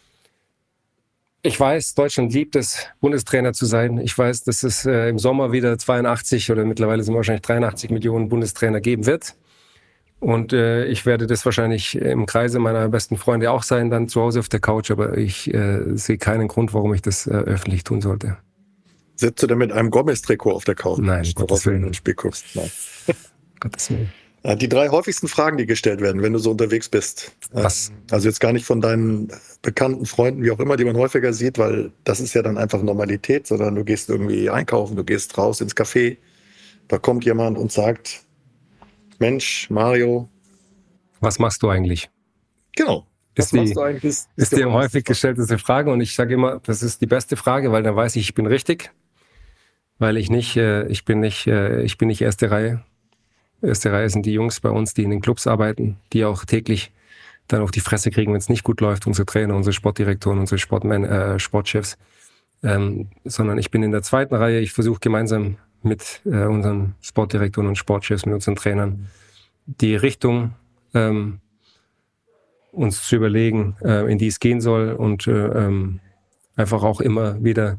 ich weiß, Deutschland liebt es, Bundestrainer zu sein. Ich weiß, dass es äh, im Sommer wieder zweiundachtzig oder mittlerweile sind wahrscheinlich dreiundachtzig Millionen Bundestrainer geben wird. Und äh, ich werde das wahrscheinlich im Kreise meiner besten Freunde auch sein, dann zu Hause auf der Couch. Aber ich äh, sehe keinen Grund, warum ich das äh, öffentlich tun sollte. Sitzt du denn mit einem Gomez-Trikot auf der Couch? Nein, Gottes Willen. Ins Spiel guckst? Nein. Gottes Willen. Die drei häufigsten Fragen, die gestellt werden, wenn du so unterwegs bist. Was? Also jetzt gar nicht von deinen bekannten Freunden, wie auch immer, die man häufiger sieht, weil das ist ja dann einfach Normalität, sondern du gehst irgendwie einkaufen, du gehst raus ins Café, da kommt jemand und sagt, Mensch, Mario. Was machst du eigentlich? Genau. Was Ist die, machst du eigentlich? Ist, ist die am häufig gestellteste Frage und ich sage immer, das ist die beste Frage, weil dann weiß ich, ich bin richtig, weil ich nicht, äh, ich bin nicht, äh, ich bin nicht erste Reihe. Erste Reihe sind die Jungs bei uns, die in den Clubs arbeiten, die auch täglich dann auf die Fresse kriegen, wenn es nicht gut läuft, unsere Trainer, unsere Sportdirektoren, unsere Sportman, äh, Sportchefs, ähm, sondern ich bin in der zweiten Reihe, ich versuche gemeinsam mit äh, unseren Sportdirektoren und Sportchefs, mit unseren Trainern, die Richtung ähm, uns zu überlegen, äh, in die es gehen soll und äh, ähm, einfach auch immer wieder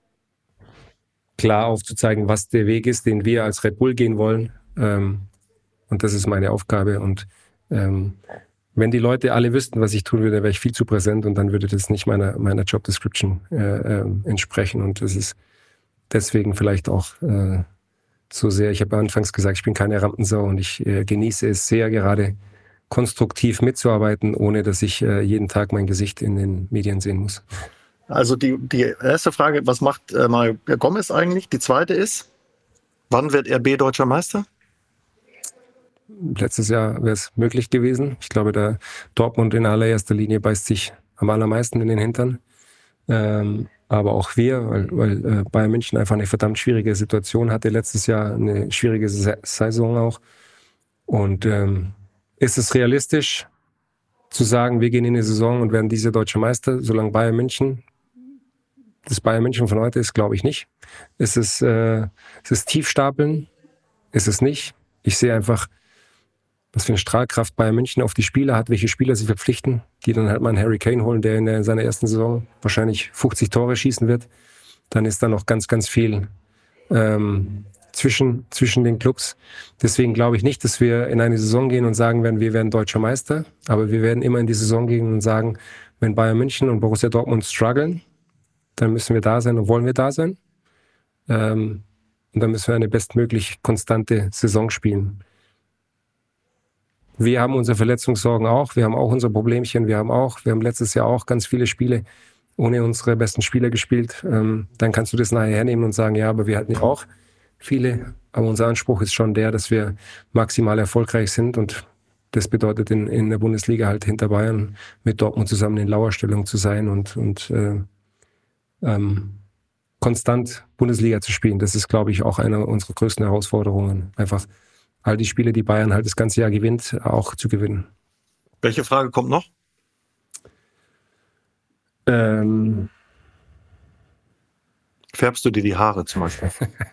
klar aufzuzeigen, was der Weg ist, den wir als Red Bull gehen wollen. Ähm, und das ist meine Aufgabe. Und ähm, wenn die Leute alle wüssten, was ich tun würde, wäre ich viel zu präsent und dann würde das nicht meiner, meiner Job Description äh, äh, entsprechen. Und das ist deswegen vielleicht auch äh, so sehr, ich habe anfangs gesagt, ich bin keine Rampensau und ich äh, genieße es sehr, gerade konstruktiv mitzuarbeiten, ohne dass ich äh, jeden Tag mein Gesicht in den Medien sehen muss. Also die, die erste Frage, was macht äh, Mario Gomez eigentlich? Die zweite ist, wann wird R B Deutscher Meister? Letztes Jahr wäre es möglich gewesen. Ich glaube, der Dortmund in allererster Linie beißt sich am allermeisten in den Hintern. Ähm, aber auch wir, weil, weil äh, Bayern München einfach eine verdammt schwierige Situation hatte. Letztes Jahr eine schwierige Saison auch. Und ähm, ist es realistisch zu sagen, wir gehen in die Saison und werden diese Deutsche Meister, solange Bayern München das Bayern München von heute ist, glaube ich nicht. Ist es, äh, ist es Tiefstapeln? Ist es nicht? Ich sehe einfach, was für eine Strahlkraft Bayern München auf die Spieler hat, welche Spieler sie verpflichten, die dann halt mal einen Harry Kane holen, der in, der, in seiner ersten Saison wahrscheinlich fünfzig Tore schießen wird. Dann ist da noch ganz, ganz viel ähm, zwischen, zwischen den Clubs. Deswegen glaube ich nicht, dass wir in eine Saison gehen und sagen werden, wir werden Deutscher Meister. Aber wir werden immer in die Saison gehen und sagen, wenn Bayern München und Borussia Dortmund strugglen, dann müssen wir da sein und wollen wir da sein. Ähm, und dann müssen wir eine bestmöglich konstante Saison spielen. Wir haben unsere Verletzungssorgen auch, wir haben auch unsere Problemchen, wir haben auch, wir haben letztes Jahr auch ganz viele Spiele ohne unsere besten Spieler gespielt. Ähm, dann kannst du das nachher hernehmen und sagen, ja, aber wir hatten ja auch viele. Aber unser Anspruch ist schon der, dass wir maximal erfolgreich sind und das bedeutet in, in der Bundesliga halt hinter Bayern mit Dortmund zusammen in Lauerstellung zu sein und, und äh, ähm, konstant Bundesliga zu spielen. Das ist, glaube ich, auch eine unserer größten Herausforderungen. Einfach all die Spiele, die Bayern halt das ganze Jahr gewinnt, auch zu gewinnen. Welche Frage kommt noch? Ähm, Färbst du dir die Haare zum Beispiel?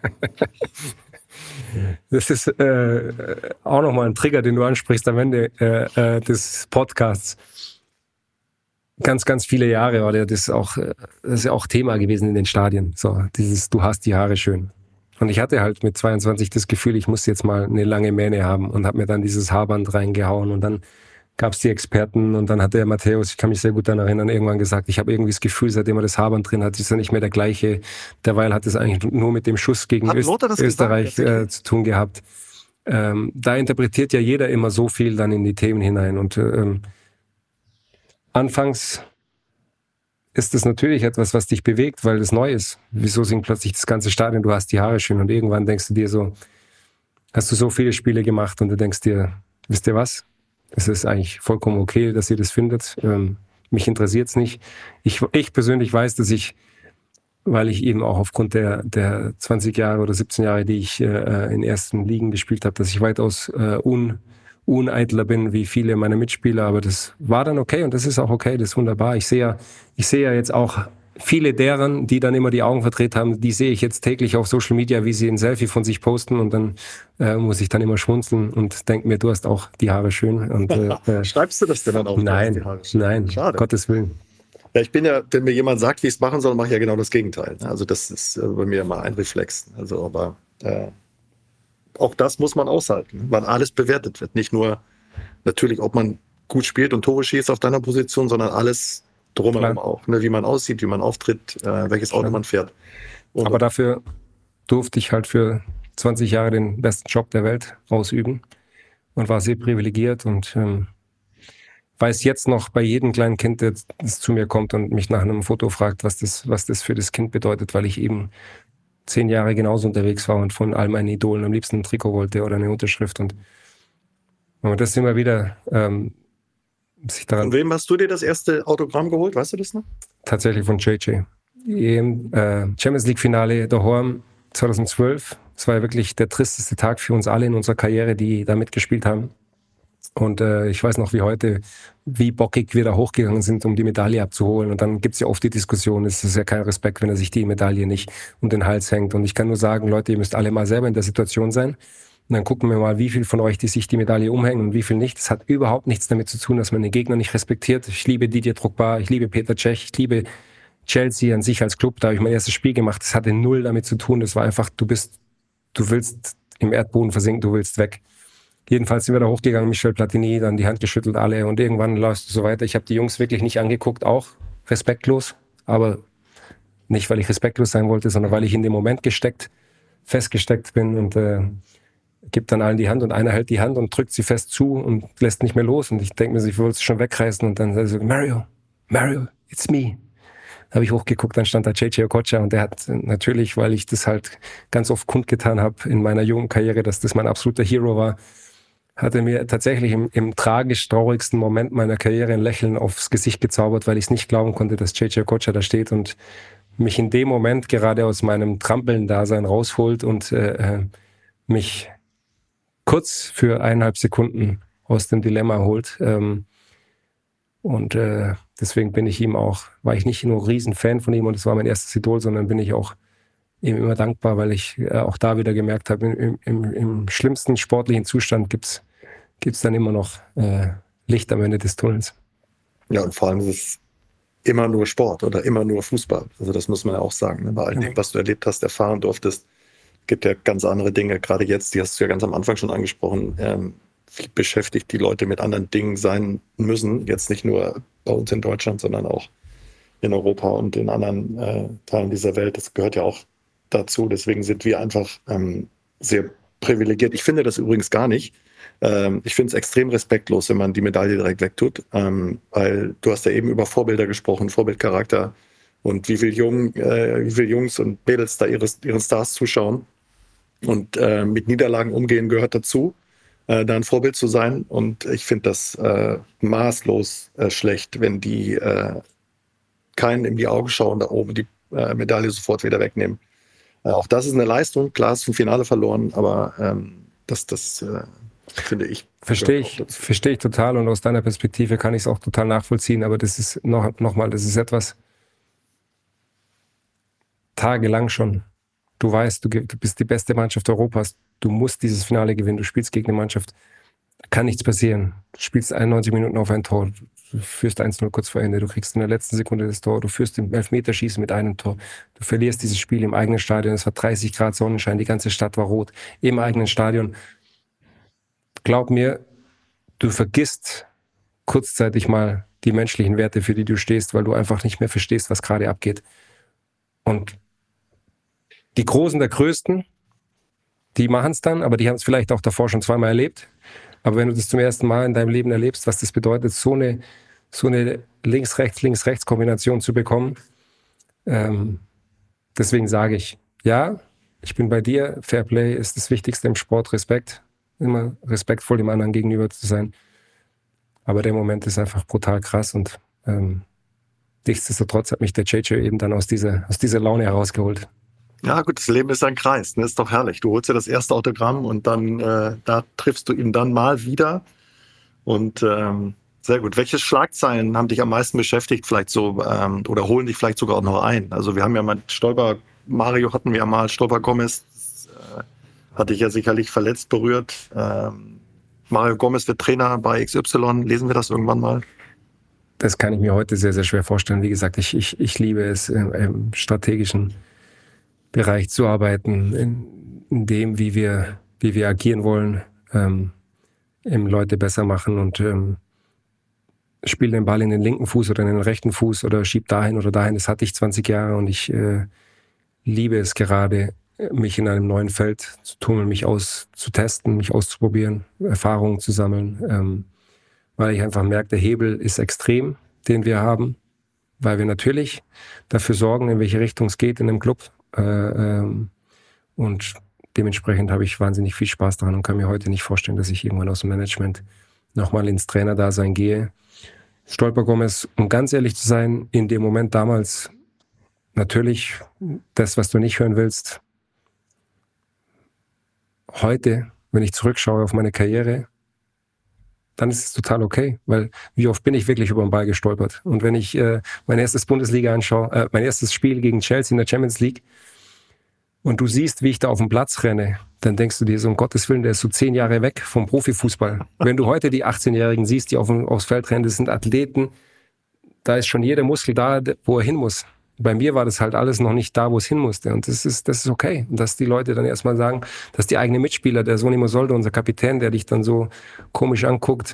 Das ist äh, auch nochmal ein Trigger, den du ansprichst am Ende äh, äh, des Podcasts. Ganz, ganz viele Jahre war das auch, das ist ja auch Thema gewesen in den Stadien. So, dieses, du hast die Haare schön. Und ich hatte halt mit zweiundzwanzig das Gefühl, ich muss jetzt mal eine lange Mähne haben und habe mir dann dieses Haarband reingehauen und dann gab es die Experten und dann hat der Matthäus, ich kann mich sehr gut daran erinnern, irgendwann gesagt, ich habe irgendwie das Gefühl, seitdem er das Haarband drin hat, ist er nicht mehr der gleiche. Derweil hat es eigentlich nur mit dem Schuss gegen Öst- Österreich äh, zu tun gehabt. Ähm, da interpretiert ja jeder immer so viel dann in die Themen hinein und ähm, anfangs ist das natürlich etwas, was dich bewegt, weil es neu ist. Wieso singt plötzlich das ganze Stadion, du hast die Haare schön und irgendwann denkst du dir so, hast du so viele Spiele gemacht und du denkst dir, wisst ihr was? Es ist eigentlich vollkommen okay, dass ihr das findet. Ähm, mich interessiert es nicht. Ich, ich persönlich weiß, dass ich, weil ich eben auch aufgrund der, der zwanzig Jahre oder siebzehn Jahre, die ich äh, in ersten Ligen gespielt habe, dass ich weitaus äh, un, uneitler bin wie viele meiner Mitspieler. Aber das war dann okay und das ist auch okay, das ist wunderbar. Ich sehe ja, ich sehe ja jetzt auch viele deren, die dann immer die Augen verdreht haben, die sehe ich jetzt täglich auf Social Media, wie sie ein Selfie von sich posten und dann äh, muss ich dann immer schmunzeln und denke mir, du hast auch die Haare schön. Und, äh, Schreibst du das denn dann auch? Nein, die Haare schön? nein, Schade. Gottes Willen. Ja, ich bin ja, wenn mir jemand sagt, wie ich es machen soll, mache ich ja genau das Gegenteil. Also das ist äh, bei mir immer ein Reflex. Also aber äh, auch das muss man aushalten, weil alles bewertet wird. Nicht nur natürlich, ob man gut spielt und Tore schießt auf deiner Position, sondern alles drumherum Klar. auch. Ne? Wie man aussieht, wie man auftritt, äh, welches Auto Klar. man fährt. Und aber dafür durfte ich halt für zwanzig Jahre den besten Job der Welt ausüben. und war sehr privilegiert und ähm, weiß jetzt noch bei jedem kleinen Kind, das, das zu mir kommt und mich nach einem Foto fragt, was das, was das für das Kind bedeutet, weil ich eben zehn Jahre genauso unterwegs war und von all meinen Idolen am liebsten ein Trikot wollte oder eine Unterschrift. Und, und das immer wieder ähm, sich daran... Von wem hast du dir das erste Autogramm geholt? Weißt du das noch? Tatsächlich von J J. Im äh, Champions League Finale daheim zweitausendzwölf. Das war ja wirklich der tristeste Tag für uns alle in unserer Karriere, die da mitgespielt haben. Und äh, ich weiß noch wie heute, wie bockig wir da hochgegangen sind, um die Medaille abzuholen. Und dann gibt's ja oft die Diskussion, es ist ja kein Respekt, wenn er sich die Medaille nicht um den Hals hängt. Und ich kann nur sagen, Leute, ihr müsst alle mal selber in der Situation sein. Und dann gucken wir mal, wie viel von euch, die sich die Medaille umhängen und wie viel nicht. Das hat überhaupt nichts damit zu tun, dass man den Gegner nicht respektiert. Ich liebe Didier Drogba, ich liebe Peter Cech, ich liebe Chelsea an sich als Club. Da habe ich mein erstes Spiel gemacht. Das hatte null damit zu tun. Das war einfach, du bist, du willst im Erdboden versinken, du willst weg. Jedenfalls sind wir da hochgegangen, Michel Platini, dann die Hand geschüttelt, alle. Und irgendwann läuft es so weiter. Ich habe die Jungs wirklich nicht angeguckt, auch respektlos. Aber nicht, weil ich respektlos sein wollte, sondern weil ich in dem Moment gesteckt, festgesteckt bin und äh, gibt dann allen die Hand und einer hält die Hand und drückt sie fest zu und lässt nicht mehr los. Und ich denke mir, ich wollte es schon wegreißen und dann so, Mario, Mario, it's me. Da habe ich hochgeguckt, dann stand da J J Okocha und der hat natürlich, weil ich das halt ganz oft kundgetan habe in meiner jungen Karriere, dass das mein absoluter Hero war, hat er mir tatsächlich im, im tragisch traurigsten Moment meiner Karriere ein Lächeln aufs Gesicht gezaubert, weil ich es nicht glauben konnte, dass J J Okocha da steht und mich in dem Moment gerade aus meinem Trampeln-Dasein rausholt und äh, mich kurz für eineinhalb Sekunden aus dem Dilemma holt. Ähm, und äh, deswegen bin ich ihm auch, war ich nicht nur ein Riesenfan von ihm und es war mein erstes Idol, sondern bin ich auch ihm immer dankbar, weil ich äh, auch da wieder gemerkt habe, im, im, im schlimmsten sportlichen Zustand gibt's gibt's dann immer noch äh, Licht am Ende des Tunnels. Ja, und vor allem ist es immer nur Sport oder immer nur Fußball. Also das muss man ja auch sagen. Ne? Bei all dem, Ja. was du erlebt hast, erfahren durftest, gibt ja ganz andere Dinge. Gerade jetzt, die hast du ja ganz am Anfang schon angesprochen, ähm, wie beschäftigt die Leute mit anderen Dingen sein müssen. Jetzt nicht nur bei uns in Deutschland, sondern auch in Europa und in anderen äh, Teilen dieser Welt. Das gehört ja auch dazu. Deswegen sind wir einfach ähm, sehr privilegiert. Ich finde das übrigens gar nicht. Ähm, ich finde es extrem respektlos, wenn man die Medaille direkt wegtut, ähm, weil du hast ja eben über Vorbilder gesprochen, Vorbildcharakter und wie viel, Jung, äh, wie viel Jungs und Mädels da ihre, ihren Stars zuschauen und äh, mit Niederlagen umgehen gehört dazu, äh, da ein Vorbild zu sein. Und ich finde das äh, maßlos äh, schlecht, wenn die äh, keinen in die Augen schauen, da oben die äh, Medaille sofort wieder wegnehmen. Äh, auch das ist eine Leistung. Klar, ist im Finale verloren, aber ähm, das, das äh, finde ich. Verstehe ich, verstehe ich total und aus deiner Perspektive kann ich es auch total nachvollziehen, aber das ist noch, noch mal, das ist etwas tagelang schon. Du weißt, du, du bist die beste Mannschaft Europas, du musst dieses Finale gewinnen, du spielst gegen eine Mannschaft, kann nichts passieren. Du spielst einundneunzig Minuten auf ein Tor, du führst eins null kurz vor Ende, du kriegst in der letzten Sekunde das Tor, du führst im Elfmeterschießen mit einem Tor, du verlierst dieses Spiel im eigenen Stadion, es war dreißig Grad Sonnenschein, die ganze Stadt war rot, im eigenen Stadion. Glaub mir, du vergisst kurzzeitig mal die menschlichen Werte, für die du stehst, weil du einfach nicht mehr verstehst, was gerade abgeht. Und die Großen der Größten, die machen es dann, aber die haben es vielleicht auch davor schon zweimal erlebt. Aber wenn du das zum ersten Mal in deinem Leben erlebst, was das bedeutet, so eine, so eine Links-Rechts-Links-Rechts-Kombination zu bekommen, ähm, deswegen sage ich, ja, ich bin bei dir, Fairplay ist das Wichtigste im Sport, Respekt, immer respektvoll dem anderen gegenüber zu sein. Aber der Moment ist einfach brutal krass und ähm, nichtsdestotrotz hat mich der J J eben dann aus dieser, aus dieser Laune herausgeholt. Ja gut, das Leben ist ein Kreis, ne? Ist doch herrlich. Du holst dir das erste Autogramm und dann äh, da triffst du ihn dann mal wieder. Und ähm, sehr gut. Welche Schlagzeilen haben dich am meisten beschäftigt, vielleicht so, ähm, oder holen dich vielleicht sogar auch noch ein? Also wir haben ja mal Stolper, Mario hatten wir ja mal, Stolper Gomez, äh, hatte ich ja sicherlich verletzt berührt. Ähm, Mario Gomez wird Trainer bei X Y. Lesen wir das irgendwann mal? Das kann ich mir heute sehr, sehr schwer vorstellen. Wie gesagt, ich, ich, ich liebe es, im, im strategischen Bereich zu arbeiten, in, in dem, wie wir, wie wir agieren wollen, ähm, eben Leute besser machen und ähm, spiele den Ball in den linken Fuß oder in den rechten Fuß oder schieb dahin oder dahin. Das hatte ich zwanzig Jahre und ich äh, liebe es gerade, mich in einem neuen Feld zu tummeln, mich auszutesten, mich auszuprobieren, Erfahrungen zu sammeln, ähm, weil ich einfach merke, der Hebel ist extrem, den wir haben, weil wir natürlich dafür sorgen, in welche Richtung es geht in einem Club. Äh, ähm, und dementsprechend habe ich wahnsinnig viel Spaß daran und kann mir heute nicht vorstellen, dass ich irgendwann aus dem Management nochmal ins Trainerdasein gehe. Stolper Gomez, um ganz ehrlich zu sein, in dem Moment damals natürlich das, was du nicht hören willst. Heute, wenn ich zurückschaue auf meine Karriere, dann ist es total okay, weil wie oft bin ich wirklich über den Ball gestolpert? Und wenn ich äh, mein erstes Bundesliga anschaue, äh, mein erstes Spiel gegen Chelsea in der Champions League und du siehst, wie ich da auf den Platz renne, dann denkst du dir so, um Gottes Willen, der ist so zehn Jahre weg vom Profifußball. Wenn du heute die achtzehnjährigen siehst, die auf dem, aufs Feld rennen, das sind Athleten, da ist schon jeder Muskel da, wo er hin muss. Bei mir war das halt alles noch nicht da, wo es hin musste. Und das ist, das ist okay. Und dass die Leute dann erstmal sagen, dass die eigenen Mitspieler, der Sonny Mosoldo, unser Kapitän, der dich dann so komisch anguckt,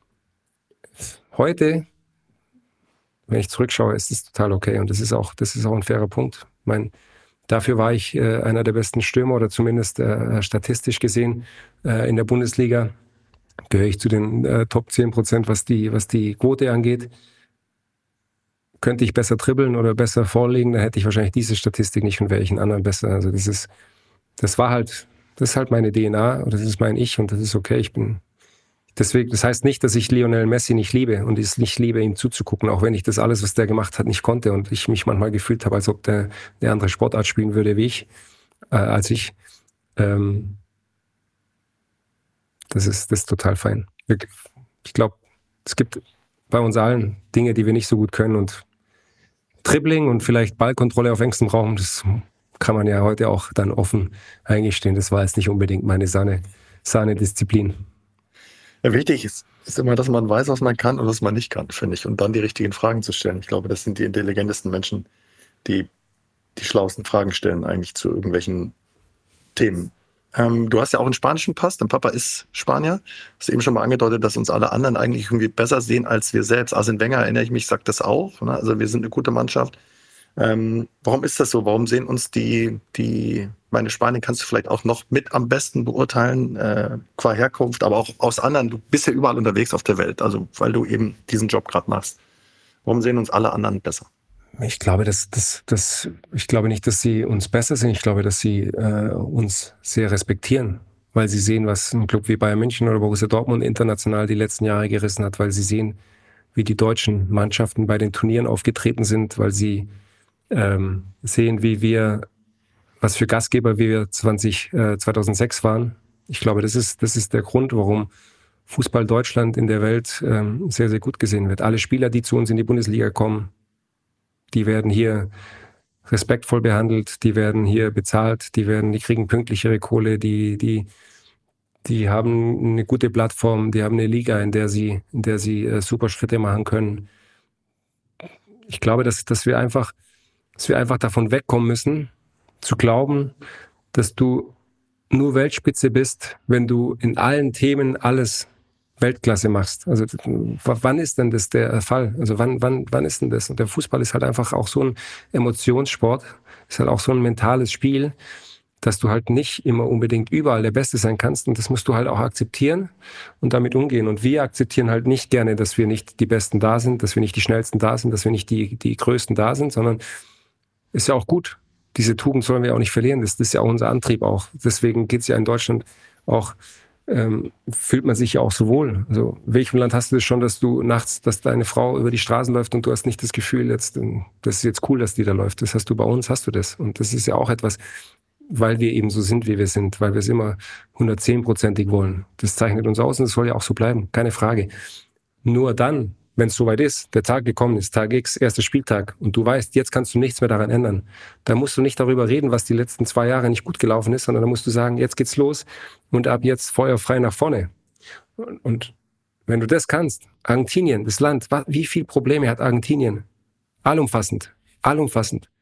heute, wenn ich zurückschaue, ist es total okay. Und das ist auch, das ist auch ein fairer Punkt. Ich meine, dafür war ich äh, einer der besten Stürmer oder zumindest äh, statistisch gesehen äh, in der Bundesliga. Gehöre ich zu den äh, Top zehn Prozent, was die, was die Quote angeht. Könnte ich besser dribbeln oder besser vorlegen, dann hätte ich wahrscheinlich diese Statistik nicht und wäre ich ein anderer besser. Also das ist, das war halt, das ist halt meine D N A und das ist mein Ich und das ist okay. Ich bin deswegen, das heißt nicht, dass ich Lionel Messi nicht liebe und es nicht liebe, ihm zuzugucken, auch wenn ich das alles, was der gemacht hat, nicht konnte und ich mich manchmal gefühlt habe, als ob der eine andere Sportart spielen würde wie ich, äh, als ich. Ähm, das ist, das ist total fein. Ich glaube, es gibt bei uns allen Dinge, die wir nicht so gut können und Dribbling und vielleicht Ballkontrolle auf engstem Raum, das kann man ja heute auch dann offen eingestehen. Das war jetzt nicht unbedingt meine Sahne, Sahne-Disziplin. Ja, wichtig ist, ist immer, dass man weiß, was man kann und was man nicht kann, finde ich. Und dann die richtigen Fragen zu stellen. Ich glaube, das sind die intelligentesten Menschen, die die schlauesten Fragen stellen eigentlich zu irgendwelchen Themen. Ähm, du hast ja auch einen spanischen Pass, dein Papa ist Spanier. Du hast eben schon mal angedeutet, dass uns alle anderen eigentlich irgendwie besser sehen als wir selbst. Arsene Wenger, erinnere ich mich, sagt das auch. Ne? Also wir sind eine gute Mannschaft. Ähm, warum ist das so? Warum sehen uns die, die, meine Spanien kannst du vielleicht auch noch mit am besten beurteilen, äh, qua Herkunft, aber auch aus anderen. Du bist ja überall unterwegs auf der Welt, also weil du eben diesen Job gerade machst. Warum sehen uns alle anderen besser? Ich glaube, dass, dass, dass, ich glaube nicht, dass sie uns besser sind. Ich glaube, dass sie äh, uns sehr respektieren, weil sie sehen, was ein Club wie Bayern München oder Borussia Dortmund international die letzten Jahre gerissen hat, weil sie sehen, wie die deutschen Mannschaften bei den Turnieren aufgetreten sind, weil sie ähm, sehen, wie wir, was für Gastgeber wir zwanzig, äh, zweitausendsechs waren. Ich glaube, das ist, das ist der Grund, warum Fußball Deutschland in der Welt ähm, sehr, sehr gut gesehen wird. Alle Spieler, die zu uns in die Bundesliga kommen, die werden hier respektvoll behandelt, die werden hier bezahlt, die werden, die kriegen pünktlichere Kohle, die, die, die haben eine gute Plattform, die haben eine Liga, in der sie, in der sie äh, super Schritte machen können. Ich glaube, dass, dass wir einfach, dass wir einfach davon wegkommen müssen, zu glauben, dass du nur Weltspitze bist, wenn du in allen Themen alles Weltklasse machst. Also w- wann ist denn das der Fall? Also wann, wann, wann ist denn das? Und der Fußball ist halt einfach auch so ein Emotionssport, ist halt auch so ein mentales Spiel, dass du halt nicht immer unbedingt überall der Beste sein kannst und das musst du halt auch akzeptieren und damit umgehen. Und wir akzeptieren halt nicht gerne, dass wir nicht die Besten da sind, dass wir nicht die Schnellsten da sind, dass wir nicht die, die Größten da sind, sondern ist ja auch gut. Diese Tugend sollen wir auch nicht verlieren. Das, das ist ja auch unser Antrieb auch. Deswegen geht's ja in Deutschland auch, ähm, fühlt man sich ja auch so wohl. Also, in welchem Land hast du das schon, dass du nachts, dass deine Frau über die Straßen läuft und du hast nicht das Gefühl, jetzt, das ist jetzt cool, dass die da läuft. Das hast du bei uns, hast du das. Und das ist ja auch etwas, weil wir eben so sind, wie wir sind, weil wir es immer hundertzehn-prozentig wollen. Das zeichnet uns aus und das soll ja auch so bleiben, keine Frage. Nur dann, wenn es soweit ist, der Tag gekommen ist, Tag X, erster Spieltag, und du weißt, jetzt kannst du nichts mehr daran ändern, dann musst du nicht darüber reden, was die letzten zwei Jahre nicht gut gelaufen ist, sondern dann musst du sagen, jetzt geht's los und ab jetzt feuerfrei nach vorne. Und, und wenn du das kannst, Argentinien, das Land, wie viele Probleme hat Argentinien? Allumfassend, allumfassend.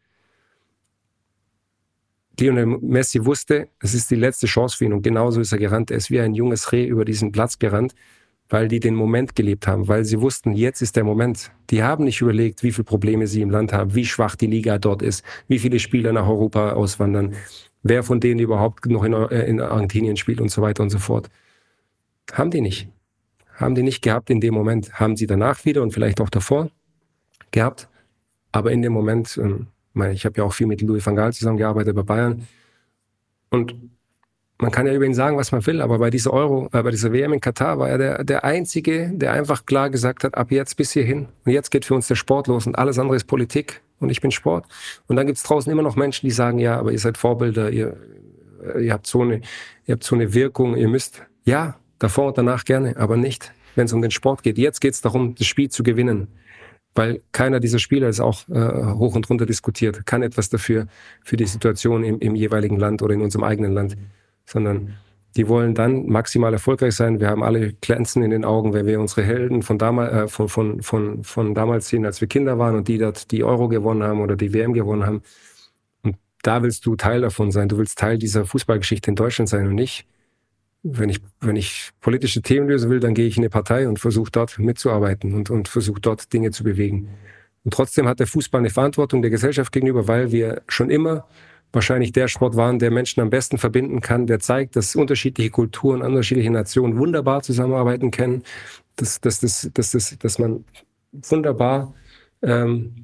Lionel Messi wusste, es ist die letzte Chance für ihn und genauso ist er gerannt. Er ist wie ein junges Reh über diesen Platz gerannt weil die den Moment gelebt haben, weil sie wussten, jetzt ist der Moment. Die haben nicht überlegt, wie viele Probleme sie im Land haben, wie schwach die Liga dort ist, wie viele Spieler nach Europa auswandern, wer von denen überhaupt noch in, in Argentinien spielt und so weiter und so fort. Haben die nicht. Haben die nicht gehabt in dem Moment. Haben sie danach wieder und vielleicht auch davor gehabt. Aber in dem Moment, ähm, ich habe ja auch viel mit Louis van Gaal zusammengearbeitet bei Bayern. Und man kann ja über ihn sagen, was man will, aber bei dieser Euro, äh, bei dieser W M in Katar war er der, der Einzige, der einfach klar gesagt hat, ab jetzt bis hierhin. Und jetzt geht für uns der Sport los und alles andere ist Politik und ich bin Sport. Und dann gibt es draußen immer noch Menschen, die sagen, ja, aber ihr seid Vorbilder, ihr, ihr, habt so eine, ihr habt so eine Wirkung, ihr müsst, ja, davor und danach gerne, aber nicht, wenn es um den Sport geht. Jetzt geht es darum, das Spiel zu gewinnen. Weil keiner dieser Spieler ist auch äh, hoch und runter diskutiert, kann etwas dafür, für die Situation im, im jeweiligen Land oder in unserem eigenen Land. Sondern die wollen dann maximal erfolgreich sein. Wir haben alle Glänzen in den Augen, wenn wir unsere Helden von, damal, äh, von, von, von, von damals sehen, als wir Kinder waren und die dort die Euro gewonnen haben oder die W M gewonnen haben. Und da willst du Teil davon sein. Du willst Teil dieser Fußballgeschichte in Deutschland sein und nicht, wenn ich, wenn ich politische Themen lösen will, dann gehe ich in eine Partei und versuche dort mitzuarbeiten und, und versuche dort Dinge zu bewegen. Und trotzdem hat der Fußball eine Verantwortung der Gesellschaft gegenüber, weil wir schon immer wahrscheinlich der Sport waren, der Menschen am besten verbinden kann, der zeigt, dass unterschiedliche Kulturen, unterschiedliche Nationen wunderbar zusammenarbeiten können, dass, dass, dass, dass, dass, dass man wunderbar ähm,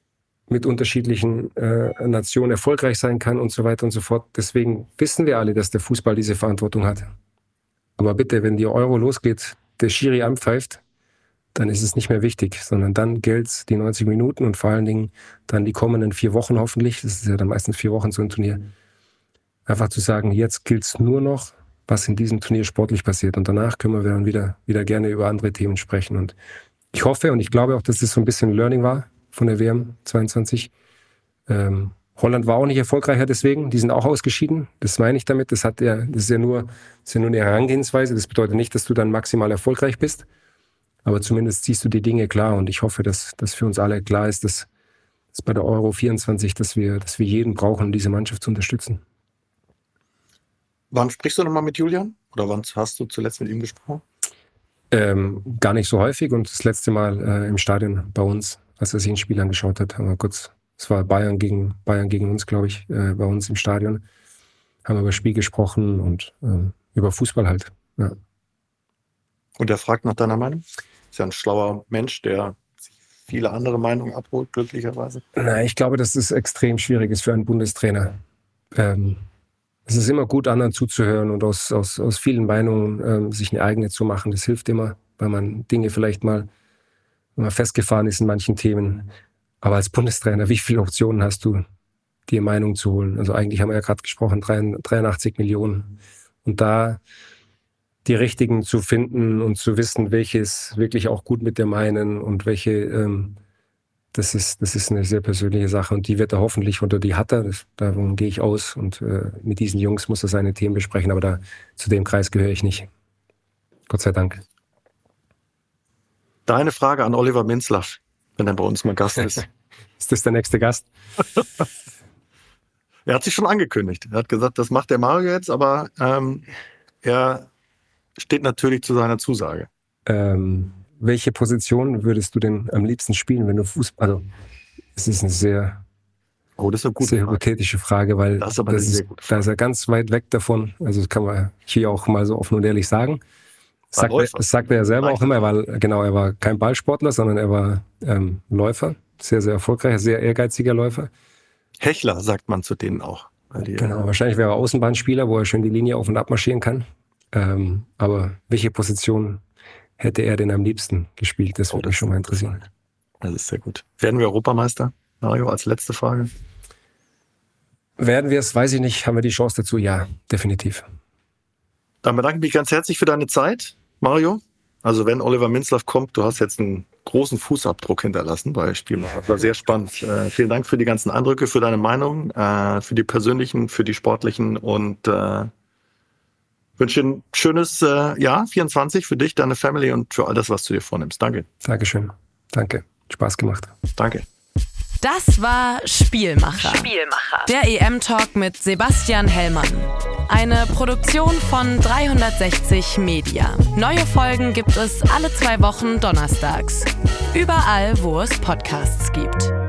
mit unterschiedlichen äh, Nationen erfolgreich sein kann und so weiter und so fort. Deswegen wissen wir alle, dass der Fußball diese Verantwortung hat. Aber bitte, wenn die Euro losgeht, der Schiri anpfeift, dann ist es nicht mehr wichtig, sondern dann gilt die neunzig Minuten und vor allen Dingen dann die kommenden vier Wochen hoffentlich, das ist ja dann meistens vier Wochen so ein Turnier, einfach zu sagen, jetzt gilt es nur noch, was in diesem Turnier sportlich passiert und danach können wir dann wieder, wieder gerne über andere Themen sprechen. Und ich hoffe und ich glaube auch, dass das so ein bisschen Learning war von der W M zweiundzwanzig. Ähm, Holland war auch nicht erfolgreicher deswegen, die sind auch ausgeschieden, das meine ich damit, das, hat ja, das, ist ja nur, das ist ja nur eine Herangehensweise, das bedeutet nicht, dass du dann maximal erfolgreich bist, aber zumindest siehst du die Dinge klar und ich hoffe, dass, dass für uns alle klar ist, dass, dass bei der Euro vierundzwanzig, dass wir, dass wir jeden brauchen, um diese Mannschaft zu unterstützen. Wann sprichst du nochmal mit Julian? Oder wann hast du zuletzt mit ihm gesprochen? Ähm, gar nicht so häufig und das letzte Mal äh, im Stadion bei uns, als er sich ein Spiel angeschaut hat, haben wir kurz, es war Bayern gegen, Bayern gegen uns, glaube ich, äh, bei uns im Stadion, haben wir über das Spiel gesprochen und äh, über Fußball halt. Ja. Und er fragt nach deiner Meinung? Ist ja ein schlauer Mensch, der sich viele andere Meinungen abholt, glücklicherweise. Na, ich glaube, dass es extrem schwierig ist für einen Bundestrainer. Ähm, es ist immer gut, anderen zuzuhören und aus, aus, aus vielen Meinungen ähm, sich eine eigene zu machen. Das hilft immer, weil man Dinge vielleicht mal, wenn man festgefahren ist in manchen Themen. Aber als Bundestrainer, wie viele Optionen hast du, dir Meinung zu holen? Also eigentlich haben wir ja gerade gesprochen, dreiundachtzig Millionen. Und da die richtigen zu finden und zu wissen, welches wirklich auch gut mit dir meinen und welche, ähm, das ist, das ist eine sehr persönliche Sache und die wird er hoffentlich, oder die hat er, das, davon gehe ich aus und äh, mit diesen Jungs muss er seine Themen besprechen, aber da, zu dem Kreis gehöre ich nicht. Gott sei Dank. Deine Frage an Oliver Minzlaff, wenn er bei uns mal Gast ist. Ist das der nächste Gast? Er hat sich schon angekündigt. Er hat gesagt, das macht der Mario jetzt, aber ähm, er steht natürlich zu seiner Zusage. Ähm, welche Position würdest du denn am liebsten spielen, wenn du Fußball... Also, es ist eine sehr, oh, das ist eine gute sehr Frage. hypothetische Frage, weil das ist aber das eine sehr ist, gute Frage. da ist er ganz weit weg davon. Also das kann man hier auch mal so offen und ehrlich sagen. Das sagt, er, das sagt er ja selber auch immer. Er war, genau, er war kein Ballsportler, sondern er war ähm, Läufer. Sehr, sehr erfolgreicher, sehr ehrgeiziger Läufer. Hechler sagt man zu denen auch. Weil die, genau, wahrscheinlich wäre er Außenbahnspieler, wo er schön die Linie auf und ab marschieren kann. Ähm, aber welche Position hätte er denn am liebsten gespielt? Das würde oh, mich schon mal interessieren. Das ist sehr gut. Werden wir Europameister, Mario, als letzte Frage? Werden wir es, weiß ich nicht. Haben wir die Chance dazu? Ja, definitiv. Dann bedanke ich mich ganz herzlich für deine Zeit, Mario. Also wenn Oliver Minzlaff kommt, du hast jetzt einen großen Fußabdruck hinterlassen bei Spielmacher. Das war sehr spannend. Äh, vielen Dank für die ganzen Eindrücke, für deine Meinung, äh, für die persönlichen, für die sportlichen und äh, wünsche dir ein schönes äh, Jahr vierundzwanzig für dich, deine Family und für all das, was du dir vornimmst. Danke. Dankeschön. Danke. Spaß gemacht. Danke. Das war Spielmacher. Spielmacher. Der E M-Talk mit Sebastian Hellmann. Eine Produktion von dreihundertsechzig Media. Neue Folgen gibt es alle zwei Wochen donnerstags. Überall, wo es Podcasts gibt.